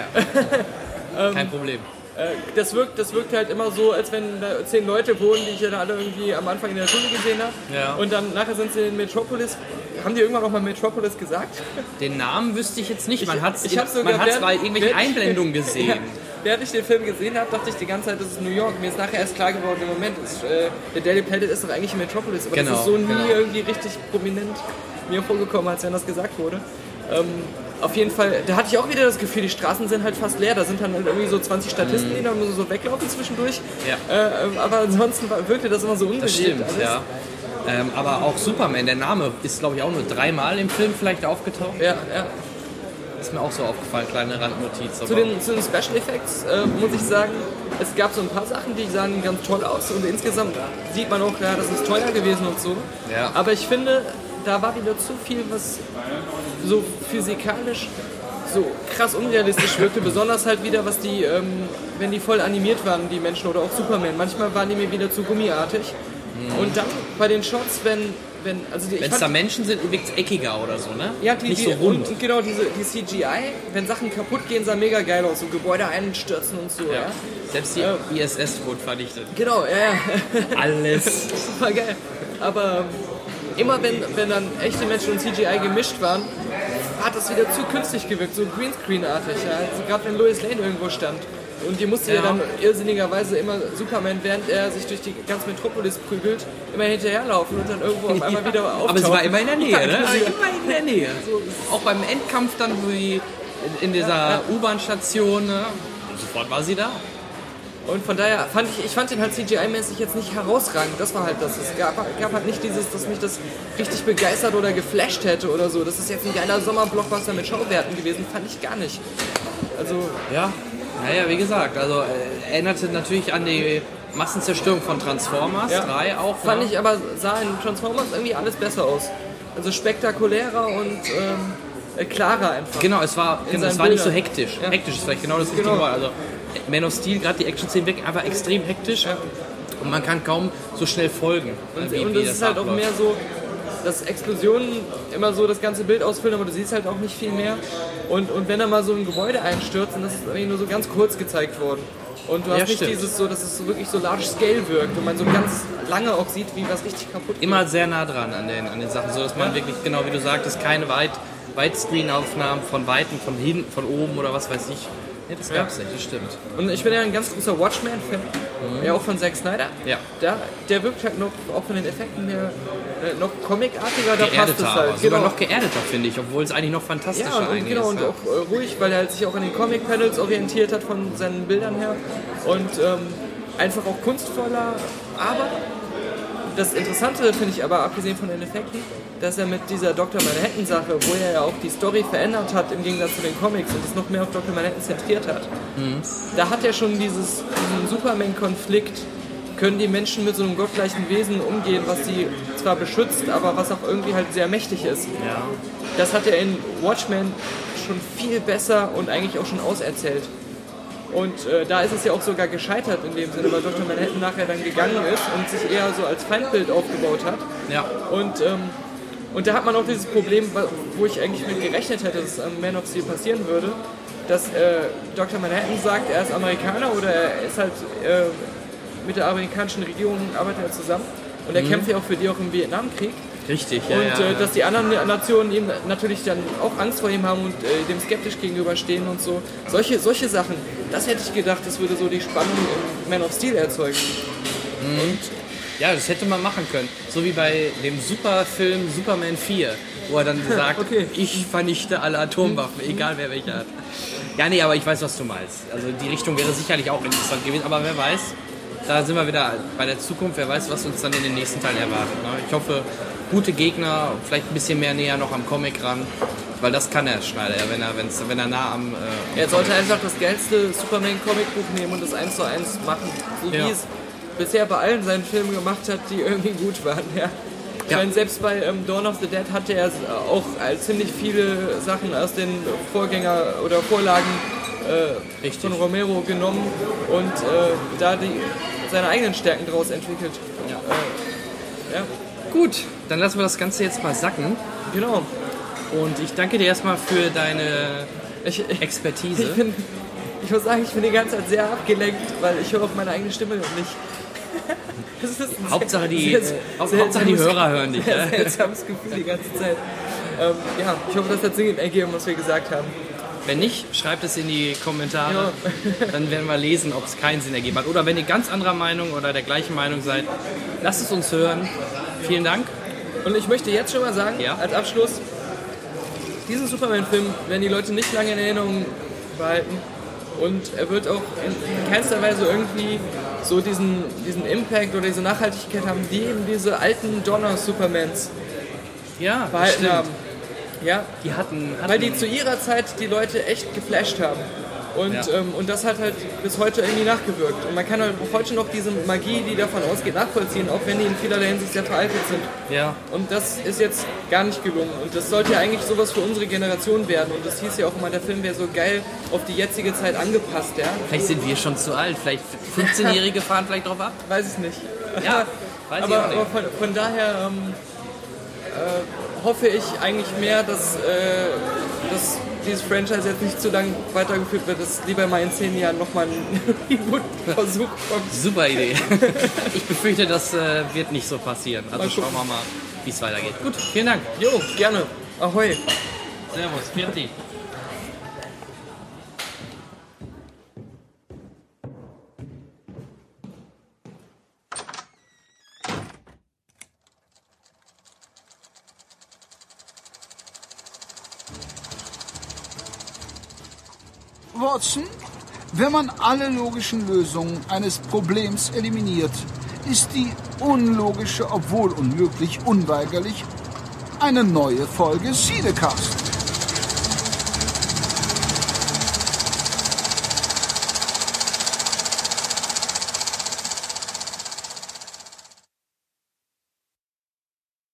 ja. Kein Problem. Äh, das, wirkt, das wirkt halt immer so, als wenn da zehn Leute wohnen, die ich ja alle irgendwie am Anfang in der Schule gesehen habe. Ja. Und dann nachher sind sie in Metropolis. Haben die irgendwann noch mal Metropolis gesagt? Den Namen wüsste ich jetzt nicht. Man hat es während, bei irgendwelchen Einblendungen gesehen. Ja, während ich den Film gesehen habe, dachte ich die ganze Zeit, das ist New York. Mir ist nachher erst klar geworden, im Moment, ist, äh, der Daily Planet ist doch eigentlich in Metropolis. Aber genau, das ist so nie genau. irgendwie richtig prominent mir vorgekommen, als wenn das gesagt wurde. Ähm, auf jeden Fall, da hatte ich auch wieder das Gefühl, die Straßen sind halt fast leer. Da sind dann halt irgendwie so zwanzig Statisten, die dann so weglaufen zwischendurch. Ja. Äh, aber ansonsten wirkte das immer so unbelebt. Das stimmt, alles. ja. Ähm, aber auch Superman, der Name ist, glaube ich, auch nur dreimal im Film vielleicht aufgetaucht. Ja, ja. Ist mir auch so aufgefallen, kleine Randnotiz. Zu den, zu den Special Effects äh, muss ich sagen, es gab so ein paar Sachen, die sahen ganz toll aus. Und insgesamt sieht man auch, ja, das ist teuer gewesen und so. Ja. Aber ich finde, da war wieder zu viel, was so physikalisch so krass unrealistisch wirkte. Besonders halt wieder, was die, ähm, wenn die voll animiert waren, die Menschen oder auch Superman. Manchmal waren die mir wieder zu gummiartig. Mhm. Und dann bei den Shots, wenn wenn also wenn es da Menschen sind, wirkt es eckiger oder so, ne? Ja, die, nicht die, so rund. Und, und genau, diese, die C G I, wenn Sachen kaputt gehen, sah mega geil aus. So Gebäude einstürzen und so, ja. ja? Selbst die äh, I S S wurde vernichtet. Genau, ja, ja. Alles. Super geil. Aber immer wenn, wenn dann echte Menschen und C G I gemischt waren, hat das wieder zu künstlich gewirkt, so Greenscreen-artig. Ja? Also gerade wenn Lois Lane irgendwo stand. Und die musste ja. ja dann irrsinnigerweise immer Superman, während er sich durch die ganze Metropolis prügelt, immer hinterherlaufen und dann irgendwo auf einmal wieder auftauchen. Aber sie war immer in der Nähe, ja, ne? Also immer in der Nähe. So, auch beim Endkampf dann, wo die in dieser ja, ja. U-Bahn-Station, ne? Sofort war sie da. Und von daher fand ich, ich fand den halt C G I-mäßig jetzt nicht herausragend. Das war halt das. Es gab, gab halt nicht dieses, dass mich das richtig begeistert oder geflasht hätte oder so. Das ist jetzt ein geiler Sommerblockbuster mit Schauwerten gewesen, fand ich gar nicht. Also, ja. Naja, wie gesagt, also äh, erinnerte natürlich an die Massenzerstörung von Transformers ja. drei auch. Fand ne? ich aber, sah in Transformers irgendwie alles besser aus. Also spektakulärer und ähm, äh, klarer einfach. Genau, es war, genau, es war nicht so hektisch. Ja. Hektisch ist vielleicht genau das richtige genau. Wort. Also Man of Steel, gerade die Action-Szenen weg, einfach extrem hektisch. Ja. Und man kann kaum so schnell folgen. Und, wie, und wie das, das ist halt abläuft. Auch mehr so, dass Explosionen immer so das ganze Bild ausfüllen, aber du siehst halt auch nicht viel mehr. Und, und wenn da mal so ein Gebäude einstürzt, dann ist es irgendwie nur so ganz kurz gezeigt worden. Und du hast ja, nicht stimmt. dieses so, dass es so wirklich so large scale wirkt und man so ganz lange auch sieht, wie was richtig kaputt geht. Immer sehr nah dran an den, an den Sachen, so dass man ja. wirklich, genau wie du sagtest, keine Weit, Widescreen-Aufnahmen von Weitem, von hinten, von oben oder was weiß ich. Ja, das gab's nicht, das stimmt. Und ich bin ja ein ganz großer Watchmen-Fan, mhm. ja auch von Zack Snyder. Ja. Da, der wirkt halt noch, auch von den Effekten her, äh, noch comicartiger, da geerdeter, passt es halt. Aber sogar genau. noch geerdeter, finde ich, obwohl es eigentlich noch fantastischer ja, und, eigentlich genau, ist. Und auch äh, ruhig, weil er halt sich auch an den Comic-Panels orientiert hat von seinen Bildern her. Und ähm, einfach auch kunstvoller, aber das Interessante finde ich aber, abgesehen von den Effekten, dass er mit dieser Doktor Manhattan-Sache, wo er ja auch die Story verändert hat im Gegensatz zu den Comics und es noch mehr auf Doktor Manhattan zentriert hat, mhm. da hat er schon dieses, diesen Superman-Konflikt, können die Menschen mit so einem gottgleichen Wesen umgehen, was sie zwar beschützt, aber was auch irgendwie halt sehr mächtig ist. Ja. Das hat er in Watchmen schon viel besser und eigentlich auch schon auserzählt. Und äh, da ist es ja auch sogar gescheitert in dem Sinne, weil Doktor Manhattan nachher dann gegangen ist und sich eher so als Feindbild aufgebaut hat. Ja. Und, ähm, und da hat man auch dieses Problem, wo ich eigentlich mit gerechnet hätte, dass es am Man of Steel passieren würde, dass äh, Doktor Manhattan sagt, er ist Amerikaner oder er ist halt äh, mit der amerikanischen Regierung arbeitet er zusammen und er mhm. kämpft ja auch für die auch im Vietnamkrieg. Richtig, ja. Und ja, äh, ja. dass die anderen Nationen ihm natürlich dann auch Angst vor ihm haben und äh, dem skeptisch gegenüberstehen und so. Solche, solche Sachen, das hätte ich gedacht, das würde so die Spannung im Man of Steel erzeugen. Mhm. Und ja, das hätte man machen können. So wie bei dem Superfilm Superman vier, wo er dann sagt, okay. ich vernichte alle Atomwaffen, mhm. egal wer welche hat. Ja, nee, aber ich weiß, was du meinst. Also die Richtung wäre sicherlich auch interessant gewesen, aber wer weiß, da sind wir wieder bei der Zukunft, wer weiß, was uns dann in den nächsten Teilen erwartet. Ne? Ich hoffe, gute Gegner, vielleicht ein bisschen mehr näher noch am Comic ran, weil das kann er, Schneider, wenn er, wenn's, wenn er nah am... Äh, am er sollte Comic einfach das geilste Superman-Comicbuch nehmen und das eins zu eins machen, so ja. wie es bisher bei allen seinen Filmen gemacht hat, die irgendwie gut waren. Ja. Ich ja. meine, selbst bei ähm, Dawn of the Dead hatte er auch äh, ziemlich viele Sachen aus den Vorgänger- oder Vorlagen äh, von Romero genommen und äh, da die, seine eigenen Stärken daraus entwickelt. Ja. Äh, ja. Gut, dann lassen wir das Ganze jetzt mal sacken. Genau. Und ich danke dir erstmal für deine ich, Expertise. Ich, bin, ich muss sagen, ich bin die ganze Zeit sehr abgelenkt, weil ich höre auf meine eigene Stimme nicht. Das ist ein Hauptsache die, sehr, äh, Hauptsache die Hörer hören dich. Sehr seltsames Gefühl die ganze Zeit. Ähm, ja, ich hoffe, das hat Sinn ergeben, was wir gesagt haben. Wenn nicht, schreibt es in die Kommentare. Ja. Dann werden wir lesen, ob es keinen Sinn ergeben hat. Oder wenn ihr ganz anderer Meinung oder der gleichen Meinung seid, lasst es uns hören. Vielen Dank. Und ich möchte jetzt schon mal sagen, ja. als Abschluss, diesen Superman-Film werden die Leute nicht lange in Erinnerung behalten. Und er wird auch in keinster Weise irgendwie so diesen, diesen Impact oder diese Nachhaltigkeit haben, die eben diese alten Donner-Supermans ja, behalten stimmt. haben. Ja, die hatten, hatten... Weil die zu ihrer Zeit die Leute echt geflasht haben. Und, ja. ähm, und das hat halt bis heute irgendwie nachgewirkt. Und man kann halt auch heute noch diese Magie, die davon ausgeht, nachvollziehen, auch wenn die in vielerlei Hinsicht sehr veraltet sind. Ja. Und das ist jetzt gar nicht gelungen. Und das sollte ja eigentlich sowas für unsere Generation werden. Und das hieß ja auch immer, der Film wäre so geil auf die jetzige Zeit angepasst. Ja? Vielleicht sind wir schon zu alt. Vielleicht fünfzehnjährige fahren vielleicht drauf ab. Weiß ich nicht. Ja, weiß aber, ich auch nicht. aber von, von daher ähm, äh, hoffe ich eigentlich mehr, dass, äh, dass dieses Franchise jetzt nicht zu lang weitergeführt wird, dass lieber mal in zehn Jahren nochmal ein Reboot-Versuch kommt. Super Idee. Ich befürchte, das äh, wird nicht so passieren. Also schauen wir mal, wie es weitergeht. Gut, vielen Dank. Jo, gerne. Ahoi. Servus, Pirti. Watson, wenn man alle logischen Lösungen eines Problems eliminiert, ist die unlogische, obwohl unmöglich, unweigerlich eine neue Folge Sidecast.